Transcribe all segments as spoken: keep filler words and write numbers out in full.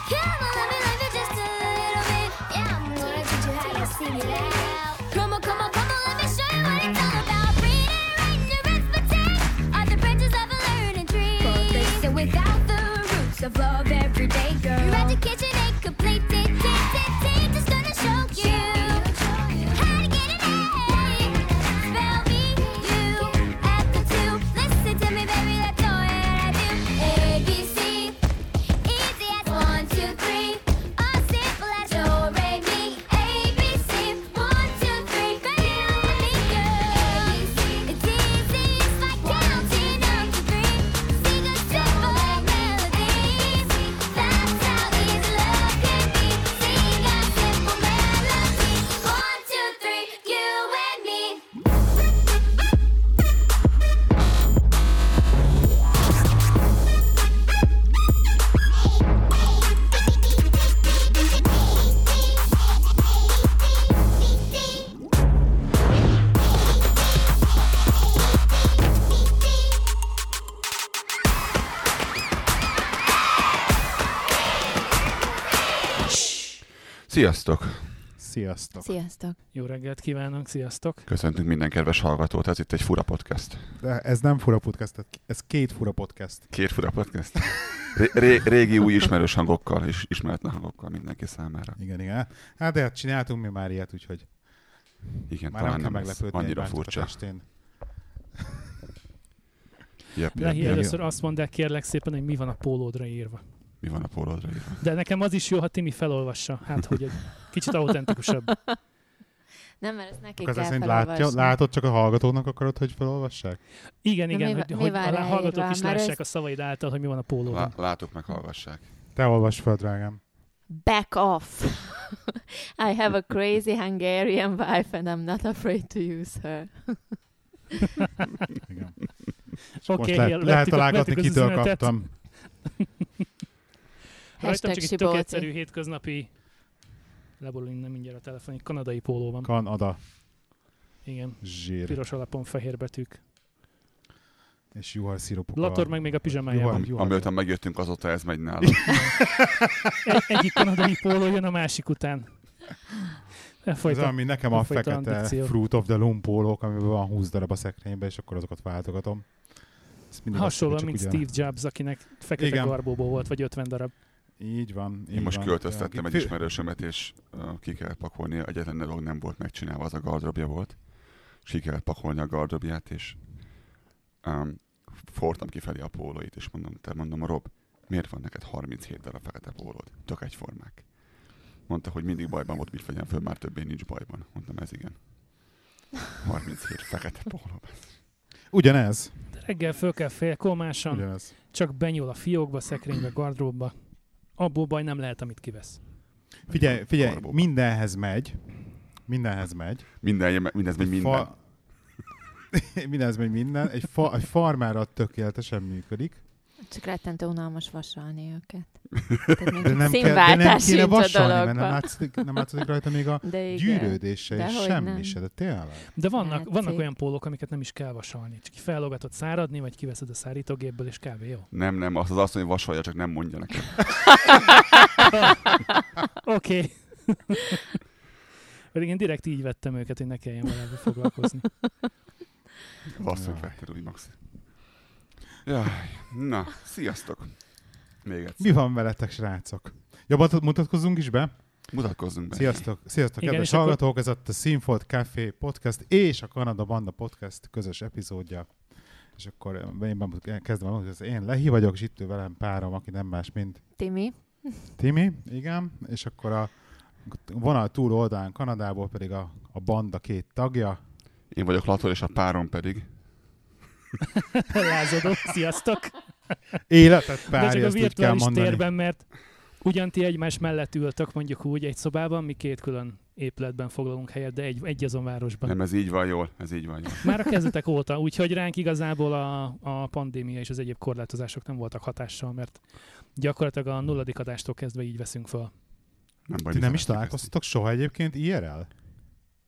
Come on, let me love you just a little bit. Yeah, I'm gonna teach you how to sing it out. Come on, come on, come on, let me show you what it's all about. Read and write and arithmetic are the branches of a learning tree. For basic without the roots of love every day, girl. Your education ain't complete. Teacher's gonna show you how to get an A. Spell me, you, at the two. Listen to me, baby, that's all that I do. A, B, C, easy as one, two, three. All simple as do, re, mi. A, B, C, one, two, three. Baby, on me, girl. It's easy, it's like counting up to three. Sing a simple melody. That's how easy love can be. Sing a simple melody. One, two, three, you and me. Sziasztok! Sziasztok! Sziasztok! Jó reggelt kívánunk, sziasztok! Köszöntünk minden kedves hallgatót, ez itt egy fura podcast. De ez nem fura podcast, ez két fura podcast. Két fura podcast. Ré- régi új ismerős hangokkal és ismeretlen hangokkal mindenki számára. Igen, igen. Hát de hát csináltunk mi már ilyet, úgyhogy Igen, már nem talán kell nem ez meglepődni annyira egy furcsa. estén. Yep, Lehi, yep, yep. először azt mondd el kérlek szépen, hogy mi van a pólódra írva. Mi van a pólódra írva? De nekem az is jó, ha Timi felolvassa. Hát, hogy egy kicsit autentikusabb. Nem, mert ezt neki Akkor kell azt szerint látja, felolvasni. látod, csak a hallgatóknak akarod, hogy felolvassák? Igen, De igen, mi hogy, va- mi hogy van a rá hallgatók írva? is Már lássák ez- a szavaid által, hogy mi van a pólódon. Lá- látok, meg hallgassák. Te olvasd fel, drágám. Back off! I have a crazy Hungarian wife and I'm not afraid to use her. Igen. Oké, Most okay, lehet, lehet találgatni, kitől kaptam. Rajtam Hashtag csak egy tök Sibolti. egyszerű hétköznapi, leborul innen mindjárt a telefon, egy kanadai póló van. Kanada. Igen, Zsír. piros alapon fehér betűk. És juharszirupok. Lator meg még a pizsamájában. Juhar- Am- juhar- Amióta megjöttünk, azóta ez megy nála. Egy, egyik kanadai póló jön a másik után. Ez Elfolytam. ami nekem a Elfolytam fekete dikció. Fruit of the Loom pólók, amiben van húsz darab a szekrényben, és akkor azokat váltogatom. Ez mindig azt Hasonlóan, hiszi, mint csak Steve ugyan- Jobs, akinek fekete Igen. garbóból volt, vagy ötven darab. Így van. Én így most van. költöztettem egy Fő- ismerősömet, és uh, ki kellett pakolni. Egyetlen dolog nem volt megcsinálva, az a gardrobja volt. És ki kellett pakolni a gardrobját, és um, fortam kifelé a pólóit, és mondom, te mondom, Rob, miért van neked harminchét darab fekete pólód? Tök egyformák. Mondta, hogy mindig bajban volt, mit vegyem föl, már többé nincs bajban. Mondtam, ez igen. harminchét fekete póló. Ugyanez. De reggel föl kell félkolmásan, Ugyanez. csak benyúl a fiókba, szekrénybe, gardróbba. Abból baj nem lehet, amit kivesz. Figyelj, figyelj, Karbóba. mindenhez megy. Mindenhez megy. Minden, mindez még minden. Fa... mindenhez megy minden. Egy, fa... egy farmára tökéletesen működik. Csak rettentő unalmas vasalni őket. Tehát még De nem, kell, de nem színváltás kéne sincs a vasalni, mert nem dologban. látszik, nem látszik rajta még a De igen. gyűrődése, és Dehogy semmi nem. se, de tényleg. De vannak, Látszik. vannak olyan pólók, amiket nem is kell vasalni. Csak fellogatod száradni, vagy kiveszed a szárítógépből, és kb. Jó. Nem, nem, az az azt mondja, hogy vasalja, csak nem mondja nekem. Oké. Okay. Pedig én direkt így vettem őket, hogy ne kelljen vele foglalkozni. Basszunk vetted úgy, Maxi. Jaj, na, sziasztok. Még egyszer. Mi van veletek, srácok? Jobban mutatkozzunk is be. Mutatkozzunk be. Sziasztok, sziasztok Igen, kedves és akkor- hallgatók, ez a Színfolt Café Podcast és a Kanada Banda Podcast közös epizódja. És akkor én bemut- kezdem mondani, hogy én Lehi vagyok, és itt ül velem párom, aki nem más, mint Timi. Timi, igen, és akkor a vonal túl oldalán Kanadából pedig a, a banda két tagja. Én vagyok Lator, és a párom pedig. Lázadó, sziasztok! Életet De párja, csak a ezt úgy kell virtuális mondani. térben, mert ugyan ti egymás mellett ültök mondjuk úgy egy szobában, mi két külön épületben foglalunk helyet, de egy, egy azon városban. Nem, ez így van jól, ez így van jól. Már a kezdetek óta, úgyhogy ránk igazából a, a pandémia és az egyéb korlátozások nem voltak hatással, mert gyakorlatilag a nulladik adástól kezdve így veszünk fel. Nem, baj, Ti nem is szeretjük találkoztatok soha egyébként I R L?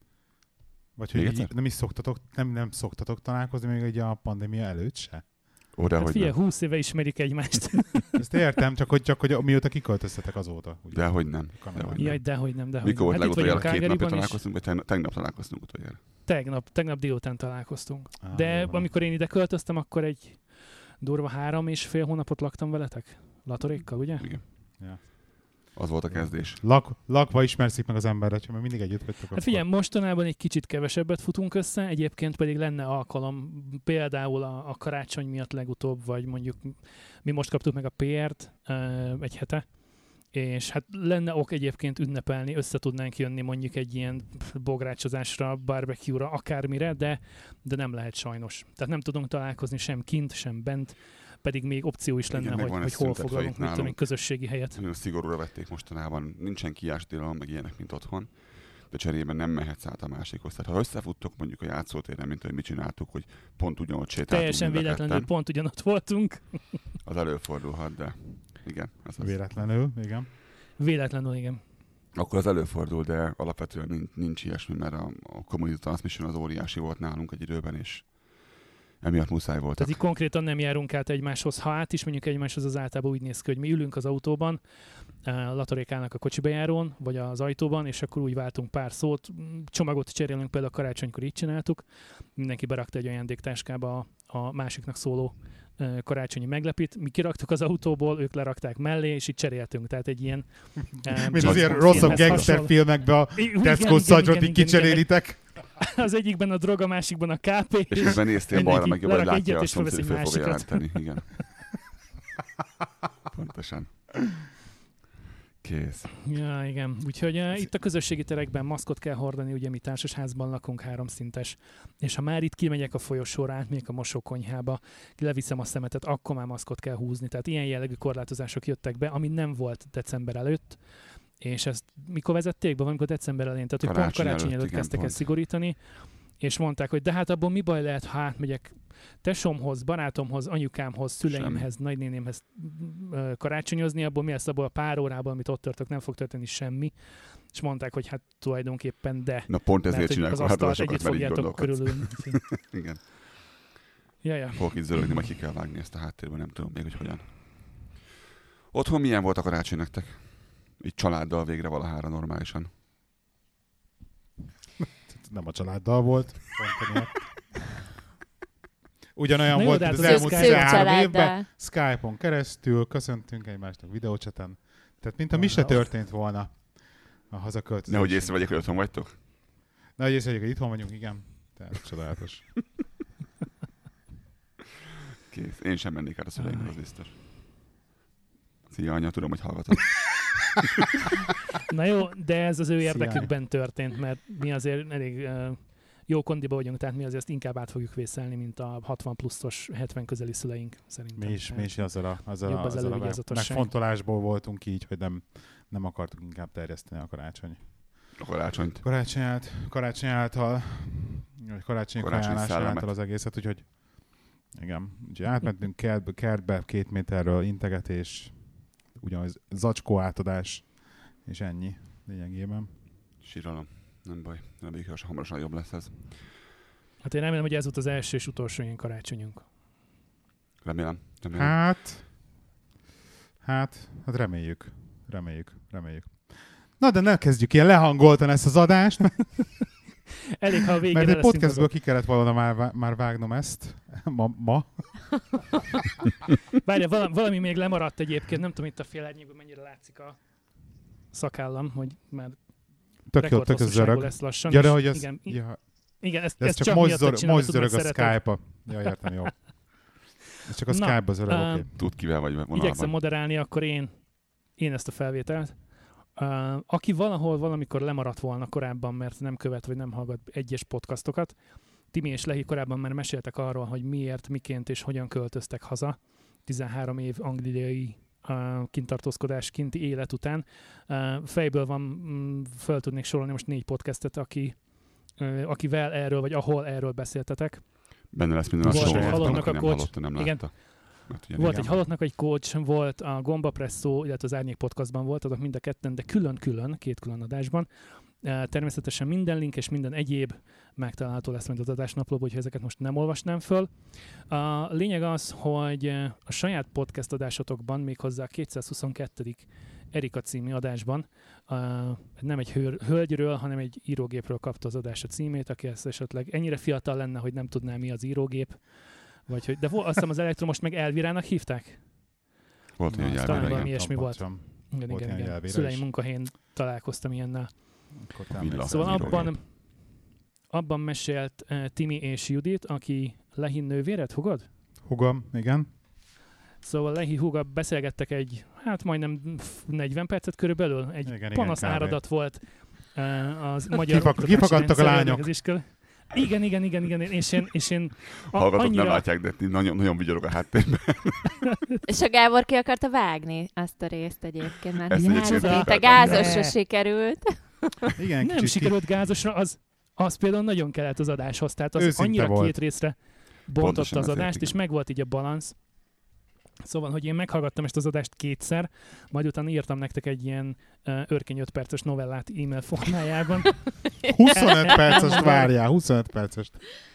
Vagy hogy Még így, egyszer? nem is szoktatok, nem, nem szoktatok találkozni még ugye a pandémia előtt se? Oda, Hát hogy figyelj, nem. húsz éve ismerik egymást. Ezt értem, csak hogy, csak hogy mióta kiköltöztetek azóta. Ugye? Dehogy nem. Kanadában. Dehogy Jaj, dehogy nem, dehogy Mikor volt nem. Hát itt legutoljára? vagyunk Két napja Calgaryban, és találkoztunk, vagy tegnap, tegnap találkoztunk utoljára? tegnap, tegnap délután találkoztunk. Ah, De jó van. amikor én ide költöztem, akkor egy durva három és fél hónapot laktam veletek. Latorékkal, ugye? Igen. Ja. Az volt a kezdés. Lak, lakva ismerszik meg az emberre, mert mindig együtt vagytok. Hát figyelj, mostanában egy kicsit kevesebbet futunk össze, egyébként pedig lenne alkalom, például a, a karácsony miatt legutóbb, vagy mondjuk mi most kaptuk meg a pé er-t uh, egy hete, és hát lenne ok egyébként ünnepelni, össze tudnánk jönni mondjuk egy ilyen bográcsozásra, barbecue-ra, akármire, de, de nem lehet sajnos. Tehát nem tudunk találkozni sem kint, sem bent, pedig még opció is lenne, Igen, meg hogy, van hogy ez hol szüntetve foglalunk, itt mit tudom én, nálunk. közösségi helyet. Nagyon szigorúra vették mostanában. Nincsen kiástilalom, meg ilyenek, mint otthon. De cserében nem mehetsz át a másikhoz. Tehát ha összefuttok mondjuk a játszótéren, mint hogy mit csináltuk, hogy pont ugyanott sétáltunk Teljesen mind a véletlenül ketten, pont ugyanott voltunk. az előfordulhat, de igen. Ez az. Véletlenül, igen. Véletlenül, igen. Akkor az előfordul, de alapvetően nincs, nincs ilyesmi, mert a, a community transmission az óriási volt nálunk egy időben, és emiatt muszáj voltak. Tehát így konkrétan nem járunk át egymáshoz. Ha át is mondjuk egymáshoz, az általában úgy néz ki, hogy mi ülünk az autóban, Latorék állnak a kocsibejárón, vagy az ajtóban, és akkor úgy váltunk pár szót. Csomagot cserélünk, például a karácsonykor így csináltuk. Mindenki berakta egy ajándéktáskába a, a másiknak szóló karácsonyi meglepit. Mi kiraktuk az autóból, ők lerakták mellé, és így cseréltünk. Tehát egy ilyen... Mint az ilyen rosszabb gangsterfilmekben a Tesco szagyrot így kicserélitek. Az egyikben a drog, a másikban a ká pé. És közben néztél mindenki balra, meg jobbra, hogy lerak látja egyet, a és felveszi szomszéd, föl fogja másikat. jelenteni. Igen. Pontosan. Kész. Ja, igen. Úgyhogy uh, itt a közösségi terekben maszkot kell hordani, ugye mi társasházban lakunk, háromszintes, és ha már itt kimegyek a folyosóra, átmegyek a mosókonyhába, leviszem a szemetet, akkor már maszkot kell húzni. Tehát ilyen jellegű korlátozások jöttek be, ami nem volt december előtt, és ezt mikor vezették be, valamikor december elején, tehát hogy pont Karácsony karácsony előtt, előtt igen, kezdtek el pont. szigorítani, és mondták, hogy de hát abból mi baj lehet, ha átmegyek tesómhoz, barátomhoz, anyukámhoz, szüleimhez, Semmi. nagynénémhez ö, karácsonyozni, abból mi lesz abból a pár órából, amit ott tartok, nem fog történni semmi. És mondták, hogy hát tulajdonképpen de. Na pont Mert ezért hogy csinálják az a asztalt hárdasokat, együtt mert így fogjátok gondolkodsz. körülülni. Igen. Ja, ja. Fogok itt zörögni, majd ki kell vágni ezt a háttérben, nem tudom még, hogy hogyan. Otthon milyen volt a karácsony nektek? Így családdal végre valahára normálisan. Nem a családdal volt. Pont emiatt. Ugyanolyan Na jó, volt, de mint az hát az elmúlt szűk tizenhárom családdal. évben. Skype-on keresztül köszöntünk egymásnak videócseten. Tehát mint a mi se Wow. történt volna a hazaköltözés. Nehogy észrevegyek, hogy otthon vagytok. Nehogy észrevegyek, hogy itthon vagyunk, igen. Tehát csodálatos. Kész. Én sem mennék át a szüleimhez, az biztos. Szia, anya, tudom, hogy hallgatod. Na jó, de ez az ő Szia. érdekükben történt, mert mi azért elég uh, jó kondiba vagyunk, tehát mi azért ezt inkább át fogjuk vészelni, mint a hatvan pluszos, hetven közeli szüleink szerintem. Mi is, mi Tehát is azzal a, azzal jobb a, az azzal a elővigyázatosság. megfontolásból voltunk így, hogy nem, nem akartuk inkább terjeszteni a karácsony. A karácsonyt. Karácsony, át, karácsony által, vagy karácsonyi Karácsonyi ajánlás szellemet. által az egészet, úgyhogy igen, úgyhogy átmentünk kertbe, kertbe két méterről integetés, ugyanaz zacskó átadás, és ennyi lényegében. Síralom. Nem baj. Reméljük, hogy hamarosan jobb lesz ez. Hát én remélem, hogy ez volt az első és utolsó ilyen karácsonyunk. Remélem. Remélem. Hát, hát, hát reméljük, reméljük, reméljük. Na de ne kezdjük ilyen lehangoltan ezt az adást, Elég, ha a végén mert egy leszünk podcastből azok. ki kellett volna már, vá- már vágnom ezt, ma, ma. Várjál, valami, valami még lemaradt egyébként, nem tudom itt a félárnyékban mennyire látszik a szakállam, hogy már Tök jó, tök ez rekordhosszúságú zörög. lesz lassan. Ja, de és hogy az, igen, ja, igen, ezt, ez ezt csak, csak most, miattad zor, csinálom, most tudom, zörög a mert szereted. Skype-a. Ja, értem, jó. Ez csak a Na, Skype-ba zörög, uh, oké. Tud, kivel vagy Igyekszem vonalban. moderálni, akkor én, én ezt a felvételt. Uh, aki valahol valamikor lemaradt volna korábban, mert nem követ vagy nem hallgat egyes podcastokat, Timi és Lehi korábban már meséltek arról, hogy miért, miként és hogyan költöztek haza tizenhárom év angliai uh, kintartózkodás, kinti élet után. Uh, fejből van, mm, föl tudnék sorolni most négy podcastet, aki, uh, akivel erről, vagy ahol erről beszéltetek. Benne lesz minden a Volt show, egy aki halottnak a nem coach. hallotta, nem Igen. látta. Mert ugye Volt igen. egy halottnak egy coach, volt a Gomba Presszó, illetve az Árnyék podcastban voltatok mind a ketten, de külön-külön, két külön adásban. Uh, természetesen minden link és minden egyéb megtalálható lesz majd az adásnaplóban, úgyhogy ezeket most nem olvasnám föl. A lényeg az, hogy a saját podcast adásotokban, méghozzá a kétszázhuszonkettő. Erika című adásban, uh, nem egy hőr, hölgyről, hanem egy írógépről kapta az adás a címét, aki ezt esetleg ennyire fiatal lenne, hogy nem tudná, mi az írógép. Vagy hogy, de vo- azt hiszem az elektromost meg Elvirának hívták? Volt ilyen talán jelvére, valami igen. ilyesmi volt. Sem. Igen, Volt igen, ilyen igen. Elvira Szüleim is. munkahelyén találkoztam ilyennel. Akkor te Villa. emlékszel. Szóval az írógép. abban, abban mesélt uh, Timi és Judit, aki Lehi nővéred, hugod? Hugom, igen. Szóval Lehi húga beszélgettek egy, hát majdnem negyven percet körülbelül, egy Igen, igen, panasz kb. áradat volt uh, az magyar Kifak- oktatási kifakadtak a rendszerben, lányok. az iskola. Igen, igen, igen, igen, és én, és én a, Hallgatók annyira... nem látják, de nagyon, nagyon vigyorog a háttérben. És a Gábor ki akarta vágni azt a részt egyébként, mert Ezt hogy egyébként hát, ki itt a akartam. gázosra Ne. sikerült. Igen, Nem kicsit sikerült gázosra, az, az például nagyon kellett az adáshoz, tehát az Őszinte annyira volt. két részre bontotta Pontosan az ezért, adást, igen. és megvolt így a balansz. Szóval, hogy én meghallgattam ezt az adást kétszer, majd utána írtam nektek egy ilyen uh, örkény öt perces novellát e-mail formájában. huszonöt percest várjál, huszonöt percest.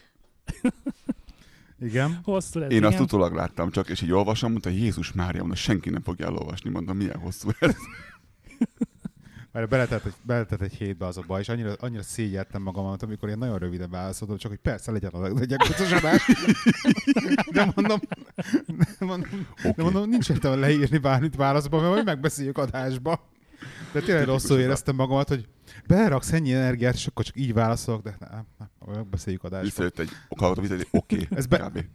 Igen. Hosszú lett, Én igen. azt utólag láttam csak, és így olvasom, mondta, Jézus Mária, mondta, senki nem fogja elolvasni, mondom, milyen hosszú ez. Mert beletett egy, beletett egy hétbe az a baj, és annyira, annyira szégyeltem magamat, amikor én nagyon röviden válaszoltam, csak hogy persze legyen a legyen kucosodás. De mondom, de mondom, Okay. de mondom, nincs értelme leírni bármit válaszba, mert majd megbeszéljük adásba. De tényleg rosszul éreztem magamat, hogy beraksz ennyi energiát, és akkor csak így válaszolok, de nem, nem, megbeszéljük adásba. Visszajött egy hallgató, visszajött egy oké. Ez be- kb.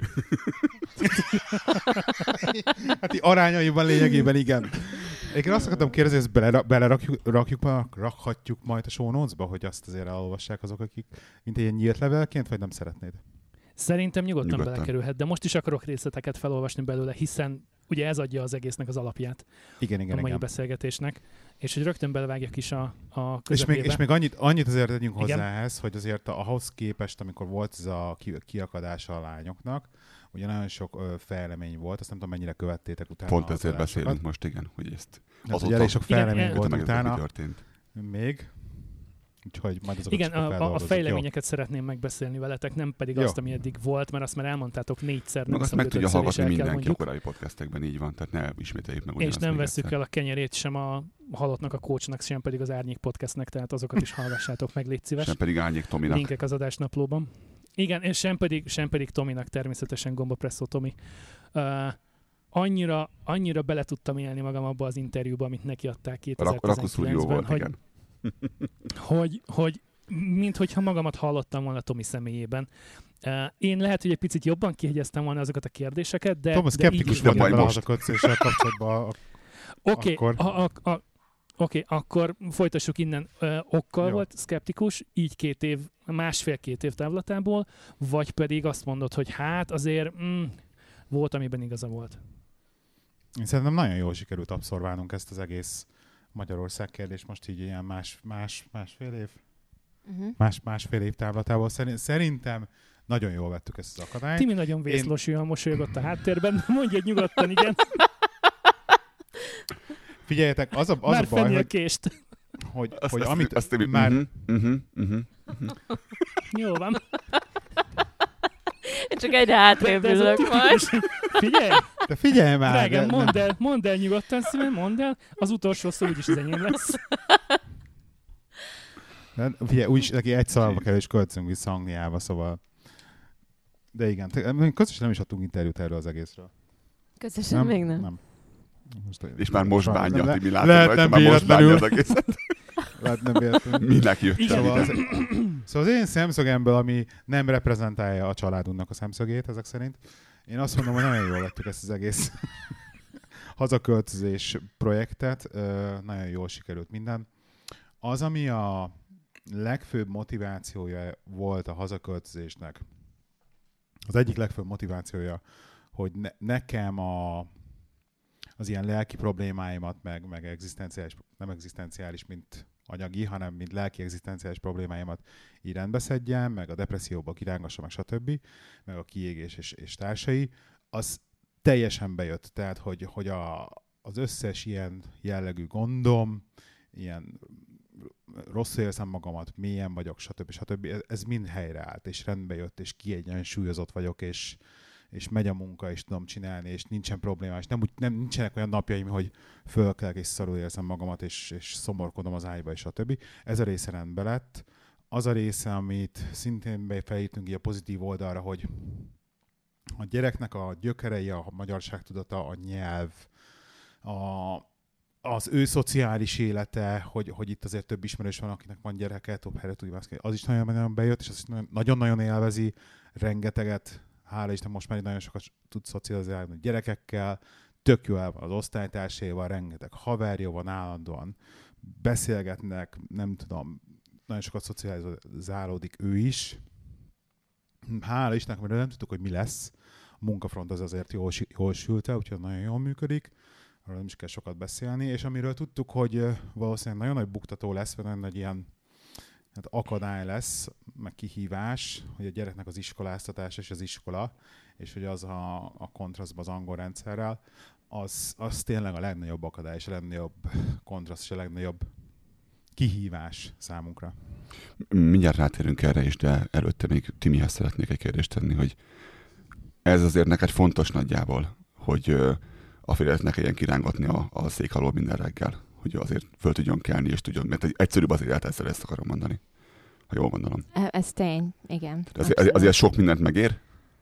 Hát így arányaiban lényegében igen. Én azt akartam kérdezni, hogy ezt bele, belerakjuk, rakjuk, rakhatjuk majd a show notes-ba, hogy azt azért elolvassák azok, akik mint egy ilyen nyílt levelként, vagy nem szeretnéd? Szerintem nyugodtan, Nyugodtan. belekerülhet, de most is akarok részleteket felolvasni belőle, hiszen ugye ez adja az egésznek az alapját Igen, igen, a mai igen. beszélgetésnek, és hogy rögtön belevágjak is a, a És közepébe. még, és még annyit, annyit azért tegyünk Igen. hozzá ehhez, hogy azért ahhoz képest, amikor volt ez a ki, kiakadása a lányoknak, ugye nagyon sok ö, fejlemény volt, azt nem tudom, mennyire követtétek utána. Pont az ezért adásokat. beszélünk most, igen, hogy ezt Hát, azóta- ugye elég sok Igen, fejlemény el- volt meg ez mi utána történt. még. Úgyhogy majd azokat Igen, csak a, a, a feldolgozzuk, jó? fejleményeket szeretném megbeszélni veletek, nem pedig Jó. azt, ami eddig volt, mert azt már elmondtátok négyszer, nem Meg azt hiszem, meg hogy tudja ötödször is hallgatni el kell mindenki a mondjuk. korábbi podcastekben, így van, tehát ne ismételjük meg És ugyanazt nem még vesszük egyszer. el a kenyerét sem a halottnak, a coachnak, sem pedig az Árnyék Podcastnek, tehát azokat is hallgassátok meg, légy szíves. Sem pedig Árnyék Tominak. Linkek az adásnaplóban. Igen, és sem pedig, sem pedig Tominak, természetesen Gombapresszó Tomi. Uh, annyira, annyira bele tudtam élni magam abba az interjúba, amit neki adták A Rak- Rakuszúrió kétezer-tizenkilencben, volt, hogy, igen. hogy, hogy mint hogyha magamat hallottam volna Tomi személyében. Uh, én lehet, hogy egy picit jobban kihegyeztem volna azokat a kérdéseket, de, Tom, de így szkeptikus is de vagy majd ebben most. az a kötszéssel kapcsolatban. a- Oké, Akkor- a, a, a, oké, akkor folytassuk innen. Ö, okkal Jó. volt szkeptikus, így két év, másfél-két év távlatából, vagy pedig azt mondod, hogy hát azért mm, volt, amiben igaza volt. Én szerintem nagyon jól sikerült abszorválnunk ezt az egész Magyarország kérdést most így ilyen más, más, másfél év, Uh-huh. más, másfél év távlatából. Szerint- Szerintem nagyon jól vettük ezt az akadályt. Timi nagyon vészlósúan mosolygott a háttérben, mondj egy nyugodtan, igen. Figyeljetek, az a, az Már a baj, fenni a hogy, kést. hogy, Azt, hogy azt, amit azt, azt, már... uh-huh, uh-huh, uh-huh. Jó van. Én csak egyre hátrébb De ez a ülök majd. tipikus- Figyelj, De figyelj már! drágám, de- mondd el, mondd el nyugodtan szívem, mondd el, az utolsó szó úgyis az enyém lesz. De, figyelj, úgyis neki egy szalva kell, és költszünk vissza Angliába, szóval... De igen, te- közösen nem is adtunk interjút erről az egészről. Közösen még nem. nem. Most, És már most Sajnos bánja, nem- Timi, látom lehet rajta, nem már most bánja az véletlenül. egészet. Lehet nem véletlenül. Minek jöttem Igen. Szóval ide? az, szóval az én szemszögemből, ami nem reprezentálja a családunknak a szemszögét ezek szerint, én azt mondom, hogy nagyon jól vettük ezt az egész hazaköltözés projektet, ö, nagyon jól sikerült minden. Az, ami a legfőbb motivációja volt a hazaköltözésnek, az egyik legfőbb motivációja, hogy ne, nekem a, az ilyen lelki problémáimat, meg, meg egzisztenciális, nem egzisztenciális, mint anyagi, hanem mint lelki egzisztenciális problémáimat így rendbeszedjem, meg a depresszióba kirángassam, meg stb., meg a kiégés és, és társai, az teljesen bejött. Tehát, hogy, hogy a, az összes ilyen jellegű gondom, ilyen rosszul érzem magamat, mélyen vagyok, stb. stb. Ez, ez mind helyreállt, és rendbe jött, és kiegyensúlyozott vagyok, és, és megy a munka, és tudom csinálni, és nincsen probléma, és nem, úgy, nem nincsenek olyan napjaim, hogy fölkelek, és szarul érzem magamat, és, és szomorkodom az ágyba, és stb. Ez a része rendbe lett. Az a része, amit szintén befelejtünk így a pozitív oldalra, hogy a gyereknek a gyökerei, a magyarságtudata, a nyelv, a, az ő szociális élete, hogy, hogy itt azért több ismerős van, akinek van gyereke, több helyre tudja mászkálni. Az is nagyon-nagyon bejött, és az is nagyon-nagyon élvezi, rengeteget, hála Isten, most már nagyon sokat tud szocializálni gyerekekkel, tök jó el van az osztálytársaival, rengeteg haverja van állandóan, beszélgetnek, nem tudom, nagyon sokat szocializálódik ő is. Hála Istennek, mert nem tudtuk, hogy mi lesz. A munkafront az azért jól, jól sült el, úgyhogy nagyon jól működik. Arról nem is kell sokat beszélni. És amiről tudtuk, hogy valószínűleg nagyon nagy buktató lesz, vagy nagyon nagy ilyen hát akadály lesz, meg kihívás, hogy a gyereknek az iskoláztatás és az iskola, és hogy az a, a kontrasztban az angol rendszerrel, az, az tényleg a legnagyobb akadály, és a legnagyobb kontraszt, és a legnagyobb kihívás számunkra. Mindjárt rátérünk erre is, de előtte még Timihez szeretnék egy kérdést tenni, hogy ez azért neked fontos nagyjából, hogy a férjedet ne kelljen kirángatni a, a szék alól minden reggel, hogy azért föl tudjon kelni, és tudjon, mert egyszerűbb az élet, ezzel ezt akarom mondani, ha jól gondolom. Ez tény, igen. Azért, azért, azért sok mindent megér?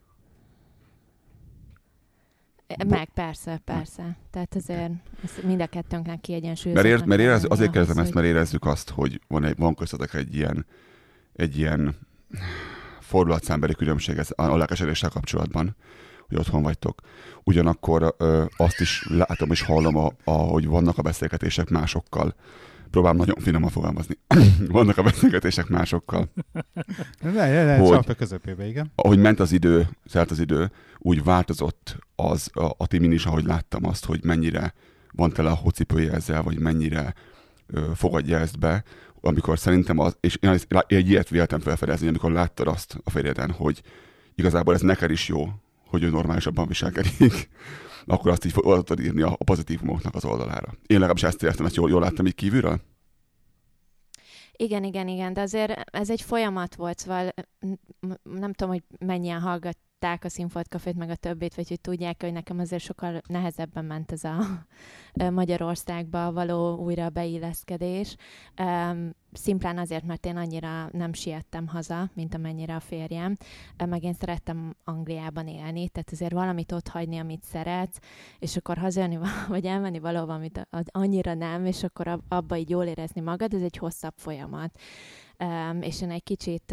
Meg, persze, persze. Tehát azért mind a kettőnknek kiegyensúlyozott. Mert, ér, mert érez, azért kérdezem ezt, mert érezzük azt, hogy van, egy, van köztetek egy ilyen, egy ilyen fordulatszámbeli különbség ez a lelkesedéssel kapcsolatban, hogy otthon vagytok. Ugyanakkor ö, azt is látom és hallom, a, a, hogy vannak a beszélgetések másokkal. Próbálom nagyon finoman fogalmazni. Vannak a beszélgetések másokkal. Ne, ne, ne, hogy, csak a közepébe, igen. Ahogy ment az idő, szelt az idő, úgy változott az a, a Timin is, ahogy láttam azt, hogy mennyire van tele a hócipője ezzel, vagy mennyire ö, fogadja ezt be, amikor szerintem az, és én egy ilyet véltem felfedezni, amikor láttad azt a férjeden, hogy igazából ez neked is jó, hogy ő normálisabban viselkedik, akkor azt így odaadtad írni a, a pozitívumoknak az oldalára. Én legalábbis ezt értem, ezt jól, jól láttam így kívülről? Igen, igen, igen, de azért ez egy folyamat volt, szóval nem tudom, hogy mennyien hallgatták a Színfolt Cafét, meg a többét, vagy hogy tudják, hogy nekem azért sokkal nehezebben ment ez a Magyarországba való újra beilleszkedés. Szimplán azért, mert én annyira nem siettem haza, mint amennyire a férjem, meg én szerettem Angliában élni, tehát azért valamit ott hagyni, amit szeretsz, és akkor hazajönni, vagy elmenni valahova, amit annyira nem, és akkor abba így jól érezni magad, ez egy hosszabb folyamat. És én egy kicsit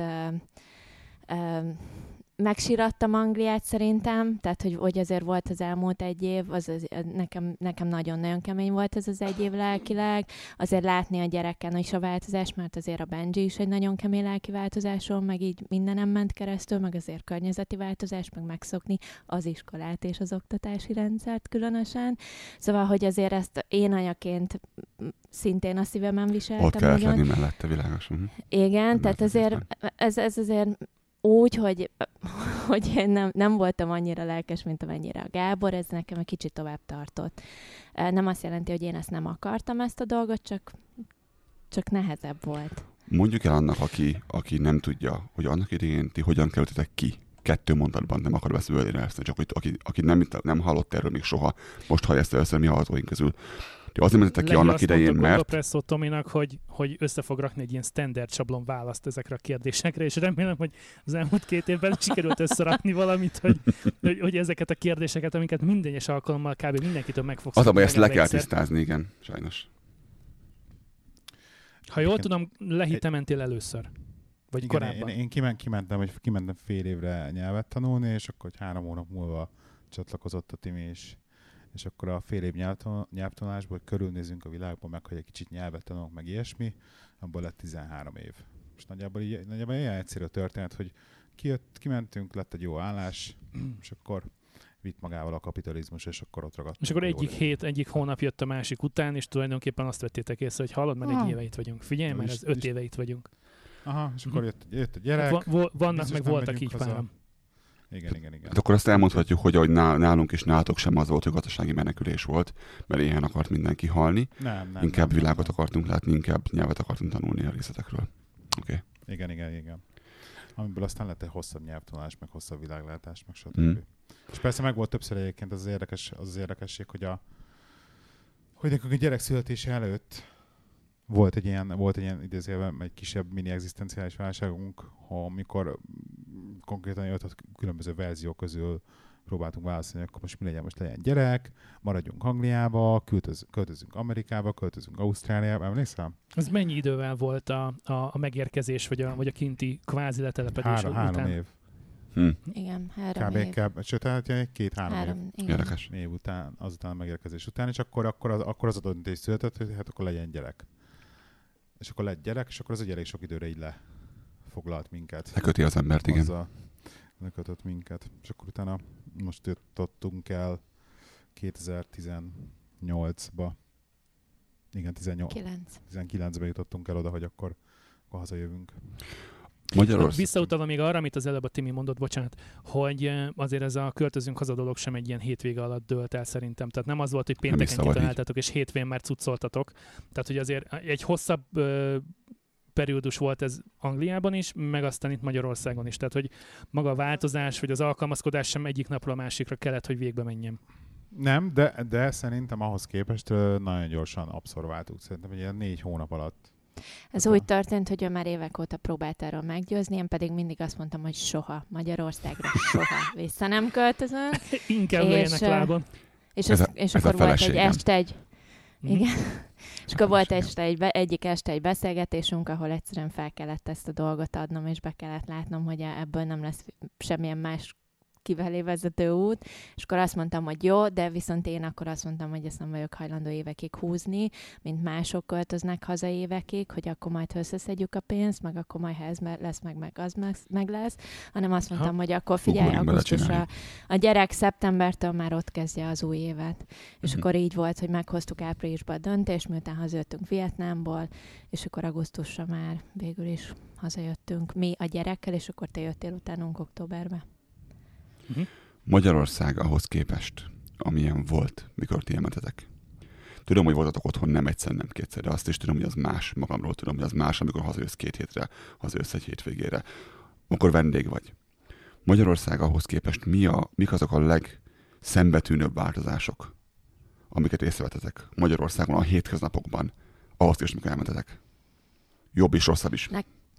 megsírattam Angliát szerintem, tehát hogy, hogy azért volt az elmúlt egy év, az, az nekem, nekem nagyon-nagyon kemény volt ez az egy év lelkileg, azért látni a gyereken is a változást, mert azért a Benji is egy nagyon kemény lelki változáson, meg így mindenem ment keresztül, meg azért környezeti változás, meg megszokni az iskolát és az oktatási rendszert különösen. Szóval, hogy azért ezt én anyaként szintén a szívemen viseltem. Ott kellett lenni mellette, világos. Uh-huh. Igen, nem tehát azért ez, ez azért úgy, hogy, hogy én nem, nem voltam annyira lelkes, mint amennyire a Gábor, ez nekem egy kicsit tovább tartott. Nem azt jelenti, hogy én ezt nem akartam, ezt a dolgot, csak, csak nehezebb volt. Mondjuk el annak, aki, aki nem tudja, hogy annak idején ti hogyan kerültetek ki. Kettő mondatban, nem akarom ezt előre ezt, csak hogy aki, aki nem, nem hallott erről még soha, most hallja ezt először mi hallgatóink közül. De azért mentetek ki annak idején, mert... Presszó Tominak, hogy, hogy össze fog rakni egy ilyen standard sablon választ ezekre a kérdésekre, és remélem, hogy az elmúlt két évben sikerült összerakni valamit, hogy, hogy, hogy ezeket a kérdéseket, amiket minden egyes alkalommal kb. Mindenkitől meg fogsz. Az, hogy ezt le kell tisztázni, igen, sajnos. Ha jól tudom, Lehi, te mentél először. Vagy igen, korábban. Én, én kiment, kimentem, hogy kimentem fél évre nyelvet tanulni, és akkor hogy három hónap múlva csatlakozott a Timi is. És akkor a fél év nyelvtanulásból, hogy körülnézünk a világban, meg hogy egy kicsit nyelvet tanulunk, meg ilyesmi, abból lett tizenhárom év. És nagyjából, így, nagyjából ilyen egyszerű a történet, hogy kijött, kimentünk, lett egy jó állás, és akkor vitt magával a kapitalizmus, és akkor ott ragadtunk. És akkor egyik hét, egyik hónap jött a másik után, és tulajdonképpen azt vettétek észre, hogy hallod, mert egy éve itt vagyunk. Figyelj, mert ez öt éve itt vagyunk. Aha, és akkor jött, jött a gyerek. Va, va, vannak, meg voltak így páram. Igen, igen, igen. Hát akkor azt elmondhatjuk, hogy ahogy nálunk és nálatok sem az volt, hogy gazdasági menekülés volt, mert éhen akart mindenki halni. Nem, nem, inkább nem, világot nem. akartunk látni, inkább nyelvet akartunk tanulni a részletekről. Oké. Okay. Igen, igen, igen. Amiből aztán lett egy hosszabb nyelvtanulás, meg hosszabb világlátás, meg stb. Mm. És persze meg volt többször egyébként az, az érdekes, az, az érdekesség, hogy a hogy nekünk a gyerek születése előtt volt egy ilyen, volt egy ilyen idézőjelben egy kisebb mini egzisztenciális válságunk, amikor konkrétan öt különböző verzió közül próbáltunk válaszolni, akkor most mi legyen, most legyen gyerek, maradjunk Angliába, költöz, költözünk Amerikába, költözünk Ausztráliába, emlékszel? Ez mennyi idővel volt a, a, a megérkezés, vagy a, vagy a kinti kvázi letelepedés Három, után? három év. Hm. Igen, három Kb. év. Kb. Sőt, hát két-három Három, év. igen. Érdekes. év után, azután a megérkezés után, és akkor, akkor, az, akkor az a döntés született, hogy hát akkor legyen gyerek. És akkor lett gyerek, és akkor az egy elég sok időre így lefoglalt minket. Leköti az embert, igen. Azzal lekötött minket. És akkor utána most jutottunk el kétezer-tizennyolcba. Igen, tizennyolc, Kilenc. tizenkilencben jutottunk el oda, hogy akkor, akkor hazajövünk. Magyarország. Visszautalva még arra, amit az előbb a Timi mondott, bocsánat, hogy eh, azért ez a költözünk haza dolog sem egy ilyen hétvége alatt dőlt el szerintem. Tehát nem az volt, hogy pénteken szabad így. kitaláltatok, és hétfőn már cuccoltatok. Tehát, hogy azért egy hosszabb ö, periódus volt ez Angliában is, meg aztán itt Magyarországon is. Tehát, hogy maga a változás, vagy az alkalmazkodás sem egyik napról a másikra kellett, hogy végbe menjen. Nem, de, de szerintem ahhoz képest ö, nagyon gyorsan abszorváltuk. Szerintem egy ilyen négy hónap alatt. Ez Hát úgy a- történt, hogy ő már évek óta próbált erről meggyőzni, én pedig mindig azt mondtam, hogy soha, Magyarországra soha vissza nem költözünk. Inkább És, legyenek ö, lábon. És, Ez az, a- és ez a akkor volt egy feleségem. este egy, Mhm. igen. És akkor volt este egy, be- egyik este egy beszélgetésünk, ahol egyszerűen fel kellett ezt a dolgot adnom, és be kellett látnom, hogy ebből nem lesz semmilyen más kifelé vezető út, és akkor azt mondtam, hogy jó, de viszont én akkor azt mondtam, hogy ezt nem vagyok hajlandó évekig húzni, mint mások költöznek haza évekig, hogy akkor majd összeszedjük a pénzt, meg akkor majd ha ez me- lesz, meg, meg az meg, meg lesz, hanem azt mondtam, Ha. hogy akkor figyelj, Ugorjunk bele, augusztusra csináljuk. a gyerek szeptembertől már ott kezdje az új évet. És Mhm. akkor így volt, hogy meghoztuk áprilisban a döntést, miután hazajöttünk Vietnámból, és akkor augusztusra már végül is hazajöttünk mi a gyerekkel, és akkor te jöttél utánunk októberbe. Magyarország ahhoz képest, amilyen volt, mikor ti elmentetek. Tudom, hogy voltatok otthon nem egyszer, nem kétszer, de azt is tudom, hogy az más. Magamról tudom, hogy az más, amikor hazajössz két hétre, hazajössz egy hétvégére. Akkor vendég vagy. Magyarország ahhoz képest mi a, mik azok a legszembetűnőbb változások, amiket észrevetetek Magyarországon a hétköznapokban, ahhoz képest, amikor elmentetek? Jobb is, rosszabb is.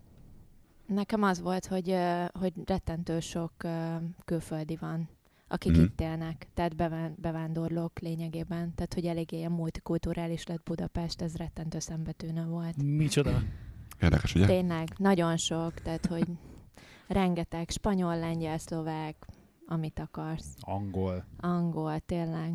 Nekem az volt, hogy, ö, hogy rettentő sok ö, külföldi van, akik Mhm. itt élnek, tehát beván- bevándorlók lényegében, tehát hogy eléggé ilyen multikulturális lett Budapest, ez rettentő szembetűnő volt. Micsoda. Érdekes, ugye? Tényleg, nagyon sok, tehát hogy rengeteg spanyol, lengyel, szlovák, amit akarsz, Angol. angol, tényleg.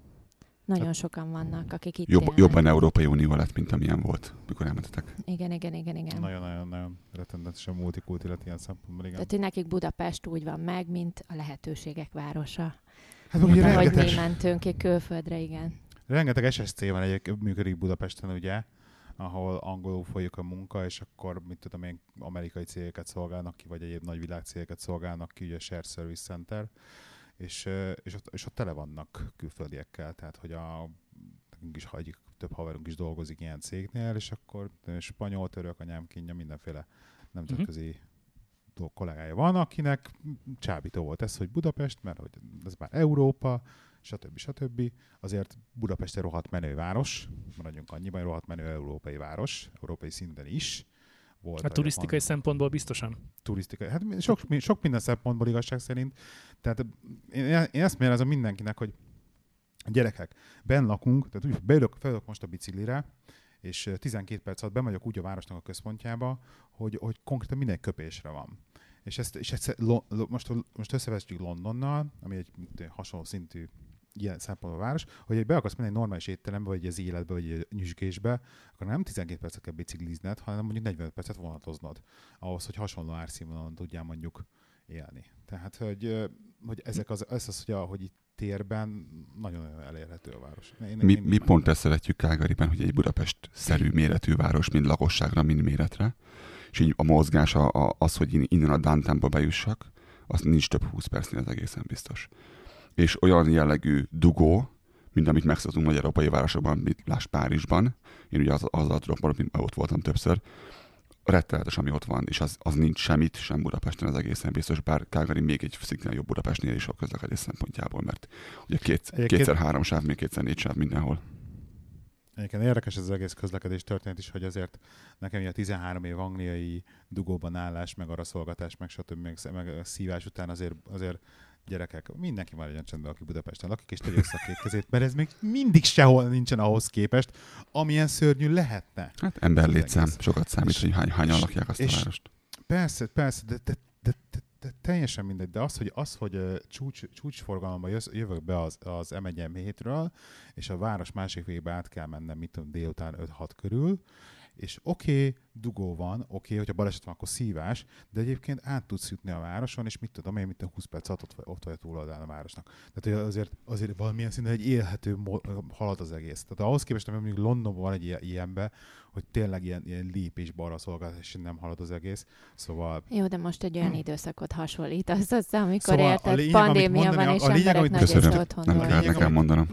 Nagyon sokan vannak, akik itt Jobb, élnek. jobban Európai Unió lett, mint amilyen volt, mikor elmentetek. Igen, igen, igen, igen. Nagyon-nagyon-nagyon rettenetesen multikulti lett ilyen szempontból, igen. Tehát, hogy nekik Budapest úgy van meg, mint a lehetőségek városa. Hát meg ugye Ahogy rengeteg, mi mentünk ki külföldre, igen. rengeteg es es cé van egyébként, működik Budapesten, ugye, ahol angolul folyik a munka, és akkor, mit tudom én, amerikai cégeket szolgálnak ki, vagy egyéb nagy világcégeket szolgálnak ki, ugye Share Service Center, és, ö, és, ott, és ott tele vannak külföldiekkel, tehát hogy a nekünk is hagyjuk, több haverunk is dolgozik ilyen cégnél, és akkor ö, spanyol, török, anyám kínja, mindenféle nemzetközi uh-huh. kollégája van, akinek csábító volt ez, hogy Budapest, mert hogy ez már Európa, stb. stb. Azért Budapest egy rohadt menő város, maradjunk annyiban, egy rohadt menő európai város, európai szinten is. Volt, A turisztikai van, szempontból biztosan. turisztikai, hát sok, sok minden szempontból igazság szerint. Tehát én, én ezt mérezem mindenkinek, hogy gyerekek, benn lakunk, tehát úgy beülök, felülök most a biciklire, és tizenkét perc alatt bemegyek úgy a városnak a központjába, hogy, hogy konkrétan minden köpésre van. És ezt, és ezt lo, lo, most, most összevetjük Londonnal, ami egy hasonló szintű ilyen szempontból város, hogy egy be akarsz menni egy normális étterembe, vagy az életbe, vagy egy nyüzsgésbe, akkor nem tizenkét percet kell biciklizned, hanem mondjuk negyvenöt percet vonatoznod, ahhoz, hogy hasonló árszínvonalon tudjál mondjuk élni. Tehát, hogy, hogy ezek az, ez az, hogy, a, hogy itt térben nagyon elérhető a város. Én, Mi, én mi pont összevetjük Calgaryben, hogy egy Budapest-szerű méretű város, mind lakosságra, mind méretre, és így a mozgás, a, a, az, hogy innen a downtownba bejussak, az nincs több húsz percnél, az egészen biztos. És olyan jellegű dugó, mint amit megszoktunk nagy európai városokban, mint láss Párizsban, én ugye az, azzal tudok valami, mint ott voltam többször, rettenetes, ami ott van, és az, az nincs semmit, sem Budapesten, az egészen biztos, bár Calgary még egy szintén jobb Budapestnél is a közlekedés szempontjából, mert ugye két, kétszer három sáv, még kétszer négy sáv mindenhol. Egyébként érdekes ez az egész közlekedés történet is, hogy azért nekem ilyen tizenhárom év angliai dugóban állás, meg araszolgatás, meg stb. Meg, meg szívás után azért, azért gyerekek, mindenki már legyen csendben, aki Budapesten lakik, és tegye össze a két kezét, mert ez még mindig sehol nincsen ahhoz képest, amilyen szörnyű lehetne. Hát ember létszám, sokat számít, hogy hány, hányan lakják azt a várost. Persze, persze, de, de, de, de, de teljesen mindegy, de az, hogy, az, hogy uh, csúcs, csúcsforgalomban jössz, jövök be az, az em egy em hétről, és a város másik végébe át kell mennem, mit tudom, délután öt-hat körül, és oké, okay, dugó van, oké, okay, hogyha baleset van, akkor szívás, de egyébként át tudsz jutni a városon, és mit tudom én, mint a húsz perc ott, ott vagy a túloldalán a városnak. Tehát hogy azért, azért valamilyen szinten egy élhető halad az egész. Tehát ahhoz képest, hogy mondjuk Londonban van egy ilyen, ilyenbe, hogy tényleg ilyen, ilyen lépés balra szolgáltat, és nem halad az egész. Szóval... Jó, de most egy olyan hmm. időszakot hasonlítasz hozzá, amikor szóval érted, lényeg, pandémia mondani, van, és a lényeg, emberek nagy része otthon nem kell nekem mondanom.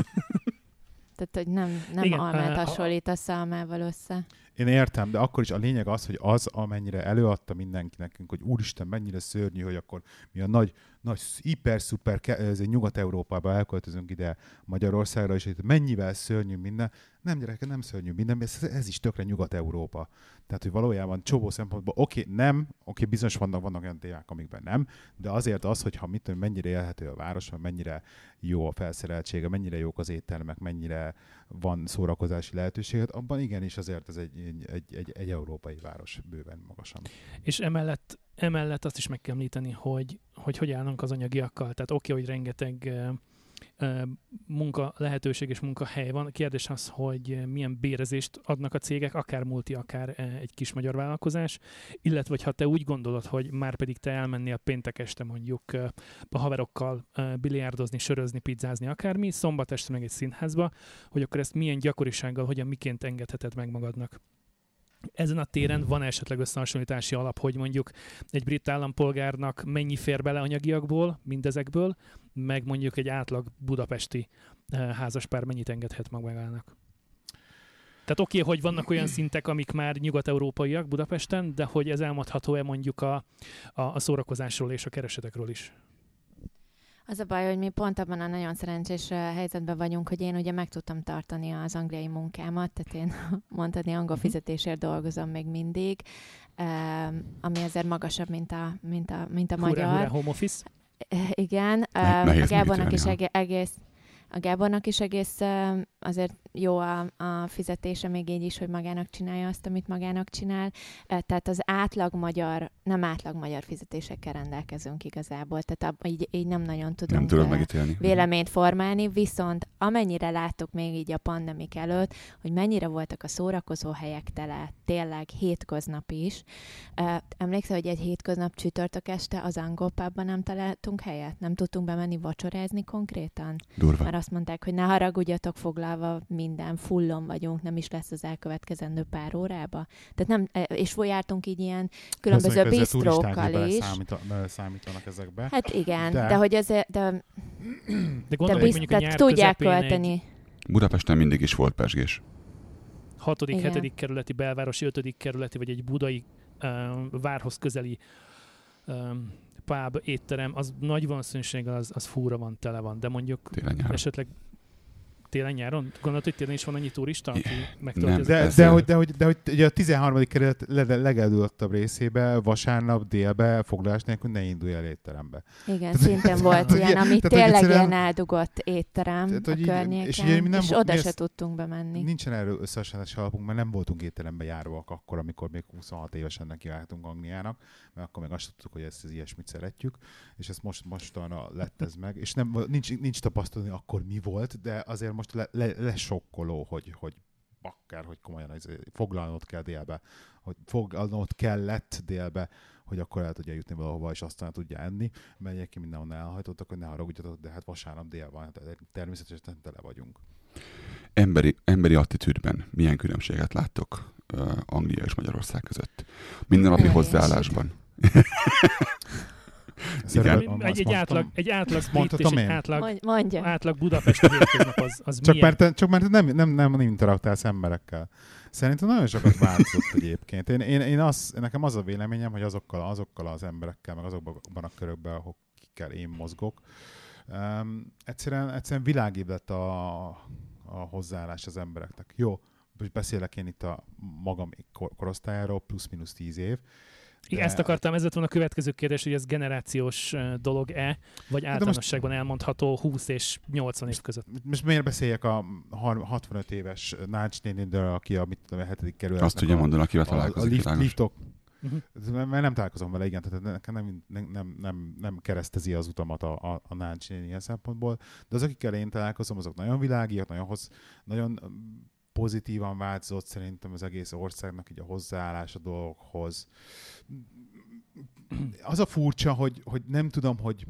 Tehát, hogy nem, nem Igen, almát uh, hasonlítasz almával össze. Én értem, de akkor is a lényeg az, hogy az, amennyire előadta mindenki nekünk, hogy úristen, mennyire szörnyű, hogy akkor mi a nagy, nagy hiper-szuper Nyugat-Európába elköltözünk ide Magyarországra, és itt mennyivel szörnyű minden. Nem, gyerekek, nem szörnyű minden, ez, ez is tökre Nyugat-Európa. Tehát, hogy valójában csomó szempontból, oké, okay, nem, oké, okay, bizonyos vannak, vannak olyan témák, amikben nem, de azért az, hogyha mit tudom, mennyire élhető a város, mennyire jó a felszereltsége, mennyire jók az éttermek, mennyire van szórakozási lehetőséget, abban igenis azért ez egy, egy, egy, egy, egy európai város bőven magasan. És emellett, emellett azt is meg kell említeni, hogy hogy, hogy állunk az anyagiakkal. Tehát oké, okay, hogy rengeteg uh, uh, munka lehetőség és munkahely van. A kérdés az, hogy milyen bérezést adnak a cégek, akár multi, akár uh, egy kis magyar vállalkozás, illetve ha te úgy gondolod, hogy már pedig te elmennél péntek este mondjuk uh, a haverokkal uh, biliárdozni, sörözni, pizzázni, akármi, szombat este meg egy színházba, hogy akkor ezt milyen gyakorisággal, hogyan, miként engedheted meg magadnak. Ezen a téren van esetleg összehasonlítási alap, hogy mondjuk egy brit állampolgárnak mennyi fér bele anyagiakból, mindezekből, meg mondjuk egy átlag budapesti házaspár mennyit engedhet magának. Tehát oké, okay, hogy vannak olyan szintek, amik már nyugat-európaiak Budapesten, de hogy ez elmondható-e mondjuk a, a, a szórakozásról és a keresetekről is. Az a baj, hogy mi pont abban a nagyon szerencsés helyzetben vagyunk, hogy én ugye meg tudtam tartani az angliai munkámat, tehát én mondhatni angol fizetésért dolgozom még mindig, ami azért magasabb, mint a, mint a, mint a hurrá, magyar. Hurrá, home office. Igen, Ne, a Gábornak is eg- egész A Gábornak is egész azért jó a, a fizetése, még így is, hogy magának csinálja azt, amit magának csinál. Tehát az átlag magyar, nem átlag magyar fizetésekkel rendelkezünk igazából. Tehát ab, így, így nem nagyon tudunk nem tudom megítélni. véleményt formálni, viszont amennyire láttuk még így a pandemik előtt, hogy mennyire voltak a szórakozó helyek tele, tényleg hétköznap is. Emlékszel, hogy egy hétköznap csütörtök este az angol pubban nem találtunk helyet? Nem tudtunk bemenni vacsorázni konkrétan? Durva. Mert azt mondták, hogy ne haragudjatok, foglalva minden, fullon vagyunk, nem is lesz az elkövetkezendő pár órába. Tehát nem, és jártunk így ilyen különböző bistrókkal is. Számítanak ezekbe. Hát igen, de, de, de hogy azért, de, de, de, gondolom, bizt, mondjuk a nyár tudják közepén költeni. egy Budapesten mindig is volt pezsgés. hatodik, Igen. hetedik kerületi, belvárosi, ötödik kerületi, vagy egy budai uh, várhoz közeli um, pub, étterem, az nagy valószínűséggel az, az fúra van, tele van, de mondjuk Télen-nyáron. esetleg télen-nyáron? Gondolod, hogy télen is van annyi turista, aki megtölti Nem. az... De, Persze. de, hogy, de, hogy, de hogy ugye a tizenharmadik kerület legeldülöttabb részébe vasárnap délbe foglalás nélkül ne indulj el étterembe. Igen, szintén volt Tehát, ilyen, hogy- ami tehát, hogy tényleg egyszerűen- ilyen eldugott étterem Tehát, a hogy így- környéken, és és, ugye mi nem és vo- oda mi se ezt- tudtunk bemenni. Nincsen erről összehasonlítási alapunk, mert nem voltunk étterembe járóak akkor, amikor még huszonhat évesen nekivágtunk Angliának, mert akkor még azt tudtuk, hogy ezt az ilyesmit szeretjük, és ezt most mostanra lett ez meg, és nem, nincs, nincs tapasztalni, akkor mi volt, de azért most le, le, lesokkoló, hogy, hogy bakker, hogy komolyan ez, foglalnod kell délbe, hogy foglalnod kellett délbe, hogy akkor el tudja jutni valahova, és aztán tudja enni, mert egyébként mindenhonnan elhajtottak, hogy ne haragudjatok, de hát vasárnap dél van, hát természetesen tele vagyunk. Emberi, emberi attitűdben milyen különbséget láttok uh, Anglia és Magyarország között? Mindennapi Óriási. hozzáállásban. Szerep- Igen. azt Egy, egy, mondtam. átlag, egy átlag split és Mondhatom egy én? átlag, Mondj- Mondja. átlag budapesti hétköznap az, az Csak milyen? mert, te, csak mert te nem, nem, nem, nem interaktálsz emberekkel. Szerintem nagyon sokat változott egyébként. Én, én, én az, nekem az a véleményem, hogy azokkal, azokkal az emberekkel, meg azokban a körökben, akikkel én mozgok, um, egyszerűen, egyszerűen világibb lett a, a hozzáállás az embereknek. Jó, most beszélek én itt a magam kor- korosztályáról, plusz-minusz tíz év. Igen, ezt akartam, ez lett volna a következő kérdés, hogy ez generációs uh, dolog-e, vagy általánosságban elmondható húsz és nyolcvan év között. Most miért beszéljek a hatvanöt éves Nács nénidől, aki a, mit tudom, a hetedik kerületnek Azt tudja a, mondani, akivel a, a találkozik. lift, világos. liftok, Uh-huh. mert nem találkozom vele, igen, tehát nekem nem, nem, nem, nem, nem keresztezi az utamat a, a, a Nács néni ilyen szempontból, de az, akikkel én találkozom, azok nagyon világiak, nagyon, hoz, nagyon pozitívan változott szerintem az egész országnak így a hozzáállás a dolgokhoz. Az a furcsa, hogy, hogy nem tudom, hogy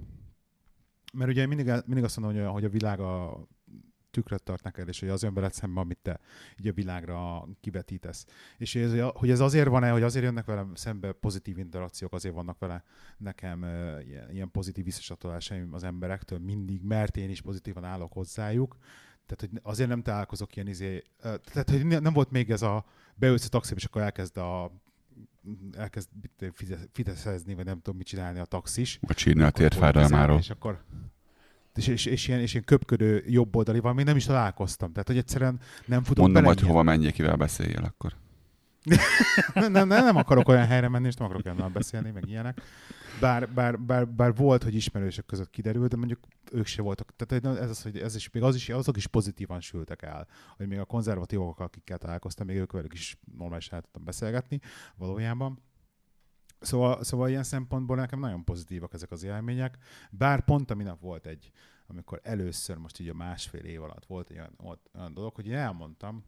mert ugye mindig, mindig azt mondom, hogy a, hogy a világ a tükröt tart neked, és hogy az jön veled szemben, amit te így a világra kivetítesz. És ez, hogy ez azért van-e, hogy azért jönnek velem szembe pozitív interakciók, azért vannak vele nekem uh, ilyen, ilyen pozitív visszacsatolásaim az emberektől mindig, mert én is pozitívan állok hozzájuk. Tehát, hogy azért nem találkozok ilyen izé, uh, tehát, hogy nem volt még ez a beülsz a taxiba, és akkor elkezd a elkezd fideszezni, vagy nem tudom mit csinálni a taxis. Vagy csírni a térfájra És akkor és, és, és, ilyen, és ilyen köpködő jobboldalival még nem is találkoztam. Tehát, hogy egyszerűen nem futok Mondom bele majd, ilyen. hova menjél, kivel beszéljél akkor. nem, nem, nem akarok olyan helyre menni, és nem akarok olyannal beszélni, meg ilyenek. Bár, bár, bár, bár volt, hogy ismerősök között kiderült, de mondjuk ők se voltak. Tehát ez az, hogy ez is, még az is, azok is pozitívan sültek el. Hogy még a konzervatívok, akikkel találkoztam, még ők velük is normálisan el tudtam beszélgetni valójában. Szóval, szóval ilyen szempontból nekem nagyon pozitívak ezek az élmények. Bár pont a minap volt egy, amikor először most így a másfél év alatt volt egy olyan, olyan dolog, hogy én elmondtam,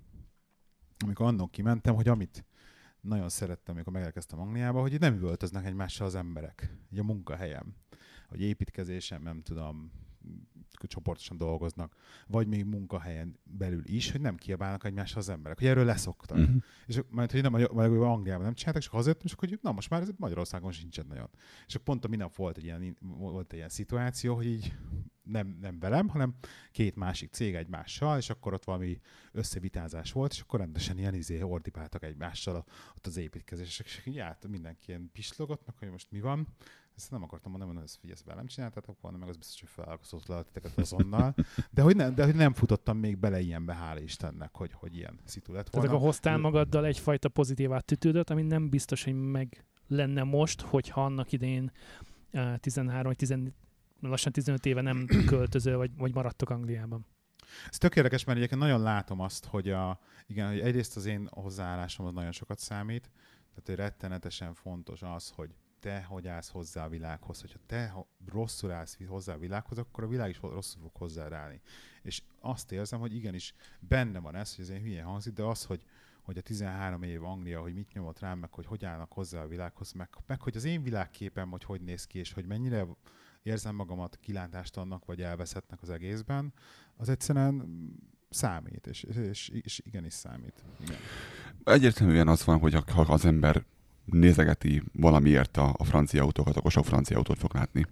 amikor annak kimentem, hogy amit nagyon szerettem, amikor megérkeztem Angliába, hogy nem üvöltöznek egymással az emberek, így a munkahelyem, hogy építkezésen, nem tudom, csoportosan dolgoznak, vagy még munkahelyen belül is, hogy nem kiabálnak egymással az emberek, hogy erről leszoktak. Uh-huh. És majd, hogy nem, Angliában nem csináltak, és akkor azért, és akkor, hogy na most már ez Magyarországon sincsen nagyon. És akkor pont a minap volt egy ilyen, volt egy ilyen szituáció, hogy így nem, nem velem, hanem két másik cég egymással, és akkor ott valami összevitázás volt, és akkor rendesen ilyen izé ordibáltak egymással ott az építkezések, és így állt mindenki ilyen pislogott, meg hogy most mi van. Ezt nem akartam mondani, hogy ezt figyelsz, velem csináltatok volna, meg az biztos, hogy felállkozott le titeket azonnal. De hogy, nem, de hogy nem futottam még bele ilyenbe, hála Istennek, hogy, hogy ilyen szitu lett volna. Tehát akkor hoztál magaddal egyfajta pozitív attitűdöt, ami nem biztos, hogy meg lenne most, hogyha annak idején uh, tizenhárom vagy tíz, lassan tizenöt éve nem költöző, vagy, vagy maradtok Angliában. Ez tök érdekes, mert egyébként nagyon látom azt, hogy, a, igen, hogy egyrészt az én hozzáállásom az nagyon sokat számít, tehát hogy rettenetesen fontos az, hogy te hogy állsz hozzá a világhoz. Hogyha te rosszul állsz hozzá a világhoz, akkor a világ is rosszul fog hozzád állni. És azt érzem, hogy igenis benne van ez, hogy ez ilyen hülye hangzik, de az, hogy, hogy a tizenhárom év Anglia, hogy mit nyomott rám, meg hogy hogy állnak hozzá a világhoz, meg, meg hogy az én világképem, hogy hogy néz ki, és hogy mennyire érzem magamat kilátástalannak, vagy elveszettnek az egészben, az egyszerűen számít, és, és, és igenis számít. Igen. Egyértelműen az van, hogy ha az ember nézegeti valamiért a, a francia autókat, akkor sok francia autót fog látni.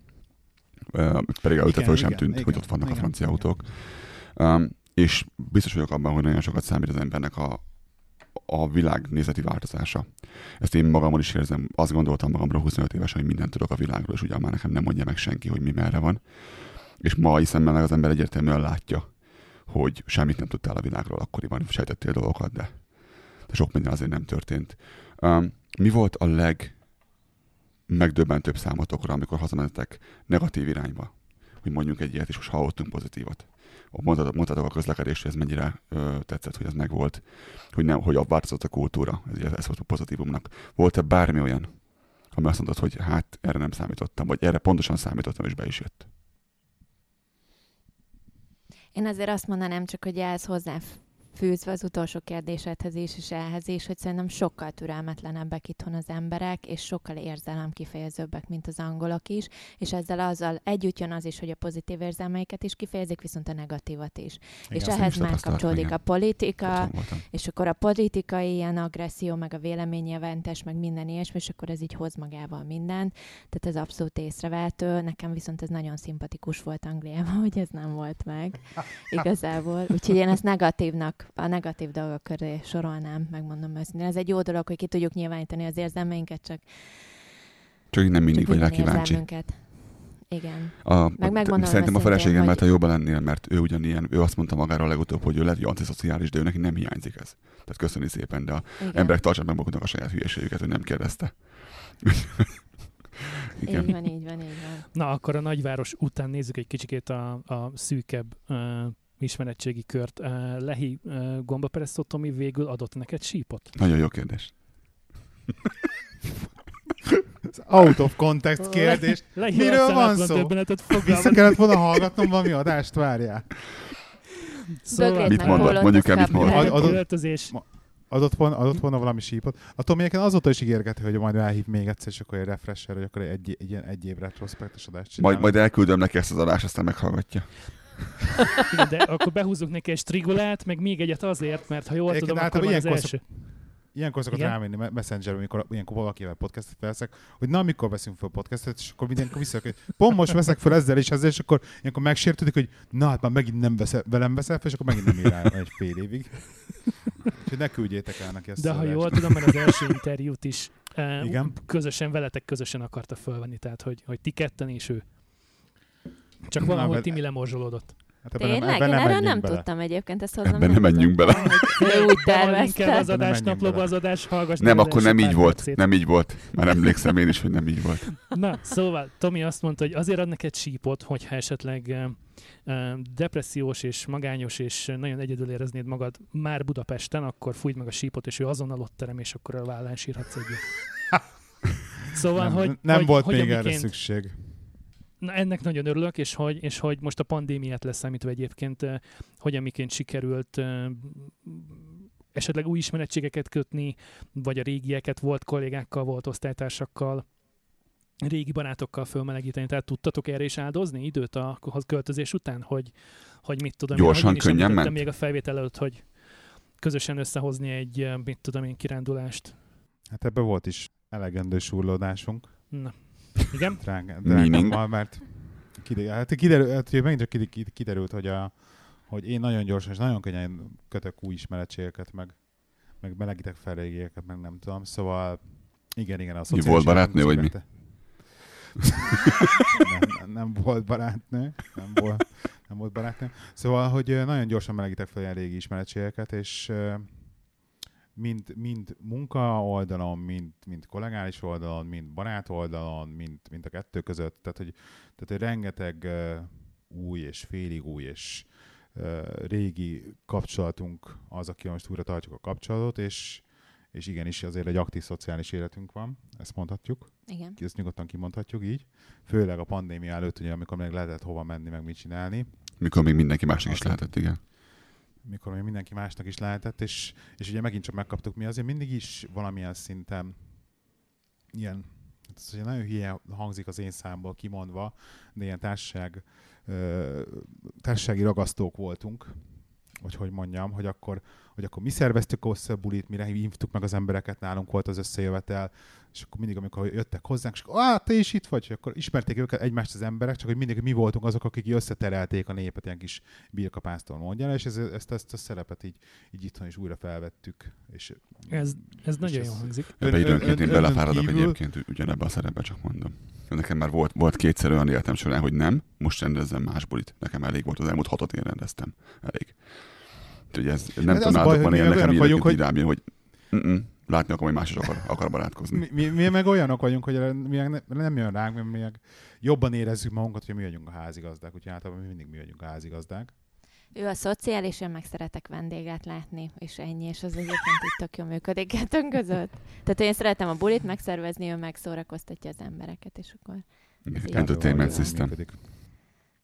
Uh, pedig előtte föl sem tűnt, igen, hogy ott vannak igen, a francia igen. autók. Um, és biztos vagyok abban, hogy nagyon sokat számít az embernek a, a világ nézeti változása. Ezt én magamon is érzem. Azt gondoltam magamra huszonöt évesen, hogy mindent tudok a világról, és ugyan már nekem nem mondja meg senki, hogy mi merre van. És ma hiszem meg az ember egyértelműen látja, hogy semmit nem tudtál a világról akkoriban, sejtettél dolgokat, de, de sok minden azért nem történt. Um, mi volt a legmegdöbbentőbb számotokra, amikor hazamentetek negatív irányba? Hogy mondjuk egy ilyet, és most hallottunk pozitívat. Mondtátok a közlekedésre, ez mennyire ö, tetszett, hogy ez megvolt, hogy, nem, hogy változott a kultúra, ez, ez volt a pozitívumnak. Volt-e bármi olyan, ami azt mondtad, hogy hát erre nem számítottam, vagy erre pontosan számítottam, és be is jött? Én azért azt mondanám csak, hogy ehhez hozzá fűzve az utolsó kérdésedhez is, és ehhez is, hogy szerintem sokkal türelmetlenebbek itthon az emberek, és sokkal érzelemkifejezőbbek, mint az angolok is, és ezzel azzal együtt jön az is, hogy a pozitív érzelmeiket is kifejezik, viszont a negatívat is. Igen, és azt ehhez én is már tapasztaltam, kapcsolódik igen. a politika, Otthon voltam. és akkor a politikai ilyen agresszió, meg a véleménynyilvántás, meg minden ilyesmi, és akkor ez így hoz magával mindent. Tehát ez abszolút észrevehető. Nekem viszont ez nagyon szimpatikus volt Angliában, hogy ez nem volt meg igazából. Úgyhogy én ezt negatívnak, a negatív dolgok köré sorolnám, megmondom őszintén. Ez egy jó dolog, hogy ki tudjuk nyilvánítani az érzelmeinket, csak, Csak így nem mindig csak vagy rá minden kíváncsi. érzelmünket. Igen. A, Meg megmondom szerintem a őszintén, feleségemmel, hogy- ha jobban lennél, mert ő ugyanilyen, ő azt mondta magáról legutóbb, hogy ő lehet, hogy antiszociális, de ő neki nem hiányzik ez. Tehát köszöni szépen, de a Igen. emberek tartsák meg maguknak a saját hülyeségüket, hogy nem kérdezte. Igen. Így van, így van, így van. Na, akkor a nagyváros után nézzük egy kicsikét a, a szűkebb uh, ismeretségi kört. Uh, Lehi uh, Gombaperesztó Tomi végül adott neked sípot? Nagyon jó kérdés. Ez out of context kérdés. Lehi Miről arcán van átlan szó? döbbenetet, Vissza fogalmam. kellett volna hallgatnom valami adást, várjál. Szóval, Mit mondott? Mondjuk el, mit mondott. Ad- adott- költözés. Adott volna, adott volna valami sípot. A Tomi egyébként azóta is ígérgette, hogy majd elhív még egyszer, és akkor egy refresher, hogy akkor egy, egy ilyen egy év retrospektus adást csinálunk. Majd, majd elküldöm neki ezt az adást, aztán meghallgatja. Igen, de akkor behúzunk neki egy strigulát, meg még egyet azért, mert ha jól Egyébként tudom, akkor van az általában első. Ilyenkor szokott Igen? rámenni Messengerben, amikor ilyenkor valakivel podcastet felszek, hogy na, mikor veszünk fel podcastet, és akkor mindenkor vissza, hogy pont most veszek fel ezzel és ezzel, és akkor ilyenkor megsértődik, hogy na, hát már megint nem veszel, velem veszel fel, és akkor megint nem ír rá egy fél évig. Úgyhogy ne küldjétek el neki ezt De az ha adást. jól tudom, mert az első interjút is eh, Igen. közösen, veletek közösen akarta fölvenni, tehát hogy, hogy ti ketten és ő. Csak Na, valahol vel- Timi lemorzsolódott. Hát ebben nem, Tényleg? ebben Én nem erről menjünk nem bele. tudtam egyébként, ezt hozzám Ebben nem menjünk tudtam, bele. hogy Ő úgy Be van linkelve tervezte. az adás menjünk naplóba, bele. az adás, hallgass Nem, meg az akkor első nem így pár volt. percét. Nem így volt. Már emlékszem én is, hogy nem így volt. Na, szóval Tomi azt mondta, hogy azért ad neked sípot, hogyha esetleg uh, uh, depressziós és magányos és nagyon egyedül éreznéd magad már Budapesten, akkor fújd meg a sípot, és ő azonnal ott terem, és akkor a vállán sírhatsz egyet. Szóval, Nem, hogy, nem hogy, volt hogy még erre amiként- szükség. Na, ennek nagyon örülök, és hogy, és hogy most a pandémiát leszámítva egyébként, eh, hogy amiként sikerült eh, esetleg új ismerettségeket kötni, vagy a régieket, volt kollégákkal, volt osztálytársakkal, régi barátokkal fölmelegíteni. Tehát tudtatok erre is áldozni időt a költözés után, hogy, hogy mit tudom Gyorsan, én, hogy én is könnyen említettem ment? még a felvétel előtt, hogy közösen összehozni egy, eh, mit tudom én, kirándulást. Hát ebben volt is elegendő surlódásunk. Na, igen? Drága, Meaning? drágámmal, mert kiderült, hát kiderült, hát ugye megint csak kiderült, kiderült hogy, a, hogy én nagyon gyorsan és nagyon könnyen kötök új ismerettségeket, meg, meg melegítek fel régieket, meg nem tudom. Szóval igen, igen, a szociális volt barátnő, vagy mi? életem nem, nem, nem volt barátnő, nem volt, nem volt barátnő. Szóval, hogy ö, nagyon gyorsan melegítek fel ilyen régi ismerettségeket, és ö, mind, mind munka oldalon, mind, mind kollégális oldalon, mind barát oldalon, mind, mind a kettő között. Tehát, hogy, tehát, hogy rengeteg uh, új és félig új és uh, régi kapcsolatunk az, aki most újra tartjuk a kapcsolatot, és, és igenis azért egy aktív szociális életünk van, ezt mondhatjuk, Igen. ezt nyugodtan kimondhatjuk így. Főleg a pandémia előtt, ugye, amikor még lehetett hova menni, meg mit csinálni. Mikor még mindenki másnak is Az- lehetett, igen. Mikor még mindenki másnak is lehetett, és, és ugye megint csak megkaptuk, mi azért mindig is valamilyen szinten ilyen, hát ez ugye nagyon hülye hangzik az én számból kimondva, de ilyen társaság, ö, társasági ragasztók voltunk, vagy hogy mondjam, hogy akkor, hogy akkor mi szerveztük össze a bulit, mire hívtuk meg az embereket, nálunk volt az összejövetel, és akkor mindig, amikor jöttek hozzánk, és akkor, ah, te is itt vagy, és akkor ismerték őket egymást az emberek, csak hogy mindig mi voltunk azok, akik összeterelték a népet, ilyen kis birkapásztor mondja, és ez, ezt, ezt a szerepet így, így itthon is újra felvettük. És, Ez, ez és nagyon ez- jól hangzik. Ebbe Ön- időnként ön- én ön- belefáradok kívül- egyébként ugyanebben a szerepben, csak mondom. Nekem már volt, volt kétszer olyan életem során, hogy nem, most rendezzem más bulit. Nekem elég volt, az elmúlt hatot én rendeztem. Elég. Úgyhogy ez nem az a tudom, baj, nálatok hogy van mi ilyen, nekem olyanok vagyunk, időnként így rám jön, hogy mm-mm, látni akarom, hogy más is akar, akar barátkozni. Mi, mi, mi meg olyanok vagyunk, hogy mi meg ne, nem jön ránk, mi meg jobban érezzük magunkat, hogy mi vagyunk a házigazdák, úgyhogy általában mi mindig mi vagyunk a házigazdák. Ő a szociális, én meg szeretek vendéget látni, és ennyi, és az egyébként itt tök jól működik kettőnk között. Tehát én szeretem a bulit megszervezni, ő meg szórakoztatja az embereket, és akkor Igen, Ez így Entertainment Jól system. működik.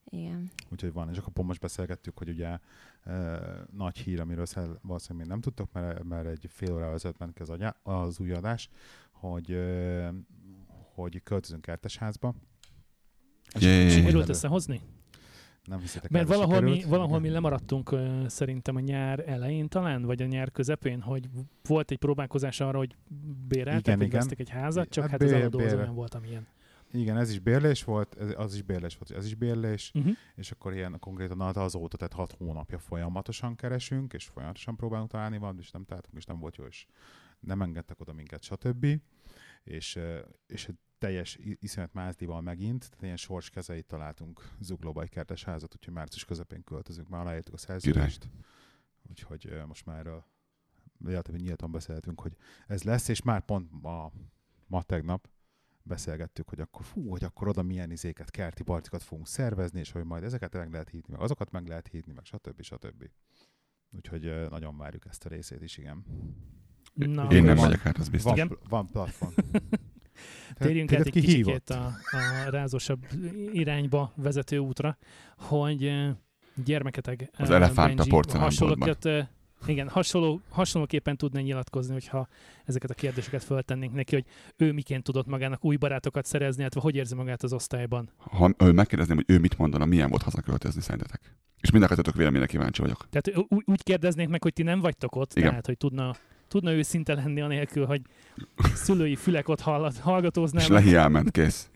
Igen. Úgyhogy van, és akkor pont most beszélgettük, hogy ugye e, nagy hír, amiről szel- valószínűleg még nem tudtok, mert, mert egy fél órával ezelőtt ment ki az, agyá- az új adás, hogy, e, hogy költözünk kertesházba. Yay. Sikerült összehozni? Nem hiszitek Mert el, valahol mi, sikerült. valahol mi lemaradtunk uh, szerintem a nyár elején talán, vagy a nyár közepén, hogy volt egy próbálkozás arra, hogy béreltek, Igen, vagy igen. vesztek egy házat, csak Hát hát, hát az bér- eladó az bér- olyan volt, amilyen. Igen, ez is bérlés volt, ez, az is bérlés volt, ez is bérlés, Uh-huh. és akkor ilyen konkrétan azóta, tehát hat hónapja folyamatosan keresünk, és folyamatosan próbálunk találni valamit, és nem találtunk, és nem volt jó, és nem engedtek oda minket, stb. És, eh, és egy teljes i- iszonyat mázdival megint, tehát ilyen sors kezeit találtunk Zuglóba egy kertesházat, úgyhogy március közepén költözünk, már aláírtuk a szerződést. Úgyhogy eh, most már erről relatíve nyíltan beszéltünk, hogy ez lesz, és már pont ma, ma tegnap beszélgettük, hogy akkor fú, hogy akkor oda milyen izéket, kerti partikat fogunk szervezni, és hogy majd ezeket meg lehet hívni, meg azokat meg lehet hívni, meg stb. stb. Úgyhogy eh, nagyon várjuk ezt a részét is, igen. Na, Én nem van- megyek át, az biztos. Van, Igen. van platform. Térjünk Téged át egy ki hívott? kicsikét a, a rázósabb irányba vezető útra, hogy eh, gyermeketeg Az eh, elefánt a Benji porcelánboltban. hasonlókat, eh, igen, hasonló, hasonlóképpen tudna nyilatkozni, hogyha ezeket a kérdéseket föltennénk neki, hogy ő miként tudott magának új barátokat szerezni, illetve hogy érzi magát az osztályban. Ha ő megkérdezném, hogy ő mit mondana, milyen volt hazaköltözni szerintetek? És mind a kettőtök véleményre kíváncsi vagyok. Tehát ú- úgy kérdeznék meg, hogy ti nem vagytok ott, Igen. tehát hogy tudna, tudna őszinte lenni anélkül, hogy szülői fülek ott hallat, És hallgatóznának. Lehi elment, kész.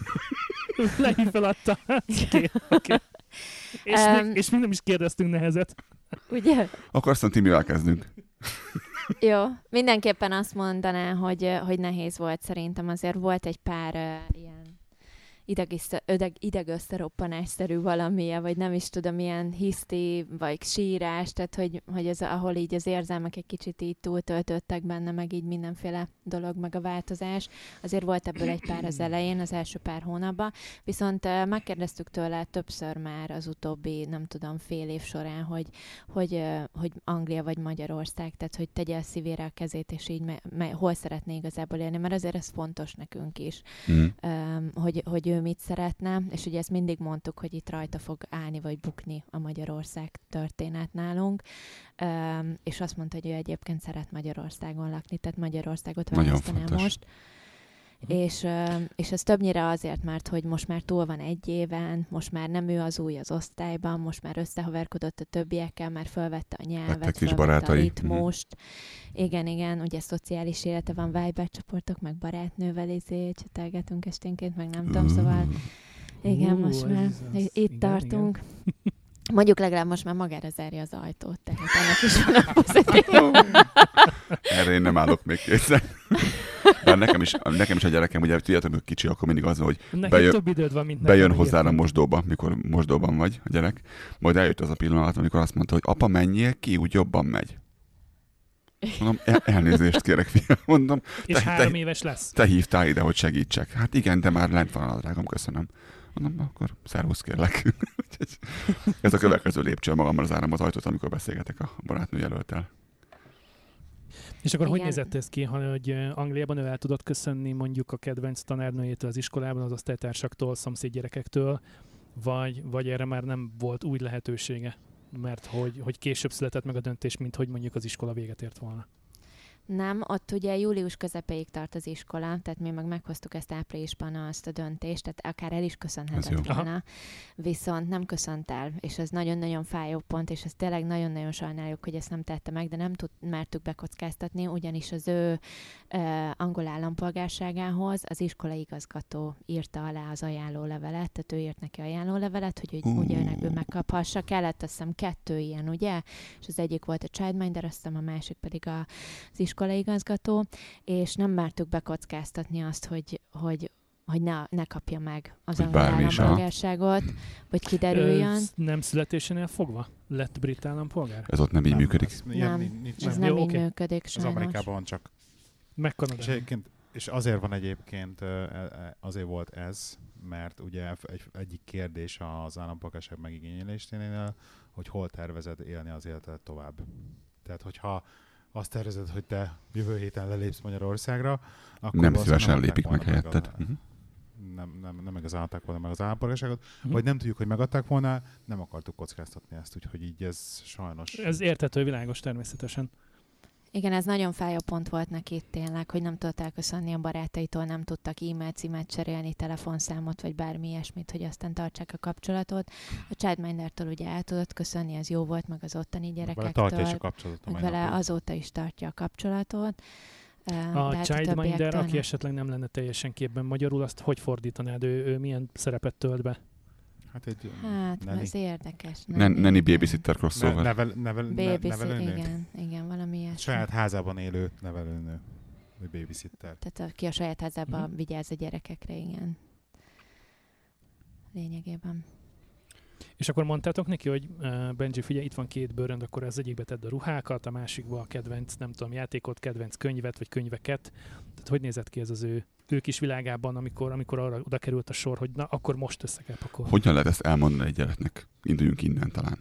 Lehi feladta. Oké, oké. És, Em. még, és még nem is kérdeztünk nehezet. Ugye? Akkor aztán Timivel kezdünk. Jó, mindenképpen azt mondaná, hogy, hogy nehéz volt szerintem. Azért volt egy pár uh, ilyen ideg, idegösszeroppanásszerű valamilyen, vagy nem is tudom, ilyen hiszti, vagy sírás, tehát hogy, hogy ez, ahol így az érzelmek egy kicsit így túltöltöttek benne, meg így mindenféle dolog, meg a változás. Azért volt ebből egy pár az elején, az első pár hónapban, viszont uh, megkérdeztük tőle többször már az utóbbi, nem tudom, fél év során, hogy, hogy, uh, hogy Anglia vagy Magyarország, tehát hogy tegye a szívére a kezét, és így me, me, hol szeretné igazából élni, mert azért ez fontos nekünk is, Mm. um, hogy, hogy ő mit szeretne, és ugye ezt mindig mondtuk, hogy itt rajta fog állni, vagy bukni a Magyarország történet nálunk, um, és azt mondta, hogy ő egyébként szeret Magyarországon lakni, tehát Magyarországot Nagyon választaná fontos. most. És, um, és ez többnyire azért, mert hogy most már túl van egy éven, most már nem ő az új az osztályban, most már összehaverkodott a többiekkel, már fölvette a nyelvet, Lettek kis fölvette barátai. a ritmust. Igen, igen, ugye szociális élete van, Viber csoportok, meg barátnővel izé, csetelgetünk esténként, meg nem tudom, szóval igen, Ú, most ez már az- itt igen, tartunk. Mondjuk legalább most már magára zárja az ajtót, tehát ennek is van a pozitív. Erre én nem állok még készen. Bár nekem is, nekem is a gyerekem, ugye tudjátok, hogy kicsi, akkor mindig az van, hogy Neked Bejön- több időd van, mint nekem. bejön hogy hozzád a értem. mosdóba, mikor mosdóban vagy a gyerek. Majd eljött az a pillanat, amikor azt mondta, hogy apa, menjél ki, úgy jobban megy. Mondom, el- elnézést kérek, fiam. Mondom, És te- három te- éves lesz. te hívtál ide, hogy segítsek. Hát igen, de már lent van a drágom, köszönöm. Mondom, akkor szervusz kérlek. Úgyhogy ez a következő lépcső, magammal zárom az ajtót, amikor beszélgetek a barátnő jelölttel. És akkor hogy Igen. nézett ez ki, ha- hogy eh, Angliában ő el tudott köszönni mondjuk a kedvenc tanárnőjétől az iskolában, az osztálytársaktól, szomszédgyerekektől, vagy, vagy erre már nem volt új lehetősége, mert hogy, hogy később született meg a döntés, mint hogy mondjuk az iskola véget ért volna. Nem, ott ugye július közepéig tart az iskola, tehát mi meg meghoztuk ezt áprilisban azt a döntést, tehát akár el is Ez köszönhetett jó. volna, viszont nem köszönt el, és ez nagyon-nagyon fájó pont, és ezt tényleg nagyon-nagyon sajnáljuk, hogy ezt nem tette meg, de nem tud, mertük bekockáztatni, ugyanis az ő uh, angol állampolgárságához az iskolai igazgató írta alá az ajánlólevelet, tehát ő írt neki ajánlólevelet, hogy Uh. ugye őnek ő megkaphassa, kellett azt hiszem kettő ilyen, ugye, és az egyik volt a childminder, azt hiszem a másik pedig a, az iskolaigazgató, és nem mertük bekockáztatni azt, hogy, hogy, hogy ne, ne kapja meg az Hogy angol bármi is, állampolgárságot, vagy kiderüljön. Ez nem születésénél fogva lett brit állampolgár? Ez ott nem így Nem, működik. ez ilyen Nem, nincs- nincs. Ez Nem. nem Jó, így oké. működik Ez sajnos. Amerikában van csak. Meg És, Kanadában. egyébként, és azért van egyébként, ö, ö, azért volt ez, mert ugye egy, egyik kérdés az állampolgárság megigényelésénél, hogy hol tervezed élni az életedet tovább. Tehát, hogyha azt tervezed, hogy te jövő héten lelépsz Magyarországra, akkor Nem valószínűleg szívesen adták lépik meg volna helyetted. a- Mhm. nem, nem, nem igazán volna meg az állampolgárságot, Mhm. vagy nem tudjuk, hogy megadták volna, nem akartuk kockáztatni ezt, úgyhogy így ez sajnos... Ez érthető, világos természetesen. Igen, ez nagyon fájó pont volt neki tényleg, hogy nem tudott elköszönni a barátaitól, nem tudtak e-mail címet cserélni, telefonszámot, vagy bármi ilyesmit, hogy aztán tartsák a kapcsolatot. A Childmindertől ugye el tudott köszönni, ez jó volt, meg az ottani Vele gyerekektől. tartja is a kapcsolatot. a Meg mai vele napig. azóta is tartja a kapcsolatot. Uh, A de hát Childminder, többiektől aki nem. esetleg nem lenne teljesen képben magyarul, azt hogy fordítanád? Ő, ő milyen szerepet tölt be? Hát egy Hát, neni. ez érdekes. Nen- Neni babysitter Ne, crossover. nevel, nevel, ne, Babysit, nevelőnő? igen, igen, valami ilyesmi. Saját házában élő nevelőnő. Vagy babysitter. Tehát aki a saját házában Mhm. vigyáz a gyerekekre, igen. Lényegében. És akkor mondtátok neki, hogy uh, Benji, figyelj, itt van két bőrönd, akkor az egyikbe tedd a ruhákat, a másikba a kedvenc, nem tudom, játékot, kedvenc könyvet, vagy könyveket. Tehát hogy nézett ki ez az ő, ő kis világában, amikor, amikor arra oda került a sor, hogy na, akkor most össze kell pakolni. Hogyan lehet ezt elmondani egy gyereknek? Induljunk innen talán.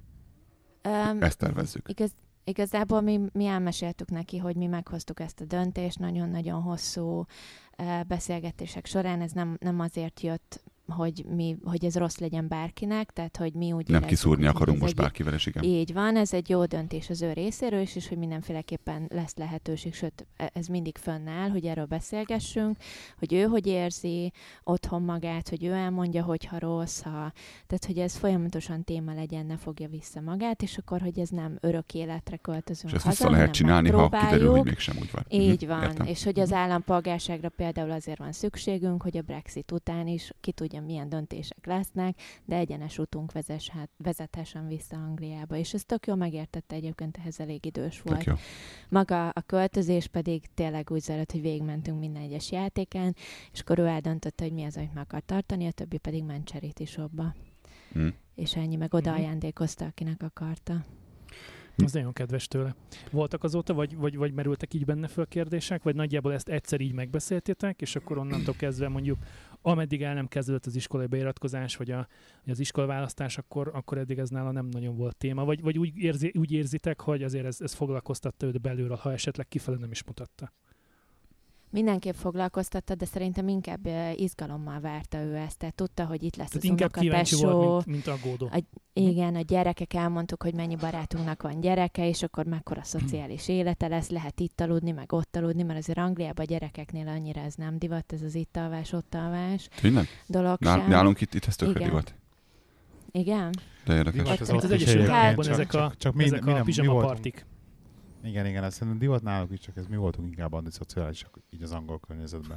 Um, Ezt tervezzük. Igaz, igazából mi, mi elmeséltük neki, hogy mi meghoztuk ezt a döntést, nagyon-nagyon hosszú uh, beszélgetések során. Ez nem, nem azért jött, hogy, mi, hogy ez rossz legyen bárkinek, tehát hogy mi úgy Nem érezzük, kiszúrni hogy akarunk ez most egy- bárkivel, és igen. Így van, ez egy jó döntés az ő részéről is, és hogy mindenféleképpen lesz lehetőség, sőt, ez mindig fönnáll, hogy erről beszélgessünk, hogy ő hogy érzi otthon magát, hogy ő elmondja, hogyha rossz, ha... tehát hogy ez folyamatosan téma legyen, ne fogja vissza magát, és akkor, hogy ez nem örök életre költözünk És ezt haza, vissza lehet hanem csinálni, ha kiderül, hogy megpróbáljuk. mégsem úgy van. Így Mhm, van, értem. és hogy az állampolgárságra például azért van szükségünk, hogy a Brexit után is ki tudja, milyen döntések lesznek, de egyenes útunk vezeshet, vezethessen vissza Angliába. És ez tök jól megértette, egyébként ehhez elég idős volt. Tök jó. Maga a költözés pedig tényleg úgy zajlott, hogy végigmentünk minden egyes játékán, és akkor ő eldöntötte, hogy mi az, amit meg akar tartani, a többi pedig ment charity shopba. Mm. És ennyi, meg oda Mhm. ajándékozta, akinek akarta. Az nagyon kedves tőle. Voltak azóta, vagy, vagy, vagy merültek így benne föl kérdések, vagy nagyjából ezt egyszer így megbeszéltétek, és akkor onnantól kezdve mondjuk, ameddig el nem kezdődött az iskolai beiratkozás, vagy, a, vagy az iskolaválasztás, akkor, akkor eddig ez nála nem nagyon volt téma. Vagy, vagy úgy, érzi, úgy érzitek, hogy azért ez, ez foglalkoztatta őt belülről, ha esetleg kifele nem is mutatta. Mindenképp foglalkoztatta, de szerintem inkább eh, izgalommal várta ő ezt. Tehát tudta, hogy itt lesz Tehát az inkább kíváncsi volt, unokatesó. mint, mint aggódó. A, igen, a gyerekek elmondtuk, hogy mennyi barátunknak van gyereke, és akkor mekkora szociális élete lesz, lehet itt aludni, meg ott aludni, mert azért Angliában a gyerekeknél annyira ez nem divat, ez az itt alvás, ott alvás Tényleg? dolog Nál, sem. nálunk itt, itt ez tökre Igen. divat. Igen? De érdekes. Divat Ott- az ott ott az is Egyesült egyébként, Államokban csak- ezek a, csak- csak mi- ezek mi a nem- mi pizsama voltunk- partik. Igen, igen, azt szerintem divat náluk is, csak ez mi voltunk inkább antiszociálisak így az angol környezetben.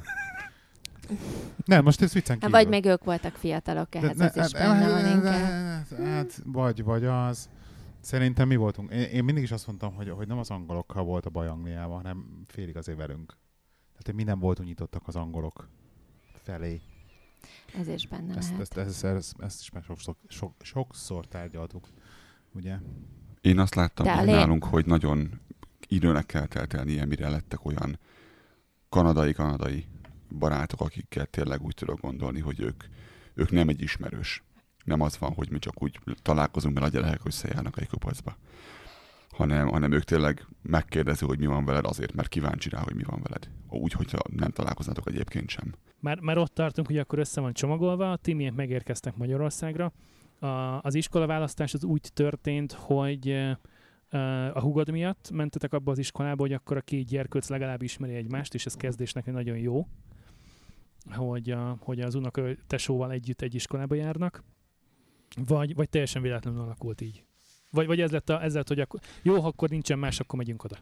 Nem, most ez viccen Hát kívül. vagy még ők voltak fiatalok, ehhez ez is benne van inkább. Hát, vagy, vagy az. Szerintem mi voltunk. Én, én mindig is azt mondtam, hogy, hogy nem az angolokkal volt a baj Angliában, hanem félig azért velünk. Tehát, hogy mi nem voltunk nyitottak az angolok felé. Ez is benne Ezt, lehet. ezt, ezt, ezt, ezt is már sok, sok, sokszor tárgyaltuk, ugye? Én azt láttam De a hogy lé- nálunk, hogy nagyon időnek kell teltelnie, mire lettek olyan kanadai-kanadai barátok, akikkel tényleg úgy tudok gondolni, hogy ők, ők nem egy ismerős. Nem az van, hogy mi csak úgy találkozunk, mert a gyerekek összejárnak egy kupacba. Hanem, hanem ők tényleg megkérdezi, hogy mi van veled azért, mert kíváncsi rá, hogy mi van veled. Úgy, hogyha nem találkoznátok egyébként sem. Már, már ott tartunk, hogy akkor össze van csomagolva, a Timiek megérkeztek Magyarországra. A, az iskolaválasztás az úgy történt, hogy uh, a hugod miatt mentetek abba az iskolába, hogy akkor a két gyerkőc legalább ismeri egymást, és ez kezdésnek nagyon jó, hogy, a, hogy az unoka tesóval együtt egy iskolába járnak. Vagy, vagy teljesen véletlenül alakult így. Vagy, vagy ez, lett a, ez lett, hogy akkor, jó, ha akkor nincsen más, akkor megyünk oda.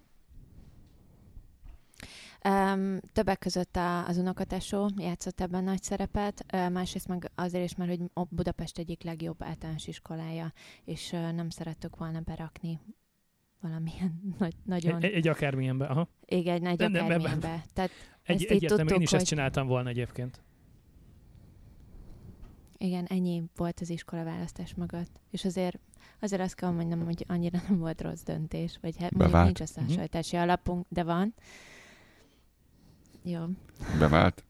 Um, többek között a, az unokatesó játszott ebben nagy szerepet, uh, másrészt meg azért is, mert hogy a Budapest egyik legjobb általános iskolája, és uh, nem szerettük volna berakni valamilyen nagy, nagyon... Egy, egy akármilyenbe, aha. Igen, egy nagy Nem, nem, nem, akármilyenbe. Tehát Egy, Ezt így egyértelmű, én tudtuk, is ezt hogy- csináltam volna egyébként. igen, ennyi volt az iskolaválasztás mögött. És azért, azért azt kell mondjam, hogy annyira nem volt rossz döntés, vagy hát mondjuk Bevált. nincs összehasonlítási alapunk, de van. Jó. Bevált?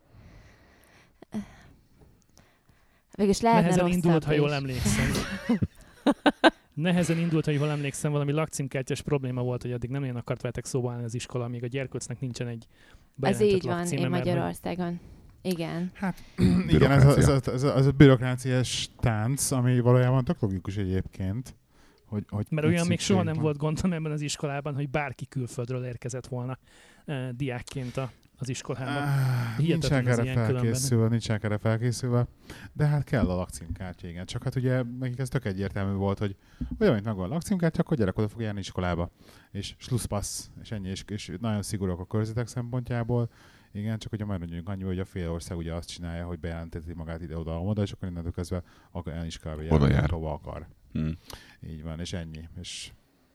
Végülis lehetne Nehezen rosszabb indult, ha jól is. emlékszem. Nehezen indult, ha jól emlékszem, valami lakcímkártyás probléma volt, hogy addig nem nagyon akart veletek szóba állni az iskola, még a gyerkőcnek nincsen egy Ez bejelentett így van, lakcíme, én mert hogy- Magyarországon. Igen. Hát igen, ez a, ez, Bürokrácia. a, ez, a, ez a bürokráciás tánc, ami valójában tök logikus egyébként. Hogy, hogy Mert itt olyan még soha nem szükség volt gondom ebben az iskolában, hogy bárki külföldről érkezett volna uh, diákként a, az iskolában. Ah, Hihetetlen nincsenek az erre ilyen különben. felkészülve, nincsenek erre felkészülve, de hát kell a lakcímkártya, igen. Csak hát ugye nekik ez tök egyértelmű volt, hogy olyan, mint megvan a lakcímkártya, akkor gyerek oda fog járni iskolába. És slusszpassz, és ennyi, és, és nagyon szigorúak a körzetek szempontjából. Igen, csak ugye majd mondjuk annyi, hogy a fél ország ugye azt csinálja, hogy bejelenteti magát ide-oda-oda, és akkor innentől kezdve akar el iskolába Oda jár, jár. hova akar. Hmm. Így van, és ennyi. És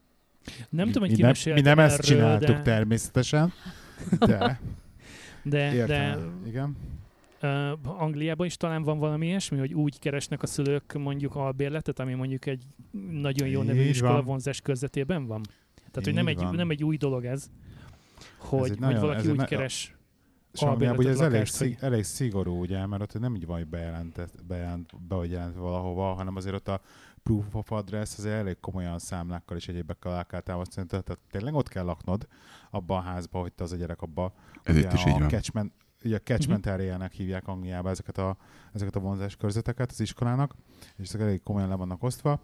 Nem mi, tudom, hogy mi ki nem, mesélte mi nem ezt erről, csináltuk de, természetesen, de de, de értem. Igen. uh, Angliában is talán van valami ilyesmi, hogy úgy keresnek a szülők mondjuk albérletet, ami mondjuk egy nagyon jó nevű Így iskola van. vonzás körzetében van. Tehát, hogy Így nem egy, van. nem egy új dolog ez, hogy, egy hogy nagyon- valaki ez egy úgy na- keres És Angliában ugye ez elég, lakást, szig, hogy- elég szigorú, ugye, mert ott nem így van, hogy bejelentett, bejelent, be vagy jelent valahova, hanem azért ott a proof of address azért elég komolyan számlákkal és egyébekkel alá kell támasztani, tehát tényleg ott kell laknod abban a házban, hogy te az a gyerek abba. Ez Ugye itt is a így van. catchment, ugye a catchment Mhm. area-nek hívják Angliában ezeket a, ezeket a vonzás körzeteket az iskolának, és ezek elég komolyan le vannak osztva.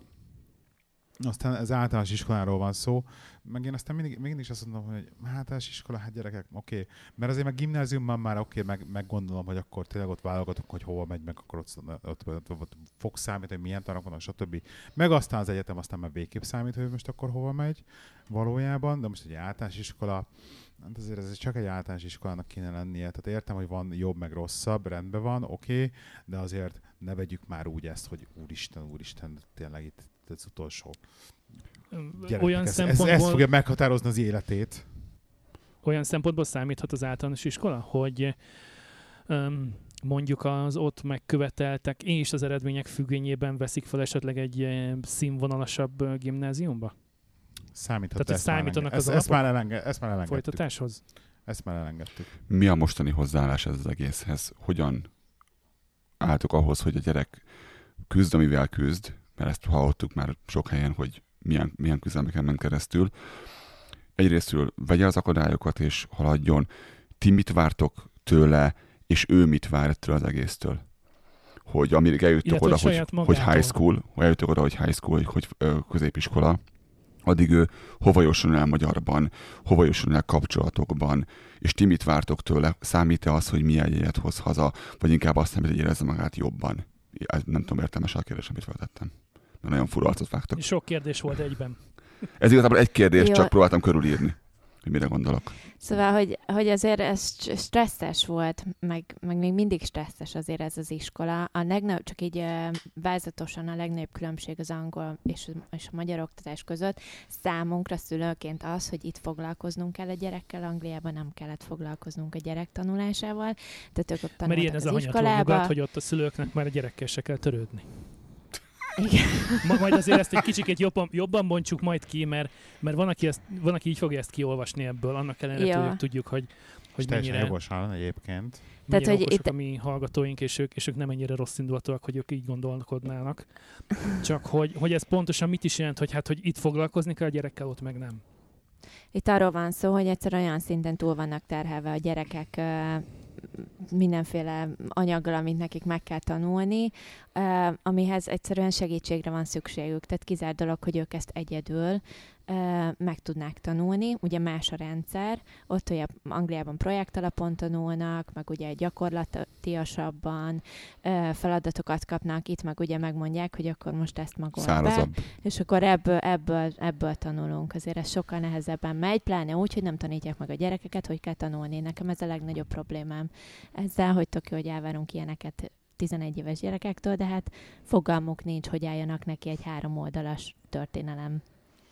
Aztán ez általános iskoláról van szó, meg én aztán mindig, mindig is azt mondom, hogy általános iskola, hát gyerekek, oké. Okay. Mert azért meg gimnáziumban már oké, okay, meg, meg gondolom, hogy akkor tényleg ott válogatunk, hogy hova megy, meg akkor ott, ott, ott, ott fog számítani, hogy milyen tanok vannak, stb. Meg aztán az egyetem aztán már végképp számít, hogy most akkor hova megy valójában, de most egy általános iskola, hát azért ez csak egy általános iskolának kéne lennie. Tehát értem, hogy van jobb, meg rosszabb, rendben van, oké, okay, de azért ne vegyük már úgy ezt, hogy úristen, úristen, tényleg itt az utolsó gyereknek. olyan ez, ez, szempontból, ez fogja meghatározni az életét. olyan szempontból számíthat az általános iskola, hogy um, mondjuk az ott megköveteltek és az eredmények függvényében veszik fel esetleg egy eh, színvonalasabb eh, gimnáziumba? Számíthat, Tehát, de hogy ezt, már számítanak elenge- az ezt, ezt, már alapok elenge, ezt már elengedtük. Folytatáshoz? Ezt már elengedtük. Mi a mostani hozzáállás ez az egészhez? Hogyan álltok ahhoz, hogy a gyerek küzd, amivel küzd, mert ezt hallottuk már sok helyen, hogy milyen, milyen küzdelmeken ment keresztül. Egyrésztről vegye az akadályokat és haladjon. Ti mit vártok tőle, és ő mit vár ettől az egésztől? Hogy amíg eljutok Illetve oda, hogy hogy, saját hogy magától. high school, hogy eljutok oda, hogy high school, hogy, hogy ö, középiskola, addig ő hova jusson el magyarban, hova jusson el kapcsolatokban, és ti mit vártok tőle? Számít-e az, hogy milyen jegyet hoz haza, vagy inkább azt nem, hogy érezze magát jobban? Ez nem tudom, értelmes a kérdés, amit feltettem. Mert nagyon fura arcot vágtak. Sok kérdés volt egyben. Ez igazából egy kérdés, Jó. csak próbáltam körülírni, hogy mire gondolok. Szóval, hogy, hogy azért ez stresszes volt, meg, meg még mindig stresszes azért ez az iskola. A legnagyobb, csak így uh, vázatosan a legnagyobb különbség az angol és, és a magyar oktatás között számunkra szülőként az, hogy itt foglalkoznunk kell a gyerekkel, Angliában nem kellett foglalkoznunk a gyerek tanulásával. Tehát ők ott Mert ilyen tanultak ez az a hanyatló iskolába. nyugat, hogy ott a szülőknek már a gyerekkel se kell törődni. Igen. Ma, majd azért ezt egy kicsikét jobban, jobban bontsuk majd ki, mert, mert van, aki ezt, van, aki így fogja ezt kiolvasni ebből, annak ellenére Ja. tudjuk, tudjuk, hogy, És hogy teljesen mennyire, jogosan egyébként. mennyire Tehát, hogy okosak itt- a mi hallgatóink, és ők, és ők nem ennyire rossz indulatúak, hogy ők így gondolkodnának. Csak hogy, hogy ez pontosan mit is jelent, hogy hát, hogy itt foglalkozni kell a gyerekkel, ott meg nem. Itt arról van szó, hogy egyszer olyan szinten túl vannak terhelve a gyerekek ö, mindenféle anyaggal, amit nekik meg kell tanulni, ö, amihez egyszerűen segítségre van szükségük. Tehát kizárt dolog, hogy ők ezt egyedül ö, meg tudnák tanulni. Ugye más a rendszer, ott ugye Angliában projekt alapon tanulnak, meg ugye gyakorlatiasabban ö, feladatokat kapnak, itt meg ugye megmondják, hogy akkor most ezt magold be. Szárazabb. És akkor ebből, ebből, ebből tanulunk. Azért ez sokkal nehezebben megy, pláne úgy, hogy nem tanítják meg a gyerekeket, hogy kell tanulni. Nekem ez a legnagyobb problémám ezzel, hogy tök jó, hogy elvárunk ilyeneket tizenegy éves gyerekektől, de hát fogalmuk nincs, hogy álljanak neki egy három oldalas történelem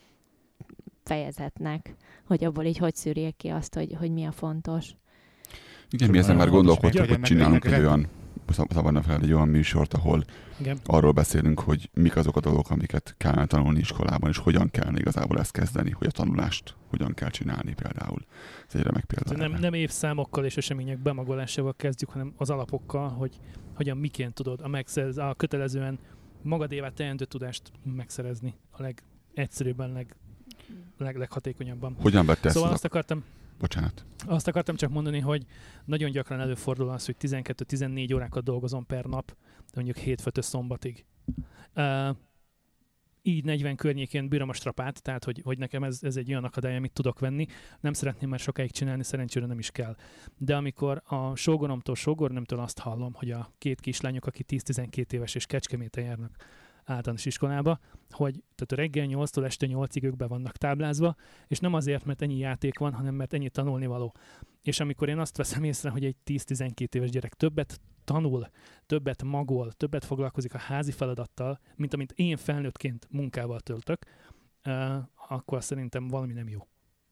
fejezetnek, hogy abból így hogy szűrjék ki azt, hogy, hogy mi a fontos. Igen, mi ezen már Fontos még, gondolkodtuk, hogy hogy ennek- csinálunk ennek egy rend- olyan, szabadna fel egy olyan műsort, ahol Igen. arról beszélünk, hogy mik azok a dolgok, amiket kellene tanulni iskolában, és hogyan kellene igazából ezt kezdeni, hogy a tanulást hogyan kell csinálni például. Ez egy remek példa. Nem, erre. nem évszámokkal és események bemagolásával kezdjük, hanem az alapokkal, hogy hogyan miként tudod a, megszerz, a kötelezően magadévá teendő tudást megszerezni a legegyszerűbben, leg, leg, leghatékonyabban. Hogyan vette ezt Szóval az azt akartam, Bocsánat. Azt akartam csak mondani, hogy nagyon gyakran előfordul az, hogy tizenkettő-tizennégy órákat dolgozom per nap, mondjuk hétfőtől szombatig. Uh, így negyven környékén bírom a strapát, tehát hogy, hogy nekem ez, ez egy olyan akadály, amit tudok venni. Nem szeretném már sokáig csinálni, szerencsére nem is kell. De amikor a sógoromtól, sógornőmtől azt hallom, hogy a két kislányok, aki tíz-tizenkét éves és Kecskeméten járnak általános iskolába, hogy tehát a reggel nyolctól este nyolcig ők be vannak táblázva, és nem azért, mert ennyi játék van, hanem mert ennyi tanulnivaló. És amikor én azt veszem észre, hogy egy tíz-tizenkét éves gyerek többet tanul, többet magol, többet foglalkozik a házi feladattal, mint amit én felnőttként munkával töltök, uh, akkor szerintem valami nem jó.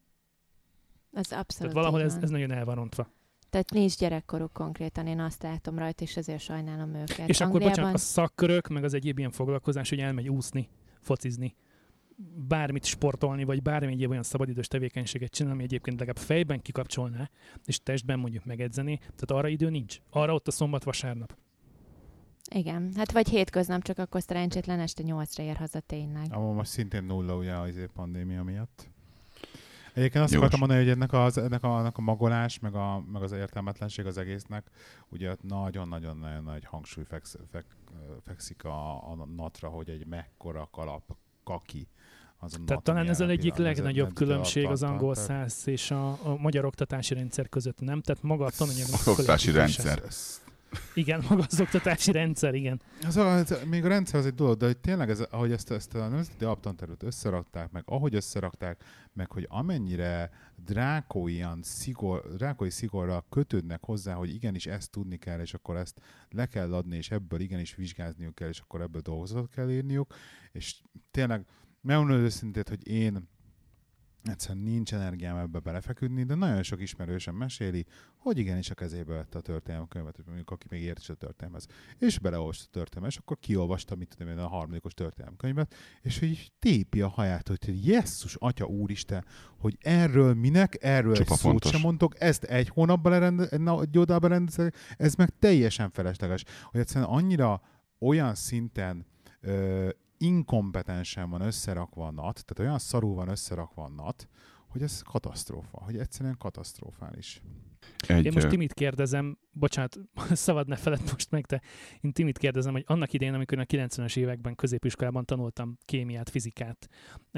Ez abszolút. Tehát valahol ez, ez nagyon el van rontva. Tehát nincs gyerekkoruk konkrétan, én azt látom rajta, és ezért sajnálom őket. És akkor Angliában... bocsánat, a szakkörök, meg az egyéb ilyen foglalkozás, hogy elmegy úszni, focizni, bármit sportolni, vagy bármi egyéb olyan szabadidős tevékenységet csinálni, ami egyébként legalább fejben kikapcsolná, és testben mondjuk megedzeni, tehát arra idő nincs. Arra ott a szombat-vasárnap. Igen, hát vagy hétköznap, csak akkor szerencsétlen este nyolcra ér haza tényleg. Ahol most szintén nulla ugye az pandémia miatt. Egyébként azt Jogos. akartam mondani, hogy ennek, az, ennek, a, ennek a magolás, meg, a, meg az értelmetlenség az egésznek, ugye nagyon-nagyon-nagyon nagy hangsúly feksz, fek, fekszik a, a natra, hogy egy mekkora kalap, kaki. Az Tehát talán ez az egyik legnagyobb különbség az angol tehát... száz és a, a magyar oktatási rendszer között, nem? Tehát maga a tananyagnak. Oktatási rendszer. Igen, maga az oktatási rendszer, igen. Az, az, még a rendszer az egy dolog, de hogy tényleg ez, ahogy ezt, ezt a nemzeti alaptantervet összerakták, meg ahogy összerakták, meg hogy amennyire drákóian szigor, drákói szigorral kötődnek hozzá, hogy igenis ezt tudni kell, és akkor ezt le kell adni, és ebből igenis vizsgázniuk kell, és akkor ebből dolgozatot kell írniuk, és tényleg megmondom őszintét, hogy én egyszerűen nincs energiám ebbe belefeküdni, de nagyon sok ismerősen meséli, hogy igenis a kezébe vette a történelmkönyvet, mondjuk aki még ért is a történelmhez, és beleolvasta a történelmet, és akkor kiolvasta, mit tudom én, a harmadikos történelmkönyvet, és hogy így tépi a haját, hogy jesszus, atya úristen, hogy erről minek, erről Csupa egy szót fontos. sem mondtok, ezt egy hónapban lerende, egy oldalban rendezik, ez meg teljesen felesleges, hogy egyszerűen annyira olyan szinten ö, inkompetensen van összerakva a nat, tehát olyan szarul van összerakva a nat, hogy ez katasztrófa, hogy egyszerűen katasztrofális. Egy, Én most Timit kérdezem, bocsánat, szabad ne feled most meg, te. Én Timit kérdezem, hogy annak idején, amikor a kilencvenes években középiskolában tanultam kémiát, fizikát,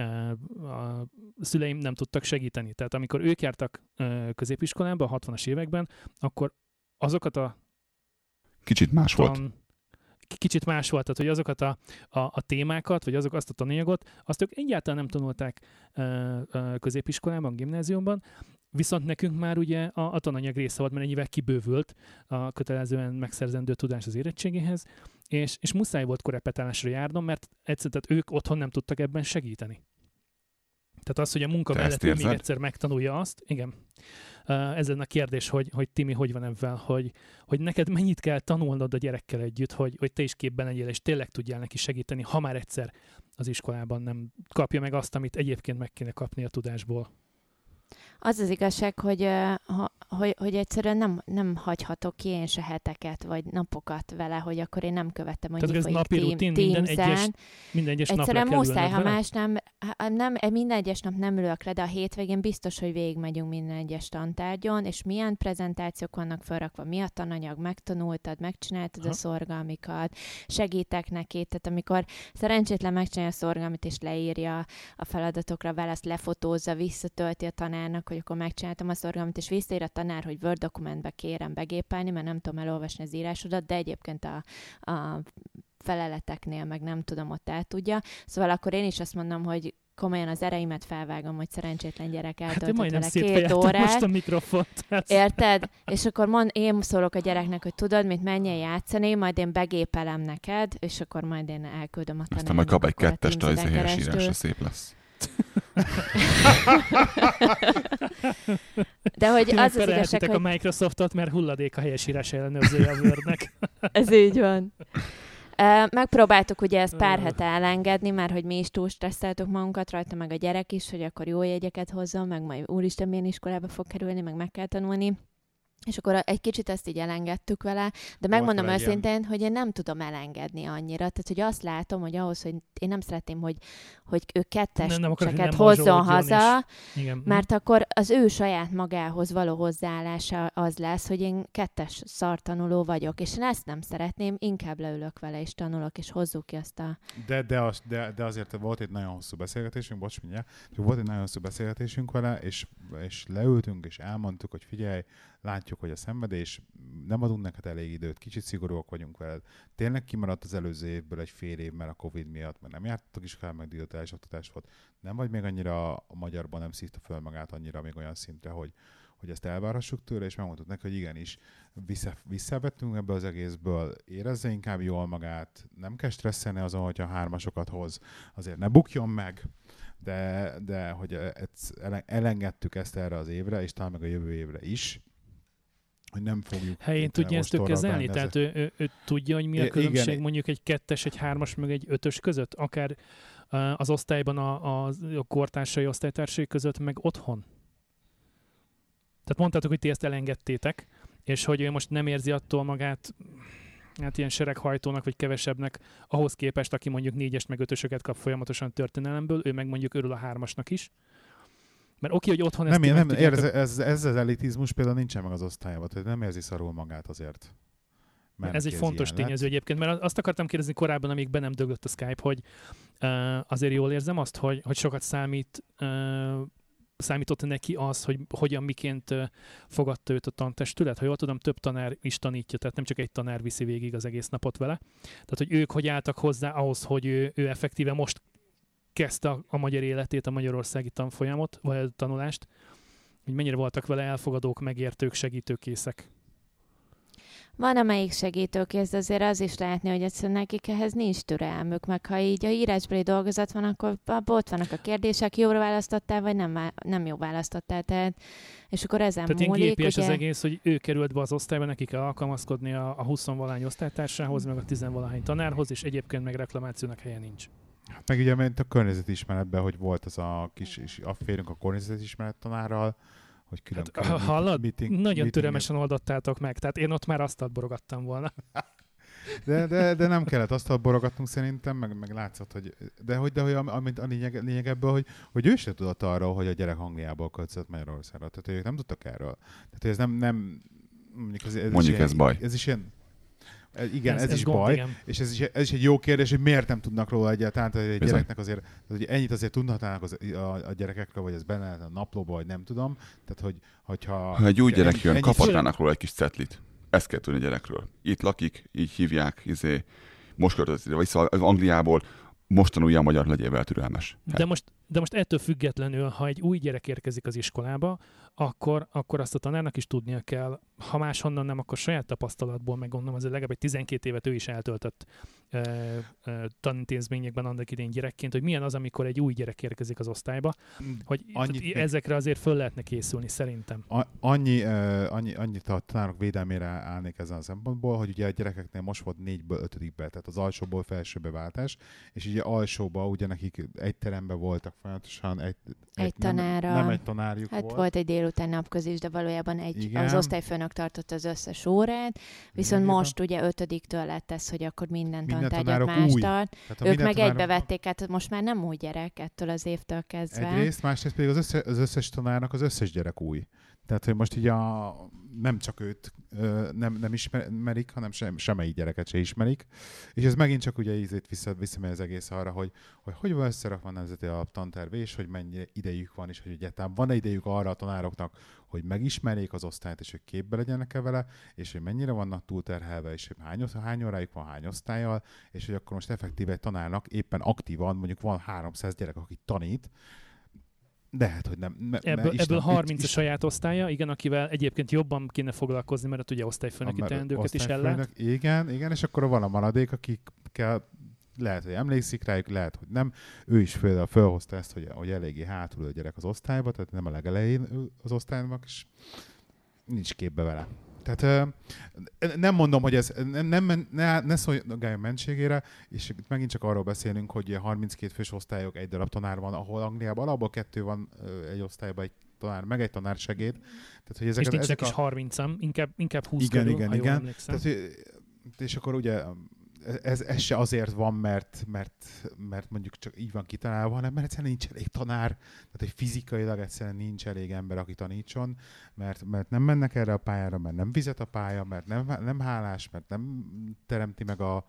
a szüleim nem tudtak segíteni. Tehát amikor ők jártak középiskolában, a hatvanas években, akkor azokat a kicsit más tan... volt. Kicsit más volt, tehát hogy azokat a, a, a témákat, vagy azok, azt a tananyagot, azt ők egyáltalán nem tanulták uh, uh, középiskolában, gimnáziumban, viszont nekünk már ugye a, a tananyag része volt, mert ennyivel kibővült a kötelezően megszerzendő tudás az érettségéhez, és, és muszáj volt korrepetálásra járnom, mert egyszerűen tehát ők otthon nem tudtak ebben segíteni. Tehát az, hogy a munka Te mellett ő még érzed? egyszer megtanulja azt, igen. Uh, ez lenne a kérdés, hogy, hogy Timi, hogy van ebben, hogy, hogy neked mennyit kell tanulnod a gyerekkel együtt, hogy, hogy te is képben legyél, és tényleg tudjál neki segíteni, ha már egyszer az iskolában nem kapja meg azt, amit egyébként meg kéne kapni a tudásból. Az az igazság, hogy, ha, hogy, hogy egyszerűen nem, nem hagyhatok ki én se heteket, vagy napokat vele, hogy akkor én nem követem mondjuk, Tehát ez hogy napi rutin, minden egyes, minden egyes napra egyszerűen kell muszáj, ha vele? más nem, nem, minden egyes nap nem ülök le, de a hétvégén biztos, hogy végigmegyünk minden egyes tantárgyon, és milyen prezentációk vannak felrakva, mi a tananyag, megtanultad, megcsináltad Aha. a szorgalmikat, segítek neki, tehát amikor szerencsétlen megcsinálja a szorgalmit, és leírja a feladatokra, választ lefotózza, visszatölti a tanárnak, hogy akkor megcsináltam a szorgalmat, és visszaír a tanár, hogy Word dokumentbe kérem begépelni, mert nem tudom elolvasni az írásodat, de egyébként a, a feleleteknél meg nem tudom, ott el tudja. Szóval akkor én is azt mondom, hogy komolyan az ereimet felvágom, hogy szerencsétlen gyerek Hát én eltöltött majdnem vele két szétfejeltem órát. most a mikrofont. Hát. Érted? És akkor mond, én szólok a gyereknek, hogy tudod, mit menjen játszani, majd én begépelem neked, és akkor majd én elküldöm a tanárnak. Aztán majd kap egy akkor a kettest, Teams-en az helyes keresztül. írása szép lesz. De hogy Tényleg az az igazság, pereltitek hogy a Microsoftot, mert hulladék a helyesírás ellenőrzője a Wordnek. ez így van. Uh, megpróbáltuk ugye ezt pár hete elengedni, mert hogy mi is túl stresszeltük magunkat rajta, meg a gyerek is, hogy akkor jó jegyeket hozzon, meg majd úristen milyen iskolába fog kerülni, meg meg kell tanulni. És akkor egy kicsit ezt így elengedtük vele, de megmondom vele ilyen- őszintén, hogy én nem tudom elengedni annyira. Tehát, hogy azt látom, hogy ahhoz, hogy én nem szeretném, hogy, hogy ő Nem- nem akarok, hogy ketteseket nem hozzon mazsolódjon, haza, Igen. mert akkor az ő saját magához való hozzáállása az lesz, hogy én kettes szartanuló vagyok, és én ezt nem szeretném, inkább leülök vele és tanulok, és hozzuk ki azt a... De, de, az, de, de azért volt egy nagyon hosszú beszélgetésünk, bocs, mindjárt, csak volt egy nagyon hosszú beszélgetésünk vele, és, és leültünk, és elmondtuk, hogy figyelj, látjuk, hogy a szenvedés, nem adunk neked elég időt, kicsit szigorúak vagyunk veled. Tényleg kimaradt az előző évből egy fél év, mert a Covid miatt, mert nem jártatok iskolán, meg digitális oktatás volt. Nem vagy még annyira a magyarban, nem szívta föl magát annyira még olyan szintre, hogy, hogy ezt elvárhassuk tőle, és megmondtuk neki, hogy igenis, vissza, visszavettünk ebből az egészből, érezze inkább jól magát, nem kell stresszelni azon, hogyha hármasokat hoz, azért ne bukjon meg, de, de hogy ezt elengedtük ezt erre az évre, és talán meg a jövő évre is, hogy nem fogjuk... Helyén tudja ezt ő kezelni? Tehát ő, ő, ő tudja, hogy mi a I- különbség igen. mondjuk egy kettes, egy hármas, meg egy ötös között? Akár uh, az osztályban a, a, a kortársai osztálytársai között, meg otthon? Tehát mondtátok, hogy ti ezt elengedtétek, és hogy ő most nem érzi attól magát hát ilyen sereghajtónak, vagy kevesebbnek, ahhoz képest, aki mondjuk négyes, meg ötösöket kap folyamatosan történelemből, ő meg mondjuk örül a hármasnak is. Mert oké, hogy otthon ezt Nem, ti nem, meg tudjátok- érzi, ez, ez az elitizmus például nincsen meg az osztályban, tehát nem érzi szarul magát azért. Mert Ez egy neki fontos ilyen tényező lett. egyébként, mert azt akartam kérdezni korábban, amíg be nem döglött a Skype, hogy uh, azért jól érzem azt, hogy, hogy sokat számít, uh, számított neki az, hogy hogyan, miként uh, fogadta őt a tantestület. Ha jól tudom, több tanár is tanítja, tehát nem csak egy tanár viszi végig az egész napot vele. Tehát, hogy ők hogy álltak hozzá ahhoz, hogy ő, ő effektíve most kezdte a, a magyar életét, a magyarországi tanfolyamot, vagy a tanulást, hogy mennyire voltak vele elfogadók, megértők, segítőkészek. Van, amelyik segítőkész, de azért az is látni, hogy egyszerűen nekik ehhez nincs türelmük, meg ha így a írásbeli dolgozat van, akkor abban ott vannak a kérdések, jóra választottál, vagy nem, vá- nem jó választottál, tehát, és akkor ezen Tehát ilyen múlik, gépies ugye, az egész, hogy ő került be az osztályba, neki kell alkalmazkodni a, a huszonvalány osztálytársához, meg a tizenvalahány tanárhoz, és egyébként meg reklamációnak helye nincs. Meg ugye ment a környezetismeretben, hogy volt az a kis is afférünk a környezetismeret tanárral, hogy külön Hát, külön hallod? meeting, Nagyon meeting- türelmesen oldottátok meg, tehát én ott már asztalt borogattam volna. De, de, de nem kellett azt borogatnunk szerintem, meg, meg látszott, hogy... De hogy, de hogy a, a, a lényeg, lényeg ebből, hogy, hogy ő sem tudott arról, hogy a gyerek Angliából költözött Magyarországra. Tehát ők nem tudtak erről. Tehát hogy ez nem... nem mondjuk ez, ez Mondjuk is ez ilyen, baj. Ez is ilyen... Ez, igen, ez, ez, ez is gond, baj. igen. És ez is, ez is egy jó kérdés, hogy miért nem tudnak róla egyáltalán. Tehát egy Bizony. gyereknek azért, tehát, hogy ennyit azért tudhatnának az, a, a gyerekekről, vagy ez benne lehet a naplóba, vagy nem tudom. Tehát, hogy, hogyha... Ha egy új gyerek ennyi- jön, ennyit- kaphatnának róla egy kis cetlit. Ezt kell tudni a gyerekről. Itt lakik, így hívják, izé, most költözött ide, vagy szóval az Angliából most tanulja a magyar, legyél türelmes. De most, de most ettől függetlenül, ha egy új gyerek érkezik az iskolába, akkor, akkor azt a tanárnak is tudnia kell, ha máshonnan nem, akkor saját tapasztalatból, meg gondolom, azért legalább egy tizenkét évet ő is eltöltött e, e, tanintézményekben annak idén gyerekként, hogy milyen az, amikor egy új gyerek érkezik az osztályba, hogy Annyit tehát még- ezekre azért föl lehetne készülni, szerintem. A, annyi, uh, annyi, annyit a tanárok védelmére állnék ezen a szempontból, hogy ugye a gyerekeknél most volt négyből ötödikbe, tehát az alsóból felsőbe váltás, és ugye alsóba ugye nekik egy teremben voltak folyamatosan, egy, Egy nem, tanára. nem egy tanárjuk hát volt. volt egy délután napközis, de valójában egy, Igen. az osztályfőnök tartott az összes órát, viszont Lényegében. most ugye ötödiktől lett ez, hogy akkor minden Minden tantárgyat tanárok más új. tart. Tehát a Ők minden meg tanárok- egybevették, hát most már nem új gyerek ettől az évtől kezdve. Egyrészt, másrészt pedig az, össze, az összes tanárnak az összes gyerek új. Tehát, hogy most így a, nem csak őt ö, nem, nem ismerik, hanem sem, semmelyik gyereket se ismerik. És ez megint csak ugye ízét vissza, visszamegy az egész arra, hogy hogy, hogy van összerakva a nemzeti alaptanterv, és hogy mennyi idejük van, és hogy egyáltalán van-e idejük arra a tanároknak, hogy megismerjék az osztályt, és hogy képbe legyenek-e vele, és hogy mennyire vannak túlterhelve, és hogy hány, hány órájuk van hány osztályjal, és hogy akkor most effektíve egy tanárnak éppen aktívan, mondjuk van háromszáz gyerek, aki tanít, de hát, hogy nem. Me, Ebből, me, ebből harminc a is, saját osztálya, igen, akivel egyébként jobban kéne foglalkozni, mert ugye osztályfőnöki teendőket is ellát. Igen, igen, és akkor van a maradék, akikkel lehet, hogy emlékszik rájuk, lehet, hogy nem. Ő is például felhozta ezt, hogy, hogy eléggé hátul a gyerek az osztályba, tehát nem a legelején ül az osztálynak, és nincs képbe vele. Tehát uh, nem mondom, hogy ez nem, nem, ne, ne szolgáljon mentségére, és itt megint csak arról beszélünk, hogy harminckét fős osztályok, egy darab tanár van, ahol Angliában alapból kettő van uh, egy osztályban, egy tanár, meg egy tanársegéd. Tehát, hogy ezek, és nincs ezek is a... harmincam, inkább, inkább húsz igen, körül, igen, ha jól igen. emlékszem. Tehát, és akkor ugye ez, ez se azért van, mert, mert, mert mondjuk csak így van kitalálva, hanem mert egyszerűen nincs elég tanár, tehát hogy fizikailag egyszerűen nincs elég ember, aki tanítson, mert, mert nem mennek erre a pályára, mert nem fizet a pálya, mert nem, nem hálás, mert nem teremti meg a,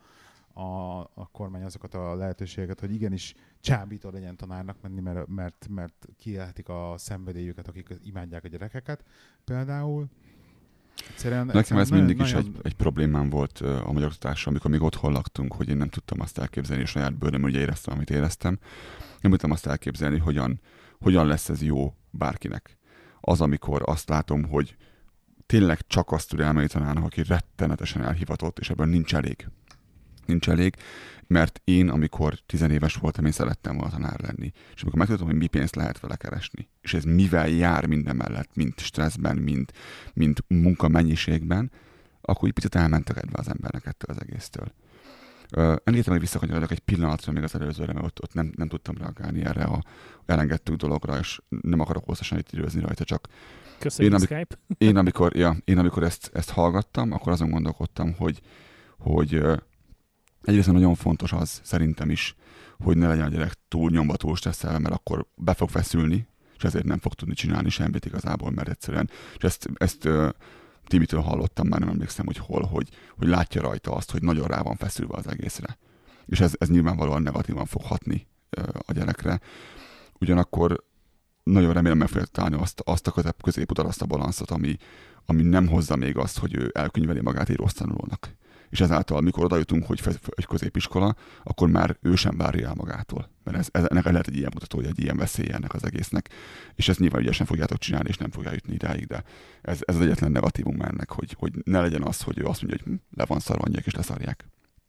a, a kormány azokat a lehetőségeket, hogy igenis csábító legyen tanárnak menni, mert, mert, mert kiélhetik a szenvedélyüket, akik imádják a gyerekeket például. Egyszerűen, Nekem egyszerűen ez nagyon, mindig is nagyon... egy, egy problémám volt uh, a magyar oktatással, amikor még otthon laktunk, hogy én nem tudtam azt elképzelni, és saját bőröm, ugye éreztem, amit éreztem. Nem tudtam azt elképzelni, hogyan, hogyan lesz ez jó bárkinek. Az, amikor azt látom, hogy tényleg csak azt tud elmenni tanárnak, aki rettenetesen elhivatott, és ebben nincs elég. Nincs elég, mert én, amikor tizenéves voltam, én szerettem volna tanár lenni. És amikor megtudtam, hogy mi pénzt lehet vele keresni, és ez mivel jár minden mellett, mint stresszben, mint, mint munkamennyiségben, akkor így picit elmentekedve az embernek ettől az egésztől. Uh, engedtem, hogy visszakanyarodjak egy pillanatra még az előzőre, mert ott, ott nem, nem tudtam reagálni erre a elengedtük dologra, és nem akarok hosszasan itt időzni rajta, csak Köszönjük, én, Skype. Én amikor, ja, én amikor ezt, ezt hallgattam, akkor azon gondolkodtam, hogy, hogy uh, egyrészt nagyon fontos az szerintem is, hogy ne legyen a gyerek túl nyomva, túl stresszelve, mert akkor be fog feszülni, és ezért nem fog tudni csinálni semmit igazából, mert egyszerűen, és ezt, ezt uh, Timitől hallottam, már nem emlékszem, hogy hol, hogy, hogy látja rajta azt, hogy nagyon rá van feszülve az egészre. És ez, ez nyilvánvalóan negatívan fog hatni uh, a gyerekre. Ugyanakkor nagyon remélem meg fogja találni azt, azt a közép, középutat, azt a balanszot, ami, ami nem hozza még azt, hogy ő elkönyveli magát egy rossz tanulónak. És ezáltal, amikor oda jutunk, hogy egy középiskola, akkor már ő sem várja el magától. Mert ez, ez, ennek lehet egy ilyen mutatója, egy ilyen veszélye ennek az egésznek. És ezt nyilván ügyesen fogjátok csinálni, és nem fogja jutni idáig, de ez, ez az egyetlen negatívum ennek, hogy, hogy ne legyen az, hogy ő azt mondja, hogy hm, le van szarva, anyják, és leszarják.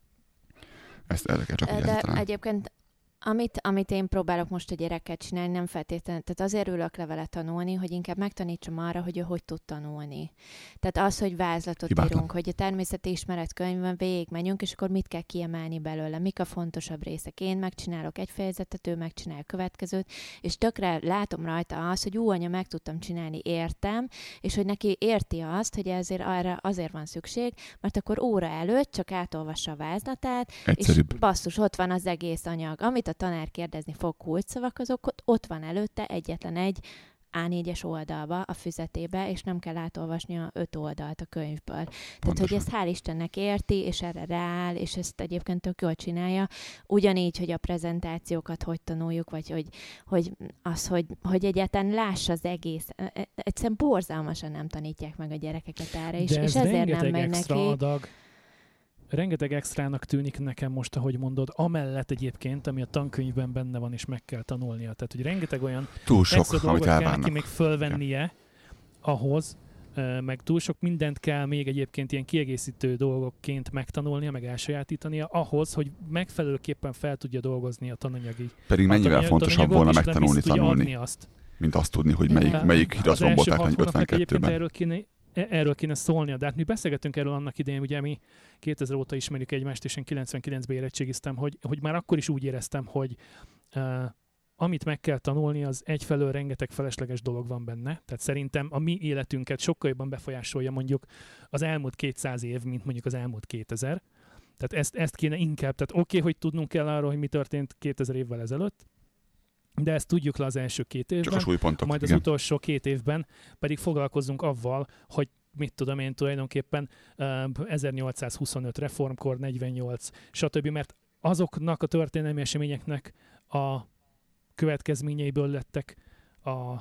Ezt erre kell csak De talán. egyébként Amit, amit én próbálok most a gyereket csinálni, nem feltétlenül, tehát azért ülök le vele tanulni, hogy inkább megtanítsam arra, hogy ő hogy tud tanulni. Tehát az, hogy vázlatot Hibátlan. írunk, hogy a természeti ismeretkönyvben végigmenjünk, és akkor mit kell kiemelni belőle, mik a fontosabb részek. Én megcsinálok egy fejezetet, ő megcsinál a következőt, és tökre látom rajta azt, hogy ú, anya, meg tudtam csinálni, értem, és hogy neki érti azt, hogy ezért arra azért van szükség, mert akkor óra előtt csak átolvassa a vázlatát, Egyszerűbb. és basszus, ott van az egész anyag. Amit a tanár kérdezni fog kulcsszavak, azok ott van előtte egyetlen egy á négyes oldalba, a füzetébe, és nem kell átolvasni a öt oldalt a könyvből. Pontosan. Tehát, hogy ezt hál' Istennek érti, és erre rááll, és ezt egyébként tök jól csinálja. Ugyanígy, hogy a prezentációkat hogy tanuljuk, vagy hogy, hogy az, hogy, hogy egyáltalán lássa az egész. Egyszerűen borzalmasan nem tanítják meg a gyerekeket erre, és, De ez és ezért nem megy extra neki. adag. Rengeteg extrának tűnik nekem most, ahogy mondod, amellett egyébként, ami a tankönyvben benne van, és meg kell tanulnia. Tehát, hogy rengeteg olyan Túl extra sok, amit dolgot kell neki elvárnak. még fölvennie ahhoz, meg túl sok mindent kell még egyébként ilyen kiegészítő dolgokként megtanulnia, meg elsajátítania, ahhoz, hogy megfelelőképpen fel tudja dolgozni a tananyagi. Pedig mennyivel a fontosabb tananyagot, volna és utána megtanulni, vissza tudja tanulni, adni azt. mint azt tudni, hogy melyik, Igen. melyik hidat Az első rombolták hat meg hónapnak egyébként ötvenkettőben. erről kéne, erről kéne szólnia, de hát mi beszélgetünk erről annak idején, ugye mi kétezer óta ismerjük egymást, és én kilencvenkilencben érettségiztem, hogy, hogy már akkor is úgy éreztem, hogy uh, amit meg kell tanulni, az egyfelől rengeteg felesleges dolog van benne. Tehát szerintem a mi életünket sokkal jobban befolyásolja mondjuk az elmúlt kétszáz év, mint mondjuk az elmúlt kétezer. Tehát ezt, ezt kéne inkább, tehát oké, okay, hogy tudnunk kell arról, hogy mi történt kétezer évvel ezelőtt, de ezt tudjuk le az első két évben. Csak a súlypontok, Majd az igen. utolsó két évben pedig foglalkozzunk avval, hogy mit tudom én tulajdonképpen uh, ezernyolcszázhuszonöt reformkor, negyvennyolc, stb. Mert azoknak a történelmi eseményeknek a következményeiből lettek a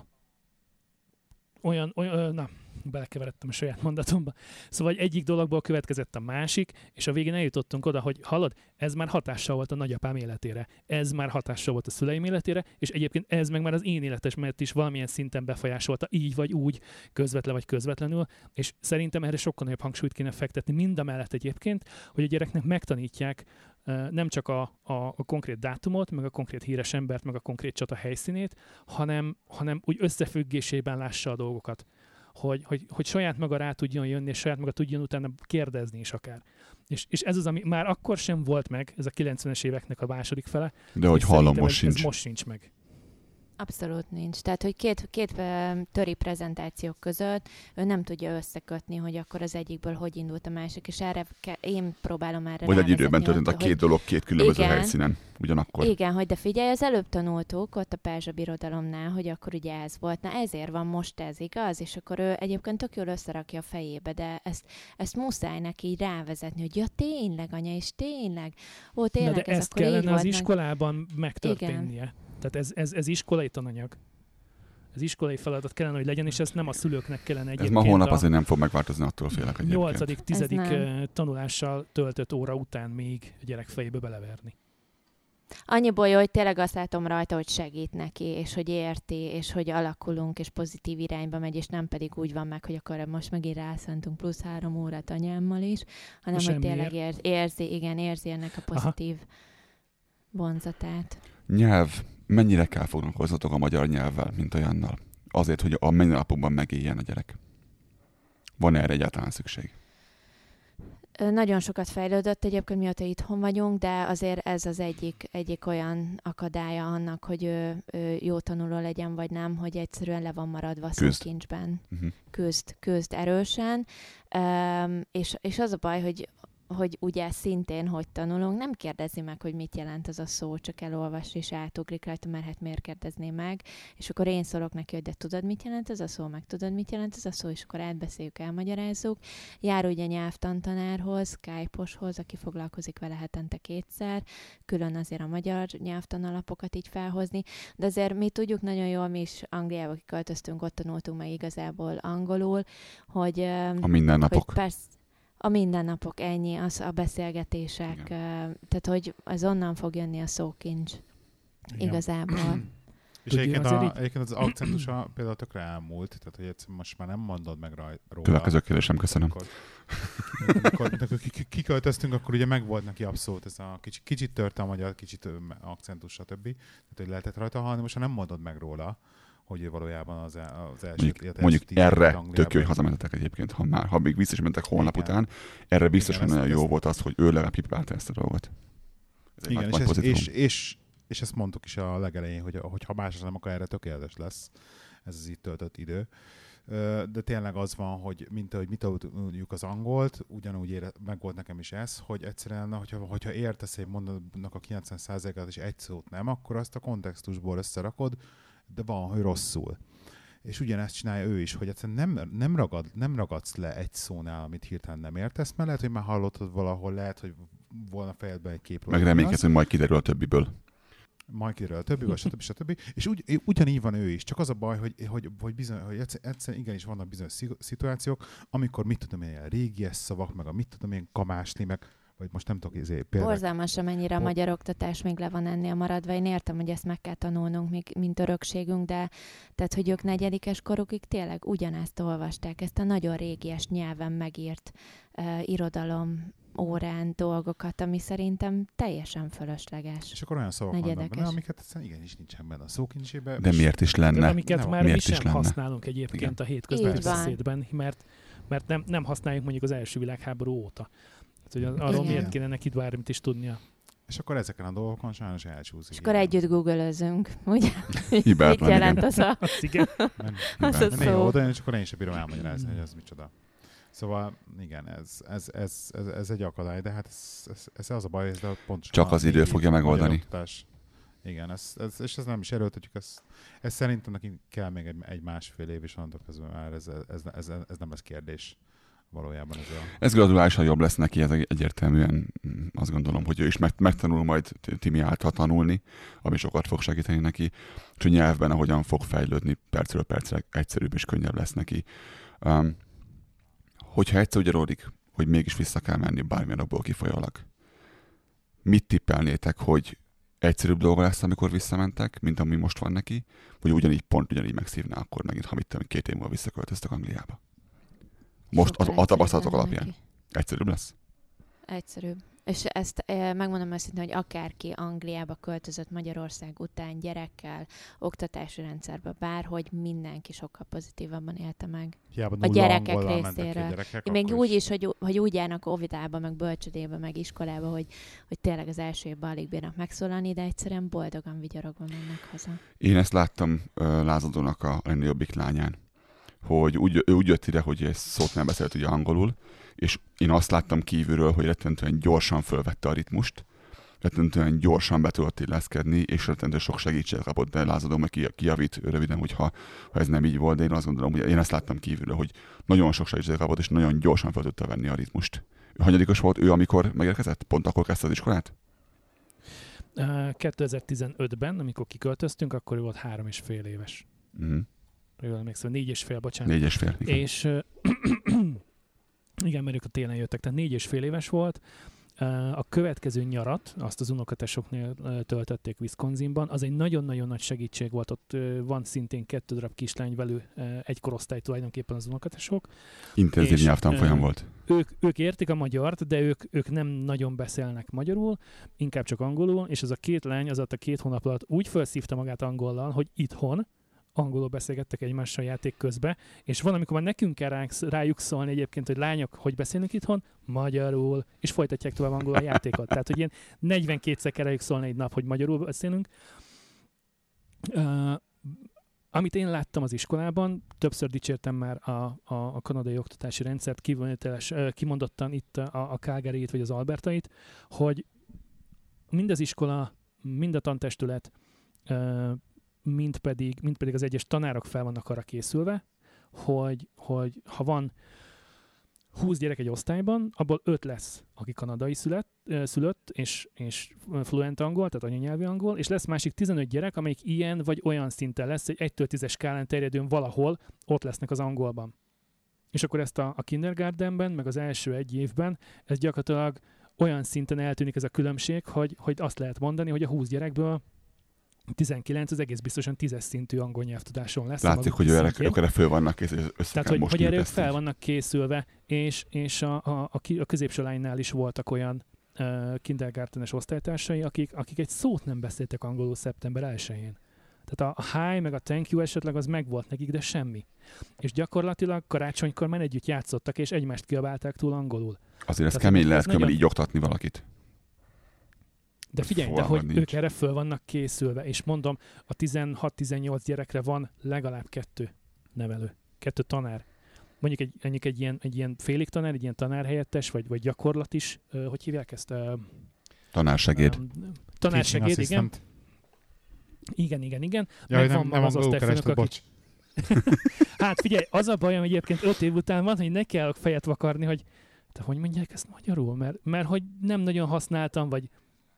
olyan, olyan na, belekeveredtem a saját mondatomba. Szóval egyik dologból következett a másik, és a végén eljutottunk oda, hogy hallod, ez már hatással volt a nagyapám életére, ez már hatással volt a szüleim életére, és egyébként ez meg már az én életemet is valamilyen szinten befolyásolta, így vagy úgy, közvetlen vagy közvetlenül, és szerintem erre sokkal nagyobb hangsúlyt kéne fektetni, mindamellett egyébként, hogy a gyereknek megtanítják nem csak a, a, a konkrét dátumot, meg a konkrét híres embert, meg a konkrét csata helyszínét, hanem, hanem úgy összefüggésében lássa a dolgokat. Hogy, hogy, hogy saját maga rá tudjon jönni, és saját maga tudjon utána kérdezni is akár. És, és ez az, ami már akkor sem volt meg, ez a kilencvenes éveknek a második fele. De hogy hallom, most ez, sincs. ez most sincs meg. Abszolút nincs. Tehát, hogy két, két ö, töri prezentációk között ő nem tudja összekötni, hogy akkor az egyikből hogy indult a másik, és erre ke- én próbálom erre Vagy egy rávezetni, időben történt a hogy- két dolog két különböző Igen. helyszínen. Ugyanakkor. Igen, hogy de figyelj, az előbb tanultuk ott a Perzsa Birodalomnál, hogy akkor ugye ez volt. Na ezért van most ez, igaz? És akkor ő egyébként tök jól összerakja a fejébe, de ezt, ezt muszáj neki így rávezetni, hogy ja tényleg, anya, és tényleg. Ó, Na tényleg de ez ezt akkor így kellene az volt. iskolában megtörténnie. Tehát ez, ez, ez iskolai tananyag. Ez iskolai feladat kellene, hogy legyen, és ezt nem a szülőknek kellene Ez egyébként ma holnap a azért nem fog megváltozni, attól félek egyébként. nyolcadik, tizedik nem. tanulással töltött óra után még a gyerek fejébe beleverni. Annyiból jó, hogy tényleg azt látom rajta, hogy segít neki, és hogy érti, és hogy alakulunk, és pozitív irányba megy, és nem pedig úgy van meg, hogy akkor most megint rászántunk plusz három órát anyámmal is, hanem hogy Semmiért. tényleg érzi, érzi, igen, érzi ennek a pozitív Aha. vonzatát. Nyelv. Mennyire kell foglalkoznotok a magyar nyelvvel, mint olyannal? Azért, hogy a mindennapokban megéljen a gyerek. Van erre egyáltalán szükség? Ö, Nagyon sokat fejlődött egyébként, mióta itthon vagyunk, de azért ez az egyik, egyik olyan akadálya annak, hogy ő, ő jó tanuló legyen, vagy nem, hogy egyszerűen le van maradva a Küzd. szókincsben. Uh-huh. Küzd, küzd erősen, Üm, és, és az a baj, hogy hogy ugye szintén, hogy tanulunk, nem kérdezi meg, hogy mit jelent az a szó, csak elolvas és átugrik rajta, mert hát miért kérdezné meg, és akkor én szólok neki, hogy de tudod, mit jelent ez a szó, meg tudod, mit jelent ez a szó, és akkor átbeszéljük, elmagyarázzuk. Jár ugye nyelvtantanárhoz, Skype-oshoz, aki foglalkozik vele hetente kétszer, külön azért a magyar nyelvtanalapokat így felhozni, de azért mi tudjuk nagyon jól, mi is Angliába kiköltöztünk, ott tanultunk meg igazából angolul, hogy, A mindennapok. hogy persze, a mindennapok, ennyi, az a beszélgetések, uh, tehát hogy az onnan fog jönni a szókincs Igen. igazából. És Tudja, egyébként, azért a, így- egyébként az akcentusa például tökre elmúlt, tehát hogy egyszerűen most már nem mondod meg raj, róla. Következő kérdésem, köszönöm. Amikor, amikor, amikor ki- ki- kiköltöztünk, akkor ugye megvolt neki abszolút ez a kicsit, kicsit törte a magyar, kicsit ö, akcentus, stb. Tehát, hogy lehetett rajta hallani, most már nem mondod meg róla, hogy ő valójában az, el- az első, Mondjuk, első mondjuk tíz évet erre Angliában. tök jó, hogy hazamentetek egyébként, ha már, ha még vissza is mentek holnap Igen. után, erre biztos, Igen, hogy ezt- nagyon jó ezt- volt az, hogy ő legalább pipálta ezt a dolgot. Ez egy Igen, nagy- és, nagy ez, pozitívum. és, és, és ezt mondtuk is a legelején, hogy, hogy ha más nem, akkor erre tökéletes lesz ez az itt töltött idő. Ö, De tényleg az van, hogy mint ahogy mi tanuljuk az angolt, ugyanúgy ére, meg volt nekem is ez, hogy egyszerűen, hogyha, hogyha értesz egy mondatnak a kilencven százalékát és egy szót nem, akkor azt a kontextusból összerakod, de van, hogy rosszul. És ugyanezt csinálja ő is, hogy egyszerűen nem, nem, ragad, nem ragadsz le egy szónál, amit hirtelen nem értesz, mert lehet, hogy már hallottad valahol, lehet, hogy volna fejedben egy kép. Meg reménykedsz, hogy majd kiderül a többiből. Majd kiderül a többi, vagy stb. stb. És úgy, ugyanígy van ő is, csak az a baj, hogy, hogy, hogy, bizony, hogy egyszer, egyszer igenis vannak bizonyos szi- szituációk, amikor mit tudom én, ilyen régies szavak, meg a mit tudom én, kamásni, meg vagy most nem tudok izé, például. Borzalmas, amennyire a Por- magyar oktatás még le van ennél maradva. Én értem, hogy ezt meg kell tanulnunk, még, mint örökségünk, de tehát, hogy ők negyedikes korukig tényleg ugyanezt olvasták, ezt a nagyon régies nyelven megírt uh, irodalom órán dolgokat, ami szerintem teljesen fölösleges. És akkor olyan szavak vannak Negyedekes. benne, amiket egyszerűen igenis nincsen benne a szókincsében. De miért is De lenne? amiket Nem, már miért mi is sem lenne? használunk egyébként Igen. a hétköznapi Így van. beszédben, mert, mert nem, nem használjuk mondjuk az első világháború óta. Tehát, hogy arról Igen. miért kéne neki bármit is tudnia. És akkor ezeken a dolgokon sajnos elcsúszik. És akkor együtt googlözünk, ugye? Hibátlan, Mit jelent igen. az a... Az igen. Nem, Az nem, a nem néha szó. oda jön, és akkor én sem bírom elmagyarázni, hogy ez micsoda. Szóval igen, ez, ez, ez, ez, ez egy akadály, de hát ez, ez, ez az a baj, ez de pontosan Csak az a- idő így- fogja magyar megoldani. oktatás. Igen, ez, ez, és ez nem is erőltetjük, ez, ez szerintem nekünk kell még egy, egy másfél év, és onnantól kezdve már ez, ez, ez, ez nem lesz kérdés valójában. Ez a... Ez graduálisan jobb lesz neki, ez egyértelműen mm, azt gondolom, hogy ő is meg, megtanul majd Timi által tanulni, ami sokat fog segíteni neki, és a nyelvben, ahogyan fog fejlődni, percről percre egyszerűbb és könnyebb lesz neki. Um, hogyha egyszer úgy adódik, hogy mégis vissza kell menni bármilyen okból kifolyólag, mit tippelnétek, hogy egyszerűbb dolga lesz, amikor visszamentek, mint ami most van neki, vagy ugyanígy, pont ugyanígy megszívná akkor megint, ha mit tudom, két év múlva visszaköltöztek Angliába? Most Sokkal a, a tapasztalatok egyszerűbb lenne alapján. neki. Egyszerűbb lesz? Egyszerűbb. És ezt eh, megmondom őszintén, hogy akárki Angliába költözött Magyarország után gyerekkel, oktatási rendszerbe, bárhogy mindenki sokkal pozitívabban élte meg. Hiába A nulla gyerekek angollal mentek ki a részéről. gyerekek, Még akkor úgy is. is, hogy, hogy úgy járnak óvidába, meg bölcsödébe, meg iskolába, hogy, hogy tényleg az első évben alig bírnak megszólalni, de egyszerűen boldogan, vigyorogva mennek haza. Én ezt láttam uh, lázadónak a legnagyobbik lányán, hogy úgy, ő úgy jött ide, hogy egy szót nem beszélt ugye angolul, és én azt láttam kívülről, hogy rettentően gyorsan fölvette a ritmust, rettentően gyorsan be tudott illeszkedni, és rettentően sok segítséget kapott, de lázadó meg ki- kijavít röviden, hogyha ha ez nem így volt, de én azt gondolom, hogy én ezt láttam kívülről, hogy nagyon sok segítséget kapott, és nagyon gyorsan fel tudta venni a ritmust. Hanyadikos volt ő, amikor megérkezett? Pont akkor kezdte az iskolát? Uh, kétezer-tizenötben, amikor kiköltöztünk, akkor ő volt három és fél éves. Mm. Jól emlékszem, négy és fél, bocsánat. Négy és fél. Igen. És uh, igen, mert ők a télen jöttek, tehát négy és fél éves volt. Uh, a következő nyarat, azt az unokatesoknél uh, töltötték Wisconsinban, az egy nagyon-nagyon nagy segítség volt, ott uh, van szintén kettő darab kislány velő, uh, egy korosztály tulajdonképpen az unokatesok. Intenzív és, nyelvtanfolyam ö, volt. Ők, ők értik a magyart, de ők, ők nem nagyon beszélnek magyarul, inkább csak angolul, és ez a két lány az alatt a két hónap alatt úgy felszívta magát angollal, hogy itthon angolul beszélgettek egymással játék közben, és valamikor már nekünk kell rá, rájuk szólni egyébként, hogy lányok, hogy beszélnek itthon? Magyarul, és folytatják tovább angolul a játékot. Tehát, hogy ilyen negyvenkétszer kell rájuk szólni egy nap, hogy magyarul beszélünk. Uh, amit én láttam az iskolában, többször dicsértem már a, a, a kanadai oktatási rendszert, kivonuteles, kimondottan itt a, a Calgary-t vagy az Albertait, hogy mind az iskola, mind a tantestület, uh, mind pedig, mind pedig az egyes tanárok fel vannak arra készülve, hogy, hogy ha van húsz gyerek egy osztályban, abból öt lesz, aki kanadai szület, szülött, és, és fluent angol, tehát anyanyelvi angol, és lesz másik tizenöt gyerek, amelyik ilyen vagy olyan szinten lesz, egy egytől tízes skálán terjedően valahol ott lesznek az angolban. És akkor ezt a, a kindergartenben, meg az első egy évben, ez gyakorlatilag olyan szinten eltűnik ez a különbség, hogy, hogy azt lehet mondani, hogy a húsz gyerekből tizenkilenc az egész biztosan tízes szintű angol nyelvtudáson lesz. Látszik, hogy ők erre föl vannak készülve, össze Tehát, kell hogy, hogy erre ők ezt fel így. vannak készülve, és, és a, a, a, ki- a középső lánynál is voltak olyan uh, kindergartenes osztálytársai, akik, akik egy szót nem beszéltek angolul szeptember elsején. Tehát a, a hi, meg a thank you esetleg az megvolt nekik, de semmi. És gyakorlatilag karácsonykor már együtt játszottak, és egymást kiabálták túl angolul. Azért ez Tehát kemény ez lehet nagyon- különben így oktatni valakit. De figyelj, de Fogalmad hogy nincs. ők erre föl vannak készülve, és mondom, a tizenhat-tizennyolc gyerekre van legalább kettő nevelő, kettő tanár. Mondjuk egy, mondjuk egy, ilyen, egy ilyen félig tanár, egy ilyen tanárhelyettes, vagy, vagy gyakorlat is, uh, hogy hívják ezt? Uh, Tanársegéd. um, Teaching tanársegéd, igen. assistant. Igen, igen, igen. Jaj, Meg nem, van nem az angolul osztályfőnök, kerested, akik... bocs. Hát figyelj, az a bajom egyébként öt év után van, hogy ne kell fejet vakarni, hogy te hogy mondják ezt magyarul? Mert, mert hogy nem nagyon használtam, vagy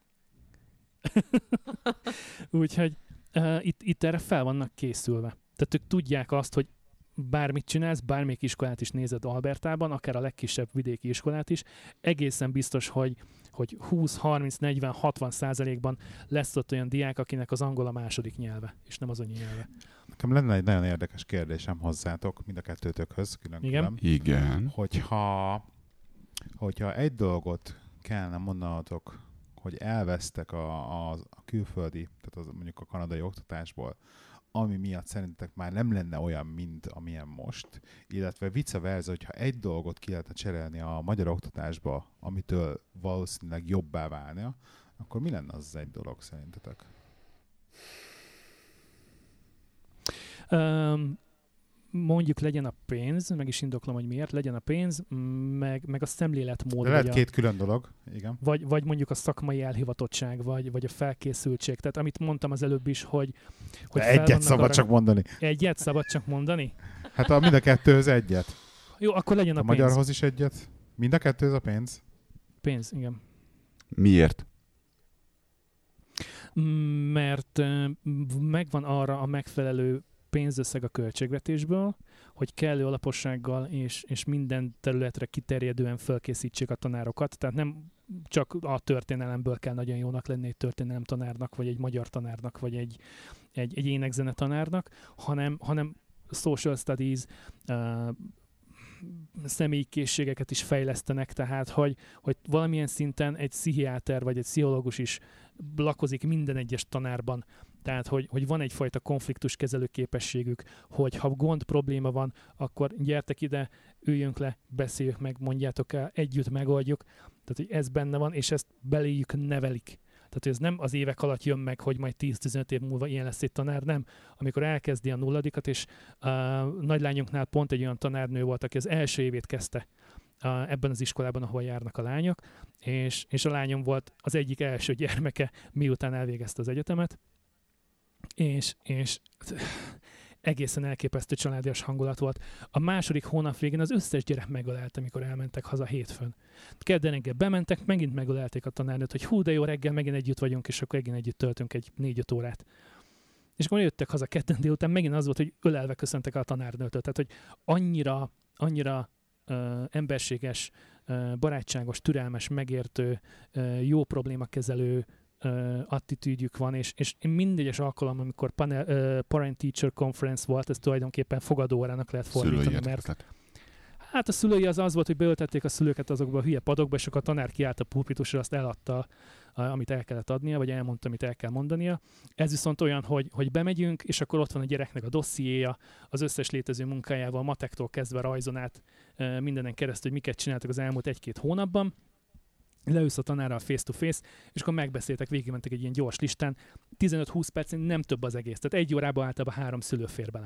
úgyhogy uh, itt, itt erre fel vannak készülve. Tehát ők tudják azt, hogy bármit csinálsz, bármelyik iskolát is nézed Albertában, akár a legkisebb vidéki iskolát is, egészen biztos, hogy, hogy húsz, harminc, negyven, hatvan százalékban lesz ott olyan diák, akinek az angol a második nyelve, és nem az anyanyelve. Nekem lenne egy nagyon érdekes kérdésem hozzátok, mind a kettőtökhöz külön-külön. Igen. Hogyha, hogyha egy dolgot kellene mondanatok, hogy elvesztek a, a, a külföldi, tehát az, mondjuk a kanadai oktatásból, ami miatt szerintetek már nem lenne olyan, mint amilyen most, illetve vice versa, hogyha egy dolgot ki lehetne cserélni a magyar oktatásba, amitől valószínűleg jobbá válna, akkor mi lenne az egy dolog szerintetek? Um, mondjuk legyen a pénz, meg is indoklom, hogy miért, legyen a pénz, meg, meg a szemléletmód. De lehet vagy a... két külön dolog, igen. Vagy, vagy mondjuk a szakmai elhivatottság, vagy, vagy a felkészültség. Tehát amit mondtam az előbb is, hogy... hogy De fel egyet vannak szabad arra... csak mondani. Egyet szabad csak mondani? Hát a mind a kettőhöz egyet. Jó, akkor legyen a, A pénz. magyarhoz is egyet. Mind a kettőhöz a pénz. Pénz, igen. Miért? Mert uh, megvan arra a megfelelő pénzösszeg a költségvetésből, hogy kellő alapossággal és, és minden területre kiterjedően felkészítsék a tanárokat. Tehát nem csak a történelemből kell nagyon jónak lenni egy történelem tanárnak, vagy egy magyar tanárnak, vagy egy, egy, egy énekzene tanárnak, hanem, hanem social studies, uh, személyi készségeket is fejlesztenek, tehát hogy, hogy valamilyen szinten egy pszichiáter vagy egy pszichológus is lakozik minden egyes tanárban. Tehát, hogy, hogy van egyfajta konfliktuskezelő képességük, hogy ha gond, probléma van, akkor gyertek ide, üljünk le, beszéljük meg, mondjátok el, együtt megoldjuk. Tehát, hogy ez benne van, és ezt beléjük nevelik. Tehát, hogy ez nem az évek alatt jön meg, hogy majd tíz-tizenöt év múlva ilyen lesz egy tanár, nem. Amikor elkezdi a nulladikat, és a nagylányunknál pont egy olyan tanárnő volt, aki az első évét kezdte uh, ebben az iskolában, ahol járnak a lányok, és, és a lányom volt az egyik első gyermeke, miután elvégezte az egyetemet, és, és egészen elképesztő családias hangulat volt. A második hónap végén az összes gyerek megölelte, amikor elmentek haza hétfőn. Kedden reggel bementek, megint megölelték a tanárnőt, hogy hú, de jó, reggel megint együtt vagyunk, és akkor megint együtt töltünk egy négy-öt órát. És akkor jöttek haza kedden délután, megint az volt, hogy ölelve köszöntek a tanárnőtől. Tehát, hogy annyira, annyira uh, emberséges, uh, barátságos, türelmes, megértő, uh, jó problémakezelő Uh, attitűdjük van, és, és mindegyes alkalom, amikor panel, uh, parent-teacher conference volt, ez tulajdonképpen fogadóórának lehet fordítani, mert hát a szülői az az volt, hogy beöltették a szülőket azokba a hülye padokba, és akkor a tanár kiállt a pulpitusra, azt eladta, uh, amit el kellett adnia, vagy elmondta, amit el kell mondania. Ez viszont olyan, hogy, hogy bemegyünk, és akkor ott van a gyereknek a dossziéja, az összes létező munkájával, matektól kezdve rajzon át, uh, mindenen keresztül, hogy miket csináltak az elmúlt egy-két hónapban. Leülsz a tanárral face-to-face, és akkor megbeszéltek, végigmentek egy ilyen gyors listán. tizenöt-húsz percen nem több az egész. Tehát egy órában általában három szülő fér bele.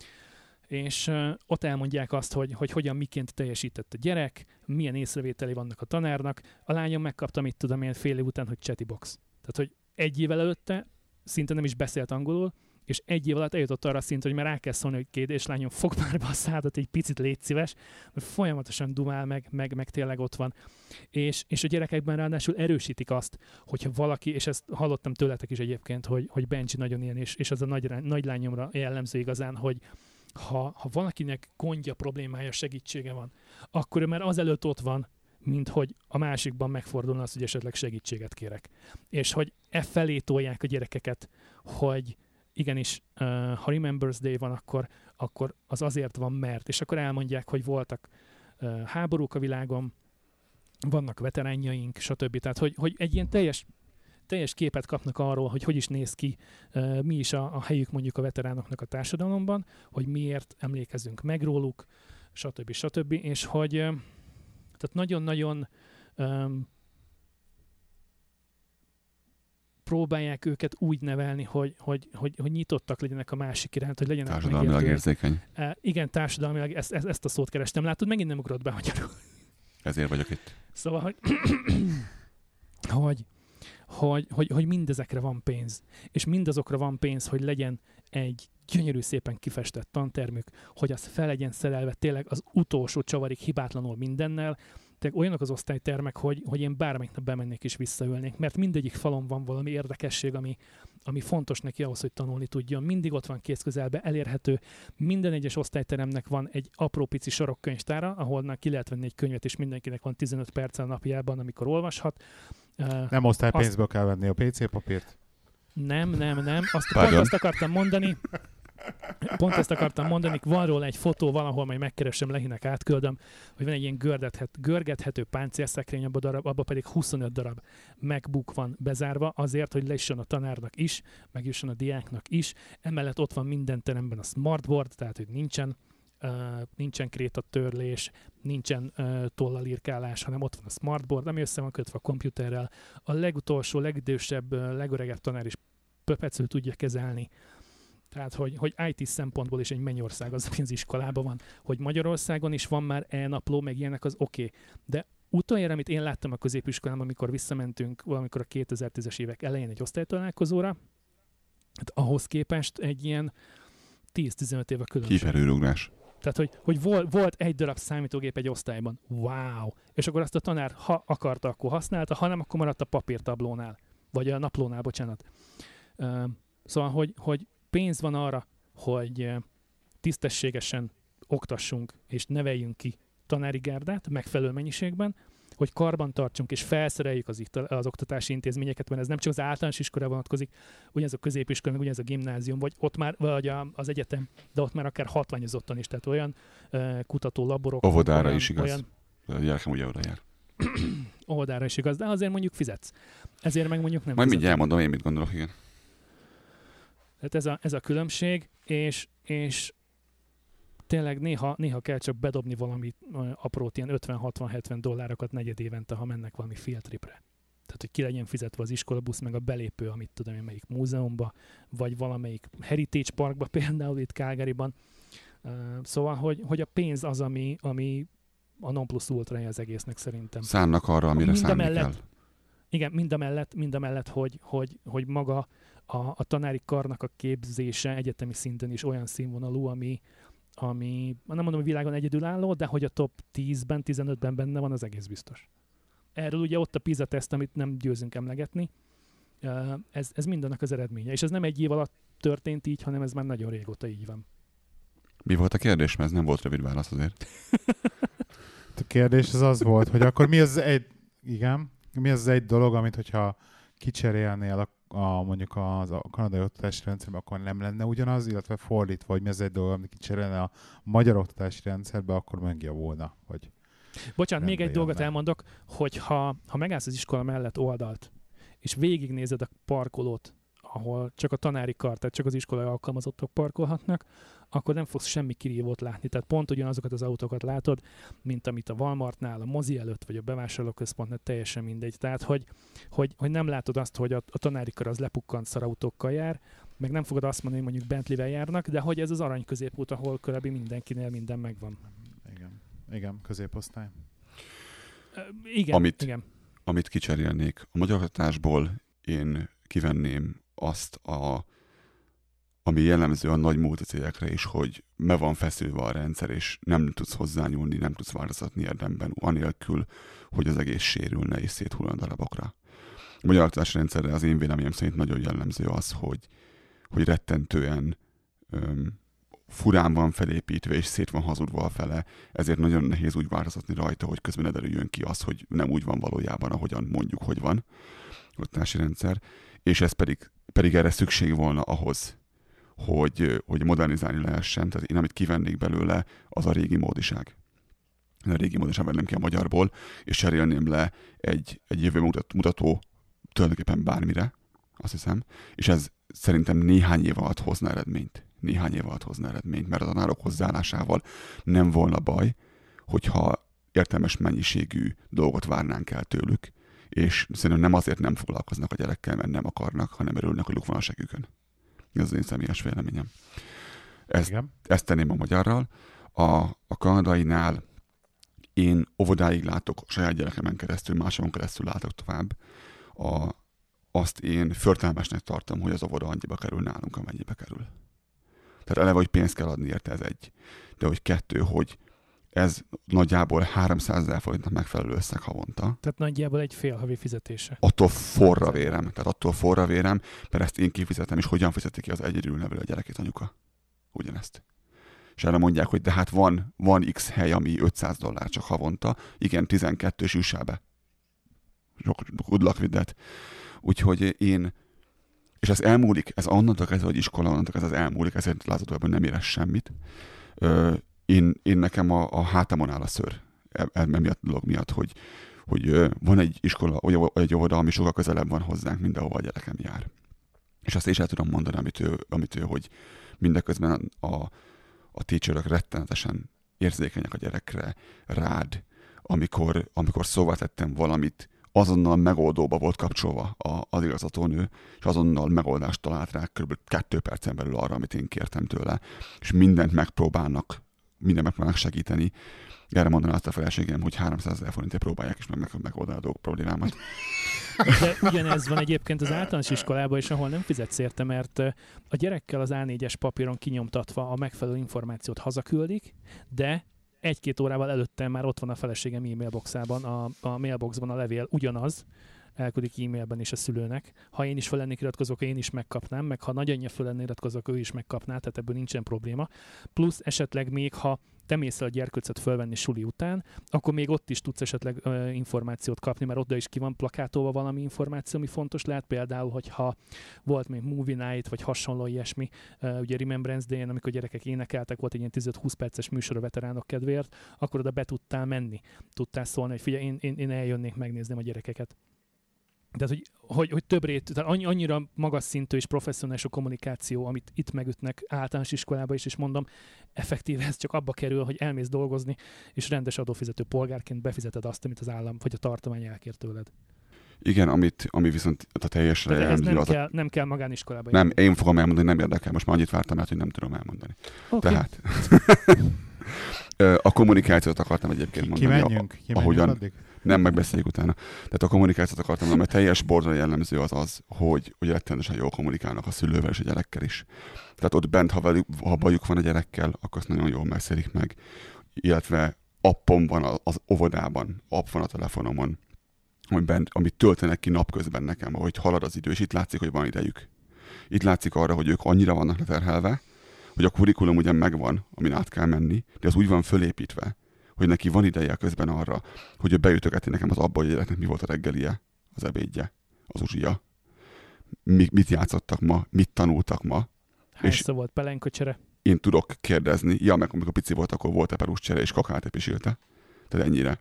És uh, ott elmondják azt, hogy, hogy hogyan, miként teljesített a gyerek, milyen észrevételi vannak a tanárnak. A lányom megkapta, mit tudom én, fél év után, hogy Chatibox. Tehát, hogy egy évvel előtte szinte nem is beszélt angolul, és egy év alatt eljutott arra a szintre, hogy már rá kell szólni, hogy kérdés, lányom, fogd már be a szádat, egy picit légy szíves, mert folyamatosan dumál meg, meg, meg tényleg ott van. És, és a gyerekekben ráadásul erősítik azt, hogyha valaki, és ezt hallottam tőletek is egyébként, hogy, hogy Benji nagyon ilyen, és, és az a nagy, nagy lányomra jellemző igazán, hogy ha, ha valakinek gondja, problémája, segítsége van, akkor ő már azelőtt ott van, mint hogy a másikban megfordulna az, hogy esetleg segítséget kérek. És hogy e felé tolják a gyerekeket, hogy igenis, uh, ha Remembrance Day van, akkor, akkor az azért van, mert. És akkor elmondják, hogy voltak uh, háborúk a világon, vannak veteránjaink, stb. Tehát, hogy, hogy egy ilyen teljes, teljes képet kapnak arról, hogy hogy is néz ki, uh, mi is a, a helyük mondjuk a veteránoknak a társadalomban, hogy miért emlékezünk meg róluk, stb. stb. És hogy uh, tehát nagyon-nagyon um, próbálják őket úgy nevelni, hogy, hogy, hogy, hogy nyitottak legyenek a másik iránt, hogy legyenek társadalmilag érzékeny. Uh, igen, társadalmilag, ezt, ezt, ezt a szót kerestem. Látod, megint nem ugrott be magyarul. Ezért vagyok itt. Szóval, hogy, hogy, hogy, hogy, hogy mindezekre van pénz. És mindazokra van pénz, hogy legyen egy gyönyörű szépen kifestett tantermük, hogy az fel legyen szerelve tényleg az utolsó csavarig hibátlanul mindennel. Tehát olyanok az osztálytermek, hogy, hogy én bármelyik nap bemennék és visszaülnék, mert mindegyik falon van valami érdekesség, ami, ami fontos neki ahhoz, hogy tanulni tudjon. Mindig ott van kézközelbe, elérhető. Minden egyes osztályteremnek van egy apró pici sarokkönyvtára, ahol ki lehet venni egy könyvet, és mindenkinek van tizenöt perc a napjában, amikor olvashat. Nem osztálypénzből azt... kell venni a pé cé papírt? Nem, nem, nem. Azt, pont azt akartam mondani, Pont ezt akartam mondani, van róla egy fotó, valahol majd megkeresem, Lehinek átküldöm, hogy van egy ilyen gördethet, görgethető páncélszekrény, abban darab, abba pedig huszonöt darab MacBook van bezárva, azért, hogy leüssön a tanárnak is, megjusson a diáknak is. Emellett ott van minden teremben a smartboard, tehát hogy nincsen, uh, nincsen krétatörlés, nincsen uh, tollalírkálás, hanem ott van a smartboard, ami össze van kötve a komputerrel. A legutolsó, legidősebb, uh, legöregebb tanár is pöpecül tudja kezelni. Tehát, hogy, hogy i té szempontból is egy mennyország az, ami az iskolában van. Hogy Magyarországon is van már e-napló, meg ilyenek, az oké. Okay. De utoljára, amit én láttam a középiskolában, amikor visszamentünk valamikor a kétezer-tízes évek elején egy osztálytalálkozóra, hát ahhoz képest egy ilyen tíz-tizenöt év a különbség. Kifelőrugrás. Tehát, hogy, hogy volt, volt egy darab számítógép egy osztályban. Wow! És akkor azt a tanár, ha akarta, akkor használta, ha nem, akkor maradt a papírtablónál. Vagy a naplónál, bocsánat. Uh, szóval, hogy, hogy pénz van arra, hogy tisztességesen oktassunk és neveljünk ki tanári gárdát megfelelő mennyiségben, hogy karban tartsunk és felszereljük az, az oktatási intézményeket, mert ez nem csak az általános iskolára vonatkozik, ugyanez a középiskola, meg ugyanez a gimnázium, vagy ott már, vagy a, az egyetem, de ott már akár hatványozottan is, tehát olyan uh, kutatólaborok. Óvodára olyan, is igaz. Olyan, a gyerekem ugye oda jár. óvodára is igaz, de azért mondjuk fizetsz. Ezért meg mondjuk nem Majd fizetsz. mindjárt elmondom, én mit gondolok, igen. Tehát ez a, ez a különbség, és, és tényleg néha, néha kell csak bedobni valami aprót, ilyen ötven hatvan hetven dollárokat negyed évente, ha mennek valami field tripre. Tehát, hogy ki legyen fizetve az iskolabusz, meg a belépő, amit tudom én, melyik múzeumba, vagy valamelyik Heritage Parkba, például itt Calgaryban. Uh, szóval, hogy, hogy a pénz az, ami, ami a non plus ultra az egésznek szerintem. Szánnak arra, amire szánni kell. Igen, mindamellett, mindamellett hogy, hogy, hogy maga a, a tanári karnak a képzése egyetemi szinten is olyan színvonalú, ami, ami nem mondom, hogy világon egyedülálló, de hogy a top tízben, tizenötben benne van, az egész biztos. Erről ugye ott a PISA teszt, amit nem győzünk emlegetni, ez, ez mindennek az eredménye. És ez nem egy év alatt történt így, hanem ez már nagyon régóta így van. Mi volt a kérdés? Mert ez nem volt rövid válasz azért. A kérdés az az volt, hogy akkor mi az egy, igen, mi az egy dolog, amit hogyha kicserélnél a, a mondjuk az, a kanadai oktatási rendszerben, akkor nem lenne ugyanaz, illetve fordítva, hogy mi az egy dolog, amit kicserélne a magyar oktatási rendszerbe, akkor megjavulna. Vagy Bocsánat, még egy dolgot jönne. elmondok, hogy ha, ha megállsz az iskola mellett oldalt, és végignézed a parkolót, ahol csak a tanári kar, tehát csak az iskolai alkalmazottak parkolhatnak, akkor nem fogsz semmi kirívót látni. Tehát pont ugyanazokat az autókat látod, mint amit a Walmartnál, a mozi előtt, vagy a bevásárlóközpontnál, teljesen mindegy. Tehát, hogy, hogy, hogy nem látod azt, hogy a, a tanári kar az lepukkant szarautókkal jár, meg nem fogod azt mondani, hogy mondjuk Bentleyvel járnak, de hogy ez az arany középút, ahol kb. Mindenkinél minden megvan. igen, igen, középosztály. Igen, Amit- igen. Amit kicserélnék. A magyar oktatásból én kivenném azt, a, ami jellemző a nagy multicégekre is, hogy me van feszülve a rendszer, és nem tudsz hozzányúlni, nem tudsz változtatni érdemben, anélkül, hogy az egész sérülne és széthullan darabokra. A magyar oktatási rendszerre az én véleményem szerint nagyon jellemző az, hogy, hogy rettentően öm, furán van felépítve, és szét van hazudva a fele, ezért nagyon nehéz úgy változtatni rajta, hogy közben ne derüljön ki az, hogy nem úgy van valójában, ahogyan mondjuk, hogy van a oktatási rendszer, és ez pedig, pedig erre szükség volna ahhoz, hogy, hogy modernizálni lehessen. Tehát én, amit kivennék belőle, az a régi módiság. A régi módiság venném ki a magyarból, és cserélném le egy, egy jövő mutató tulajdonképpen bármire, azt hiszem, és ez szerintem néhány év alatt hozna eredményt. Néhány év alatt hozna eredményt, mert a tanárok hozzáállásával nem volna baj, hogyha értelmes mennyiségű dolgot várnánk el tőlük, és szerintem nem azért nem foglalkoznak a gyerekkel, mert nem akarnak, hanem örülnek, hogy luk van a segükön. Ez az én személyes véleményem. Ezt, Igen. ezt tenném a magyarral. A, a kanadainál én óvodáig látok, a saját gyerekemen keresztül, másokon keresztül látok tovább. A, azt én förtelmesnek tartom, hogy az óvoda annyiba kerül nálunk, amennyibe kerül. Tehát eleve, hogy pénzt kell adni érte, ez egy. De hogy kettő, hogy ez nagyjából háromszázezer forintnak megfelelő összeg havonta. Tehát nagyjából egy fél havi fizetése. Attól forra vérem, tehát attól forra vérem, mert ezt én kifizetem, és hogyan fizeti ki az egyedül nevelő a gyerekét anyuka? Ugyanezt. És erre mondják, hogy de hát van, van X hely, ami ötszáz dollár csak havonta, igen, tizenkettő, és üssel be. Good luck with that. Úgyhogy én, és ez elmúlik, ez onnantól kezdve, hogy iskola, onnantól kezdve ez elmúlik, ezért látható, hogy nem érez semmit. Ö, én, én nekem a, a hátamon áll a szőr, emiatt dolog miatt, hogy, hogy van egy iskola, vagy egy óvoda, ami sokkal közelebb van hozzánk, mindenhova a gyerekem jár. És azt is el tudom mondani, amit ő, amit ő hogy mindeközben a, a teacherök rettenetesen érzékenyek a gyerekre, rád, amikor, amikor szóvá tettem valamit, azonnal megoldóba volt kapcsolva a, az igazgatónő, és azonnal megoldást talált rá kb. Kettő percen belül arra, amit én kértem tőle, és mindent megpróbálnak, mindent megpróbálnak segíteni. Erre mondaná azt a feleségem, hogy háromszázezer forintért próbálják is meg nekem megoldani a dolgok problémámat. De ugyanez van egyébként az általános iskolában is, ahol nem fizetsz érte, mert a gyerekkel az á négyes papíron kinyomtatva a megfelelő információt hazaküldik, de egy-két órával előtte már ott van a feleségem e-mailboxában, a, a mailboxban a levél ugyanaz, elküldik e-mailben is a szülőnek. Ha én is fel lennék iratkozva, akkor én is megkapnám, meg ha nagyanyja fel lenne iratkozva, akkor ő is megkapná, tehát ebből nincsen probléma. Plusz esetleg még, ha te mész el a gyerkőcöt fölvenni suli után, akkor még ott is tudsz esetleg ö, információt kapni, mert oda is ki van plakátolva valami információ, ami fontos lehet. Például, hogyha volt még Movie Night, vagy hasonló ilyesmi, ö, ugye Remembrance Day-en, amikor gyerekek énekeltek, volt egy ilyen tizenöt-húsz perces műsor a veteránok kedvéért, akkor oda be tudtál menni. Tudtál szólni, hogy figyelj, én, én, én eljönnék megnézni a gyerekeket. Tehát, hogy, hogy, hogy több rét, tehát annyi, annyira magas szintű és professzionális a kommunikáció, amit itt megütnek általános iskolába is, és mondom, effektíve ez csak abba kerül, hogy elmész dolgozni, és rendes adófizető polgárként befizeted azt, amit az állam vagy a tartomány elkér tőled. Igen, amit, ami viszont a teljesen Tehát ez jellemző nem, az kell, a... nem kell magániskolába. Nem, én fogom elmondani, nem érdekel. Most már annyit vártam át, hogy nem tudom elmondani. Okay. Tehát a kommunikációt akartam egyébként mondani. Kimenjünk, kimenjünk ahogyan, addig? Nem, megbeszéljük utána. Tehát a kommunikációt akartam mondani, mert teljes borzon jellemző az az, hogy, hogy rettenetesen jól kommunikálnak a szülővel és a gyerekkel is. Tehát ott bent, ha, velük, ha bajuk van a gyerekkel, akkor azt nagyon jól beszélik meg. Illetve appom van az óvodában, app van a telefonomon, amiben, amit töltenek ki napközben nekem, ahogy halad az idő, és itt látszik, hogy van idejük. Itt látszik arra, hogy ők annyira vannak leterhelve, hogy a kurikulum ugyan megvan, amin át kell menni, de az úgy van fölépítve, hogy neki van ideje közben arra, hogy ő beütögeti nekem az abba, hogy a gyereknek mi volt a reggelie, az ebédje, az uzsia, mi, mit játszottak ma, mit tanultak ma. Hányszor volt pelenkacsere? Én tudok kérdezni, ja, meg amikor pici volt, akkor volt-e peruscsere, és kakát episilte. Tehát ennyire.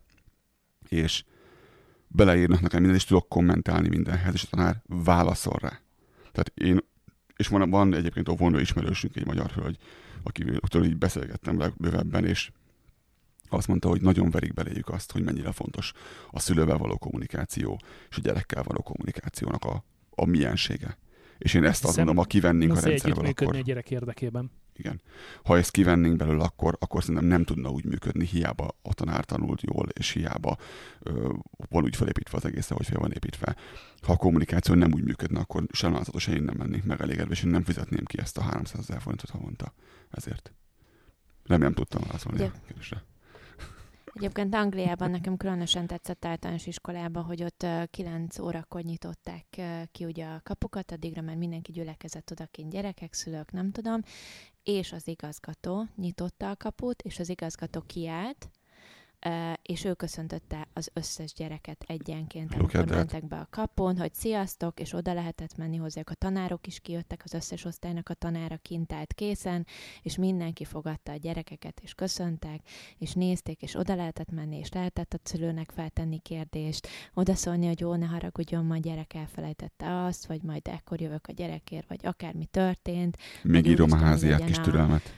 És beleírnak nekem mindent, és tudok kommentálni mindenhez, és a tanár válaszol rá. Tehát én, és van, van egyébként óvónő ismerősünk, egy magyar hölgy, akivel így beszélgettem bővebben, és azt mondta, hogy nagyon verik beléjük azt, hogy mennyire fontos a szülővel való kommunikáció, és a gyerekkel való kommunikációnak a, a miensége. És én ezt azt mondom, ha kivennénk a rendszerből, akkor... a gyerek érdekében. Igen. Ha ezt kivennénk belőle, akkor, akkor szerintem nem tudna úgy működni, hiába a tanár tanult jól, és hiába ö, van úgy felépítve az egész, ahogy fel van építve. Ha a kommunikáció nem úgy működne, akkor sajnálatosan én nem lennék megelégedve, és én nem fizetném ki ezt a háromszázezer forintot havonta ezért. Remélem tudtam válaszolni a kérdésre. Egyébként Angliában nekem különösen tetszett általános iskolában, hogy ott kilenc órakor nyitották ki ugye a kapukat, addigra már mindenki gyülekezett odakint, gyerekek, szülők, nem tudom, és az igazgató nyitotta a kaput, és az igazgató kiállt, és ő köszöntötte az összes gyereket egyenként, amikor mentek be a kapun, hogy sziasztok, és oda lehetett menni hozzájuk. A tanárok is kijöttek, az összes osztálynak a tanára kint állt készen, és mindenki fogadta a gyerekeket, és köszöntek, és nézték, és oda lehetett menni, és lehetett a szülőnek feltenni kérdést, oda szólni, hogy jó, ne haragudjon, ma a gyerek elfelejtette azt, vagy majd ekkor jövök a gyerekért, vagy akármi történt. Még írom a háziák kis türelmet.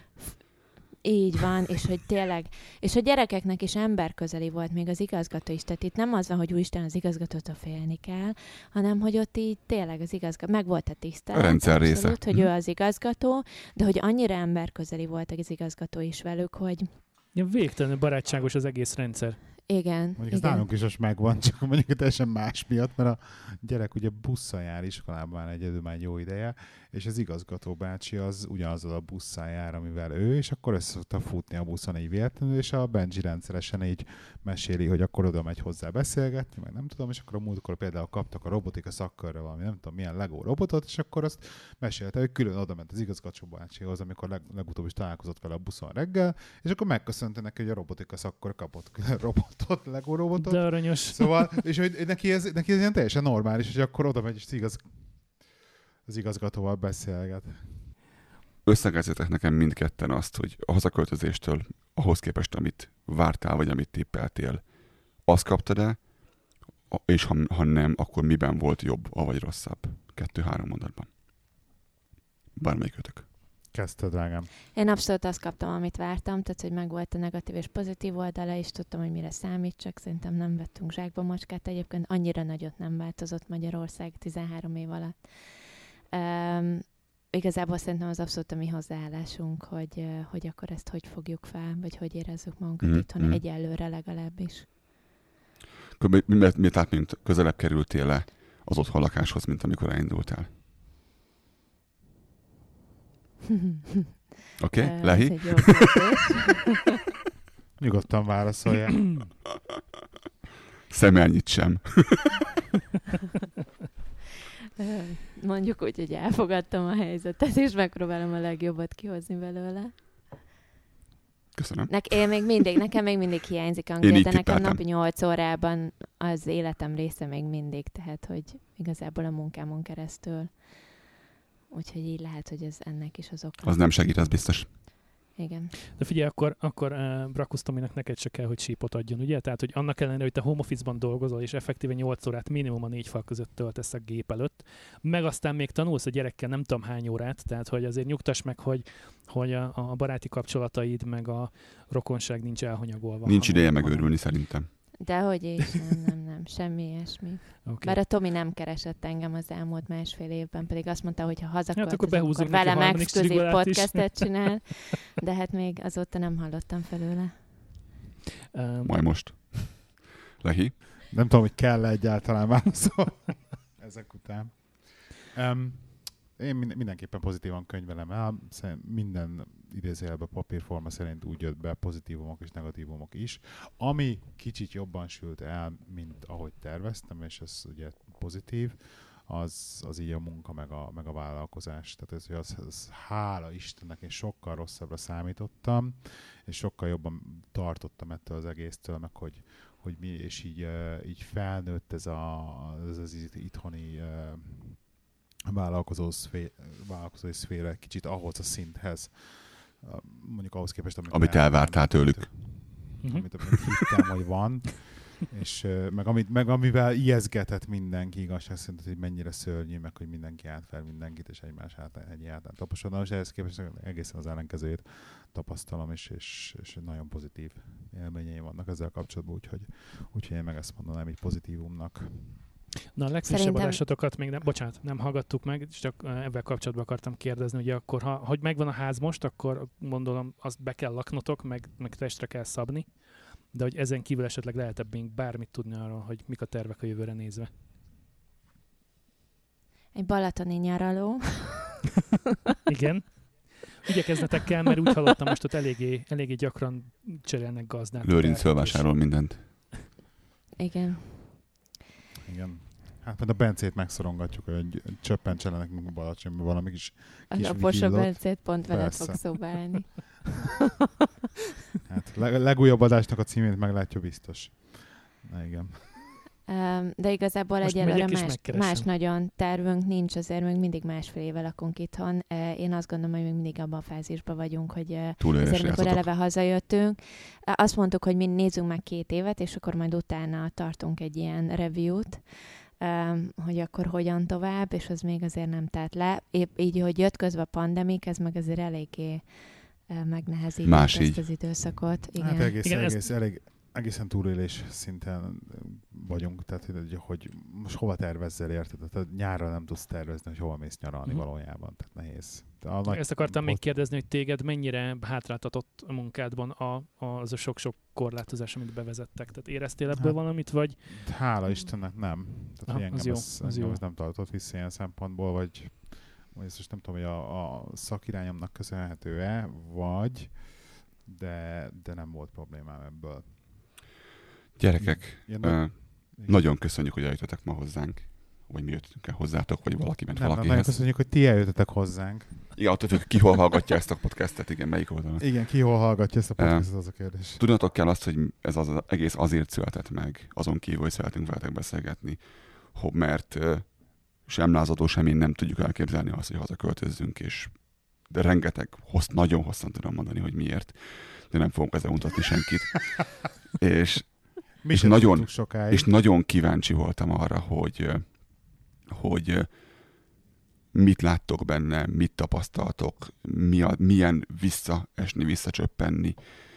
Így van, és hogy tényleg, és a gyerekeknek is emberközeli volt még az igazgató is, tehát itt nem az van, hogy úristen, az igazgatótól félni kell, hanem hogy ott így tényleg az igazgató, meg volt a tisztelet, a rendszer része. Hogy ő az igazgató, de hogy annyira emberközeli volt az igazgató is velük, hogy... Ja, végtelenül barátságos az egész rendszer. Igen. Mondjuk igen. ez nálunk is most megvan, csak mondjuk teljesen más miatt, mert a gyerek ugye busszal jár iskolában már egyedül már jó ideje, és az igazgató bácsi az ugyanazzal a busszal jár, amivel ő, és akkor össze szokta futni a buszon egy véletlenül, és a Benji rendszeresen így meséli, hogy akkor oda megy hozzá beszélgetni, meg nem tudom, és akkor a múltkor például kaptak a robotika szakkörre valami, nem tudom milyen Lego robotot, és akkor azt mesélte, hogy külön oda ment az igazgató bácsihoz, amikor leg, legutóbb is találkozott vele a buszon reggel, és akkor megköszönte neki, hogy a robotika szakkör kapott külön robotot, Lego robotot. De aranyos. Szóval, és hogy neki ez, neki ez ilyen teljesen normális, hogy akkor oda megy, és igaz, az igazgatóval beszélget. Összegezzetek nekem mindketten azt, hogy a hazaköltözéstől ahhoz képest, amit vártál, vagy amit tippeltél, azt kaptad-e, és ha, ha nem, akkor miben volt jobb, vagy rosszabb? Kettő-három mondatban. Bármelyikötök. Kezdte, drágám. Én abszolút azt kaptam, amit vártam, tehát, hogy meg volt a negatív és pozitív oldala, és tudtam, hogy mire számít, csak szerintem nem vettünk zsákba macskát. Egyébként annyira nagyot nem változott Magyarország tizenhárom év alatt. Um, igazából szerintem az abszolút a mi hozzáállásunk, hogy, hogy akkor ezt hogy fogjuk fel, vagy hogy érezzük magunkat mm, itthon, mm. egyelőre legalábbis. Miért, miért át, mint közelebb kerültél le az otthon lakáshoz, mint amikor elindultál? Oké, okay, Lehi? Nyugodtan válaszolja. Szemelnyit sem. Mondjuk úgy, hogy elfogadtam a helyzetet, és megpróbálom a legjobbat kihozni belőle. Köszönöm. Nek, én még mindig, nekem még mindig hiányzik Én Anglia, így de nekem tippeltem. napi nyolc órában az életem része még mindig, tehát hogy igazából a munkámon keresztül. Úgyhogy így lehet, hogy ez ennek is az oka. Az nem segít, az biztos. Igen. De figyelj, akkor, akkor uh, Brakusz Tominak neked se kell, hogy sípot adjon, ugye? Tehát, hogy annak ellenére, hogy te home office-ban dolgozol, és effektíve nyolc órát minimum a négy fal között töltesz a gép előtt, meg aztán még tanulsz a gyerekkel nem tudom hány órát, tehát, hogy azért nyugtass meg, hogy, hogy a, a baráti kapcsolataid, meg a rokonság nincs elhanyagolva. Nincs hanem- ideje hanem- megőrülni szerintem. Dehogy is, nem, nem, nem, semmi ilyesmi. Okay. Bár a Tomi nem keresett engem az elmúlt másfél évben, pedig azt mondta, hogy ha Hát akkor hazaköltözök, behúzzuk akkor neki a velem harmadik exkluzív strigolát is. podcastet csinál, de hát még azóta nem hallottam felőle. Um, Majd most. Lehi? Nem tudom, hogy kell egyáltalán válaszol ezek után. Um, én mind- mindenképpen pozitívan könyvelem el. Szerint minden idézőjelben papírforma szerint úgy jött be pozitívumok és negatívumok is. Ami kicsit jobban sült el, mint ahogy terveztem, és ez ugye pozitív, az, az így a munka meg a, meg a vállalkozás. Tehát ez, az, az hála Istennek, én sokkal rosszabbra számítottam, és sokkal jobban tartottam ettől az egésztől, meg hogy, hogy mi, és így, uh, így felnőtt ez, a, ez az itthoni uh, vállalkozó szfé, vállalkozói szféra kicsit ahhoz a szinthez, uh, mondjuk ahhoz képest, amit, Amit elvártál tőlük. uh-huh. amit, amit hittem, hogy van, és uh, meg, amit, meg amivel ijeszgetett mindenki, igazság szerint, hogy mennyire szörnyű, meg hogy mindenki átfer mindenkit, és egymás át, egy átán taposodna, és ehhez képest egészen az ellenkezőjét tapasztalom, és, és, és nagyon pozitív élményeim vannak ezzel kapcsolatban, úgyhogy, úgyhogy én meg ezt mondanám így pozitívumnak. Na, a legfrissebb Szerintem- adásotokat még nem, bocsánat, nem hallgattuk meg, és csak eh, ebben kapcsolatban akartam kérdezni, hogy akkor, ha, hogy megvan a ház most, akkor gondolom azt be kell laknotok, meg, meg testre kell szabni, de hogy ezen kívül esetleg lehet még bármit tudni arról, hogy mik a tervek a jövőre nézve. Egy balatoni nyaraló. Igen. Igyekeznetek kell, mert úgy hallottam, most ott eléggé, eléggé gyakran cserélnek gazdát. Lőrinc fölvásárol mindent. Igen. Igen. Hát majd a Bencét megszorongatjuk, hogy csöppentsenek nekünk Balacsonyban valami kis Az kis a Posa vigillót. Bencét pont veled Persze. fog szóba állni. Hát leg, legújabb adásnak a címét meglátja biztos. Na igen. Um, de igazából Most egyelőre megyek és más, megkeresem. más nagyon tervünk nincs, azért még mindig másfél éve lakunk itthon. Uh, én azt gondolom, hogy még mindig abban a fázisban vagyunk, hogy uh, Túlélésre azért mikor játszatok. eleve hazajöttünk, uh, azt mondtuk, hogy mi nézzünk meg két évet, és akkor majd utána tartunk egy ilyen review-t, um, hogy akkor hogyan tovább, és az még azért nem telt le. Épp így, hogy jött közben a pandemik, ez meg azért eléggé uh, megnehezített Más ezt így. az időszakot. Igen. Hát egész, Igen, ez- egész, elég, egészen túlélés szinten vagyunk, tehát hogy, hogy most hova tervezzel, érted? Tehát nyárra nem tudsz tervezni, hogy hova mész nyaralni Mhm. valójában, tehát nehéz. A nagy- Ezt akartam még ott- kérdezni, hogy téged mennyire hátráltatott a munkádban a, az a sok-sok korlátozás, amit bevezettek. Tehát éreztél ebből Hát, valamit, vagy Hála Istennek nem. Tehát, Ah, hogy az engem, jó, ez, az engem jó. ez nem tartott vissza ilyen szempontból, vagy, vagy ezt most nem tudom, hogy a, a szakirányomnak köszönhető-e, vagy, de, de nem volt problémám ebből. Gyerekek, Ilyen ö, nagy- nagyon köszönjük, hogy eljöttetek ma hozzánk. Vagy mi jöttünk el hozzátok, vagy valaki ment Nem, nem, nagyon valakihez. köszönjük, hogy ti eljöttetek hozzánk. Igen, attól függ, ki hol hallgatja ezt a podcastet, igen, melyik oldalon. Igen, ki hol hallgatja ezt a podcastot, az a kérdés. Tudnatok kell azt, hogy ez az egész azért született meg, azon kívül, hogy szeretünk veletek beszélgetni, hogy mert ö, sem lázadó, sem én nem tudjuk elképzelni azt, hogy hazaköltözzünk, és de rengeteg, hossz, nagyon hosszan tudom mondani, hogy miért, de nem fogunk ezzel mutatni senkit. és, Mi és sem nagyon- tudtuk sokáig. és nagyon kíváncsi voltam arra, hogy, ö, hogy ö, mit láttok benne, mit tapasztaltok, mi a, milyen visszaesni, visszacsöppenni.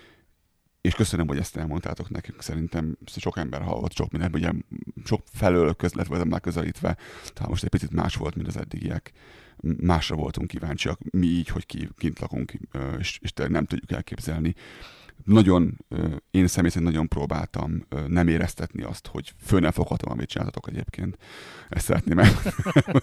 És köszönöm, hogy ezt elmondtátok nekünk. Szerintem sok ember hallott, sok minden, ugye sok felől közlet voltam már közelítve, tehát most egy picit más volt, mint az eddigiek. Másra voltunk kíváncsiak, mi így, hogy ki, kint lakunk, ö, és, és tényleg nem tudjuk elképzelni. Nagyon, ö, én személy szerint nagyon próbáltam ö, nem éreztetni azt, hogy föl nem foghatom, amit csináltatok egyébként. Ezt szeretném elmondani.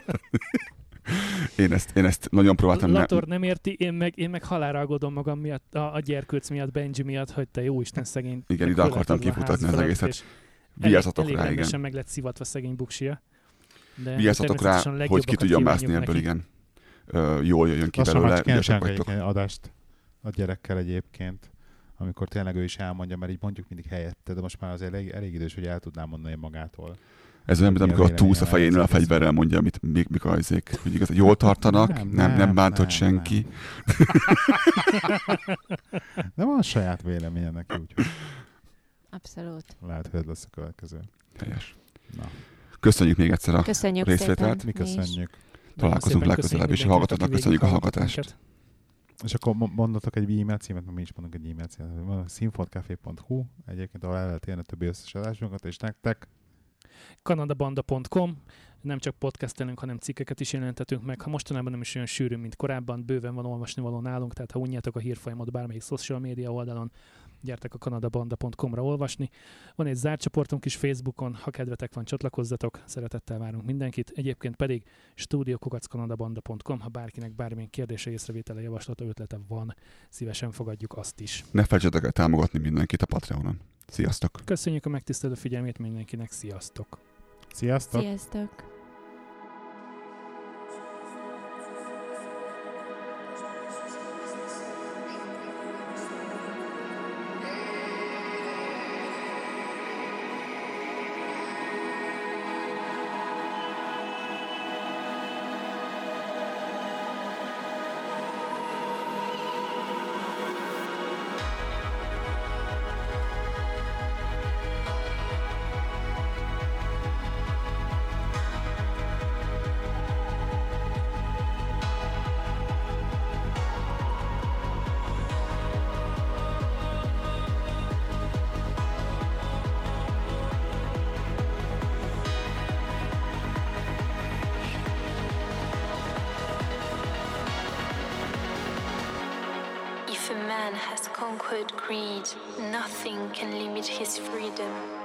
Én ezt, én ezt nagyon próbáltam. Lator nem érti, én meg, én meg halálra aggódom magam miatt, a, a gyerkőc miatt, Benji miatt, hogy te jó Isten szegény. Igen, te ide akartam fölletted a kifutatni ház az fölött, egészet. és Vigyázzatok elég rá, igen. rendesen meg lett szivatva szegény buksia. De Vigyázzatok rá, természetesen hogy ki legjobbakat tudjon mászni kívánjuk ebből, neki. igen. Ö, jól jöjjön ki Lassan belőle, már kéne ügyesek csinálni vagytok. egy adást a gyerekkel egyébként, amikor tényleg ő is elmondja, mert így mondjuk mindig helyette, de most már azért elég, elég idős, hogy el tudnám mondani magától. Ez olyan, mint Mi a amikor a túsz a véleményem fejénél a ezzel fegyverrel mondja, amit mik, mik ajzék. Hogy igaz, jól tartanak, nem, nem, nem bántott nem, senki. De van saját véleménye neki, úgyhogy Abszolút. lehet, hogy ez lesz a következő. Helyes. Na, Köszönjük még egyszer a Köszönjük részvételt. szépen. mi is. köszönjük. Találkozunk Szépen legközelebb, és a köszönjük hallgatóknak mindenkinek, köszönjük a aki hallgatást. minket. És akkor mo- mondatok egy e-mail címet, mert mi is mondunk egy e-mail címet. Van a színfoltcafé pont hu, egyébként ahol el lehet érni a többi összes adásunkat, és nektek kanadabanda pont com. Nem csak podcastelünk, hanem cikkeket is jelentetünk meg. Ha mostanában nem is olyan sűrű, mint korábban, bőven van olvasnivaló nálunk, tehát ha unjátok a hírfolyamot bármelyik social media oldalon, gyertek a kanadabanda pont com-ra olvasni. Van egy zárt csoportunk is Facebookon, ha kedvetek van, csatlakozzatok, szeretettel várunk mindenkit. Egyébként pedig stúdió kukac kanadabanda pont com, ha bárkinek bármilyen kérdése, észrevétele, javaslata, ötlete van, szívesen fogadjuk azt is. Ne felejtsetek el támogatni mindenkit a Patreonon. Sziasztok! Köszönjük a megtisztelő figyelmét mindenkinek, sziasztok! sziasztok! Sziasztok! If a man has conquered greed, nothing can limit his freedom.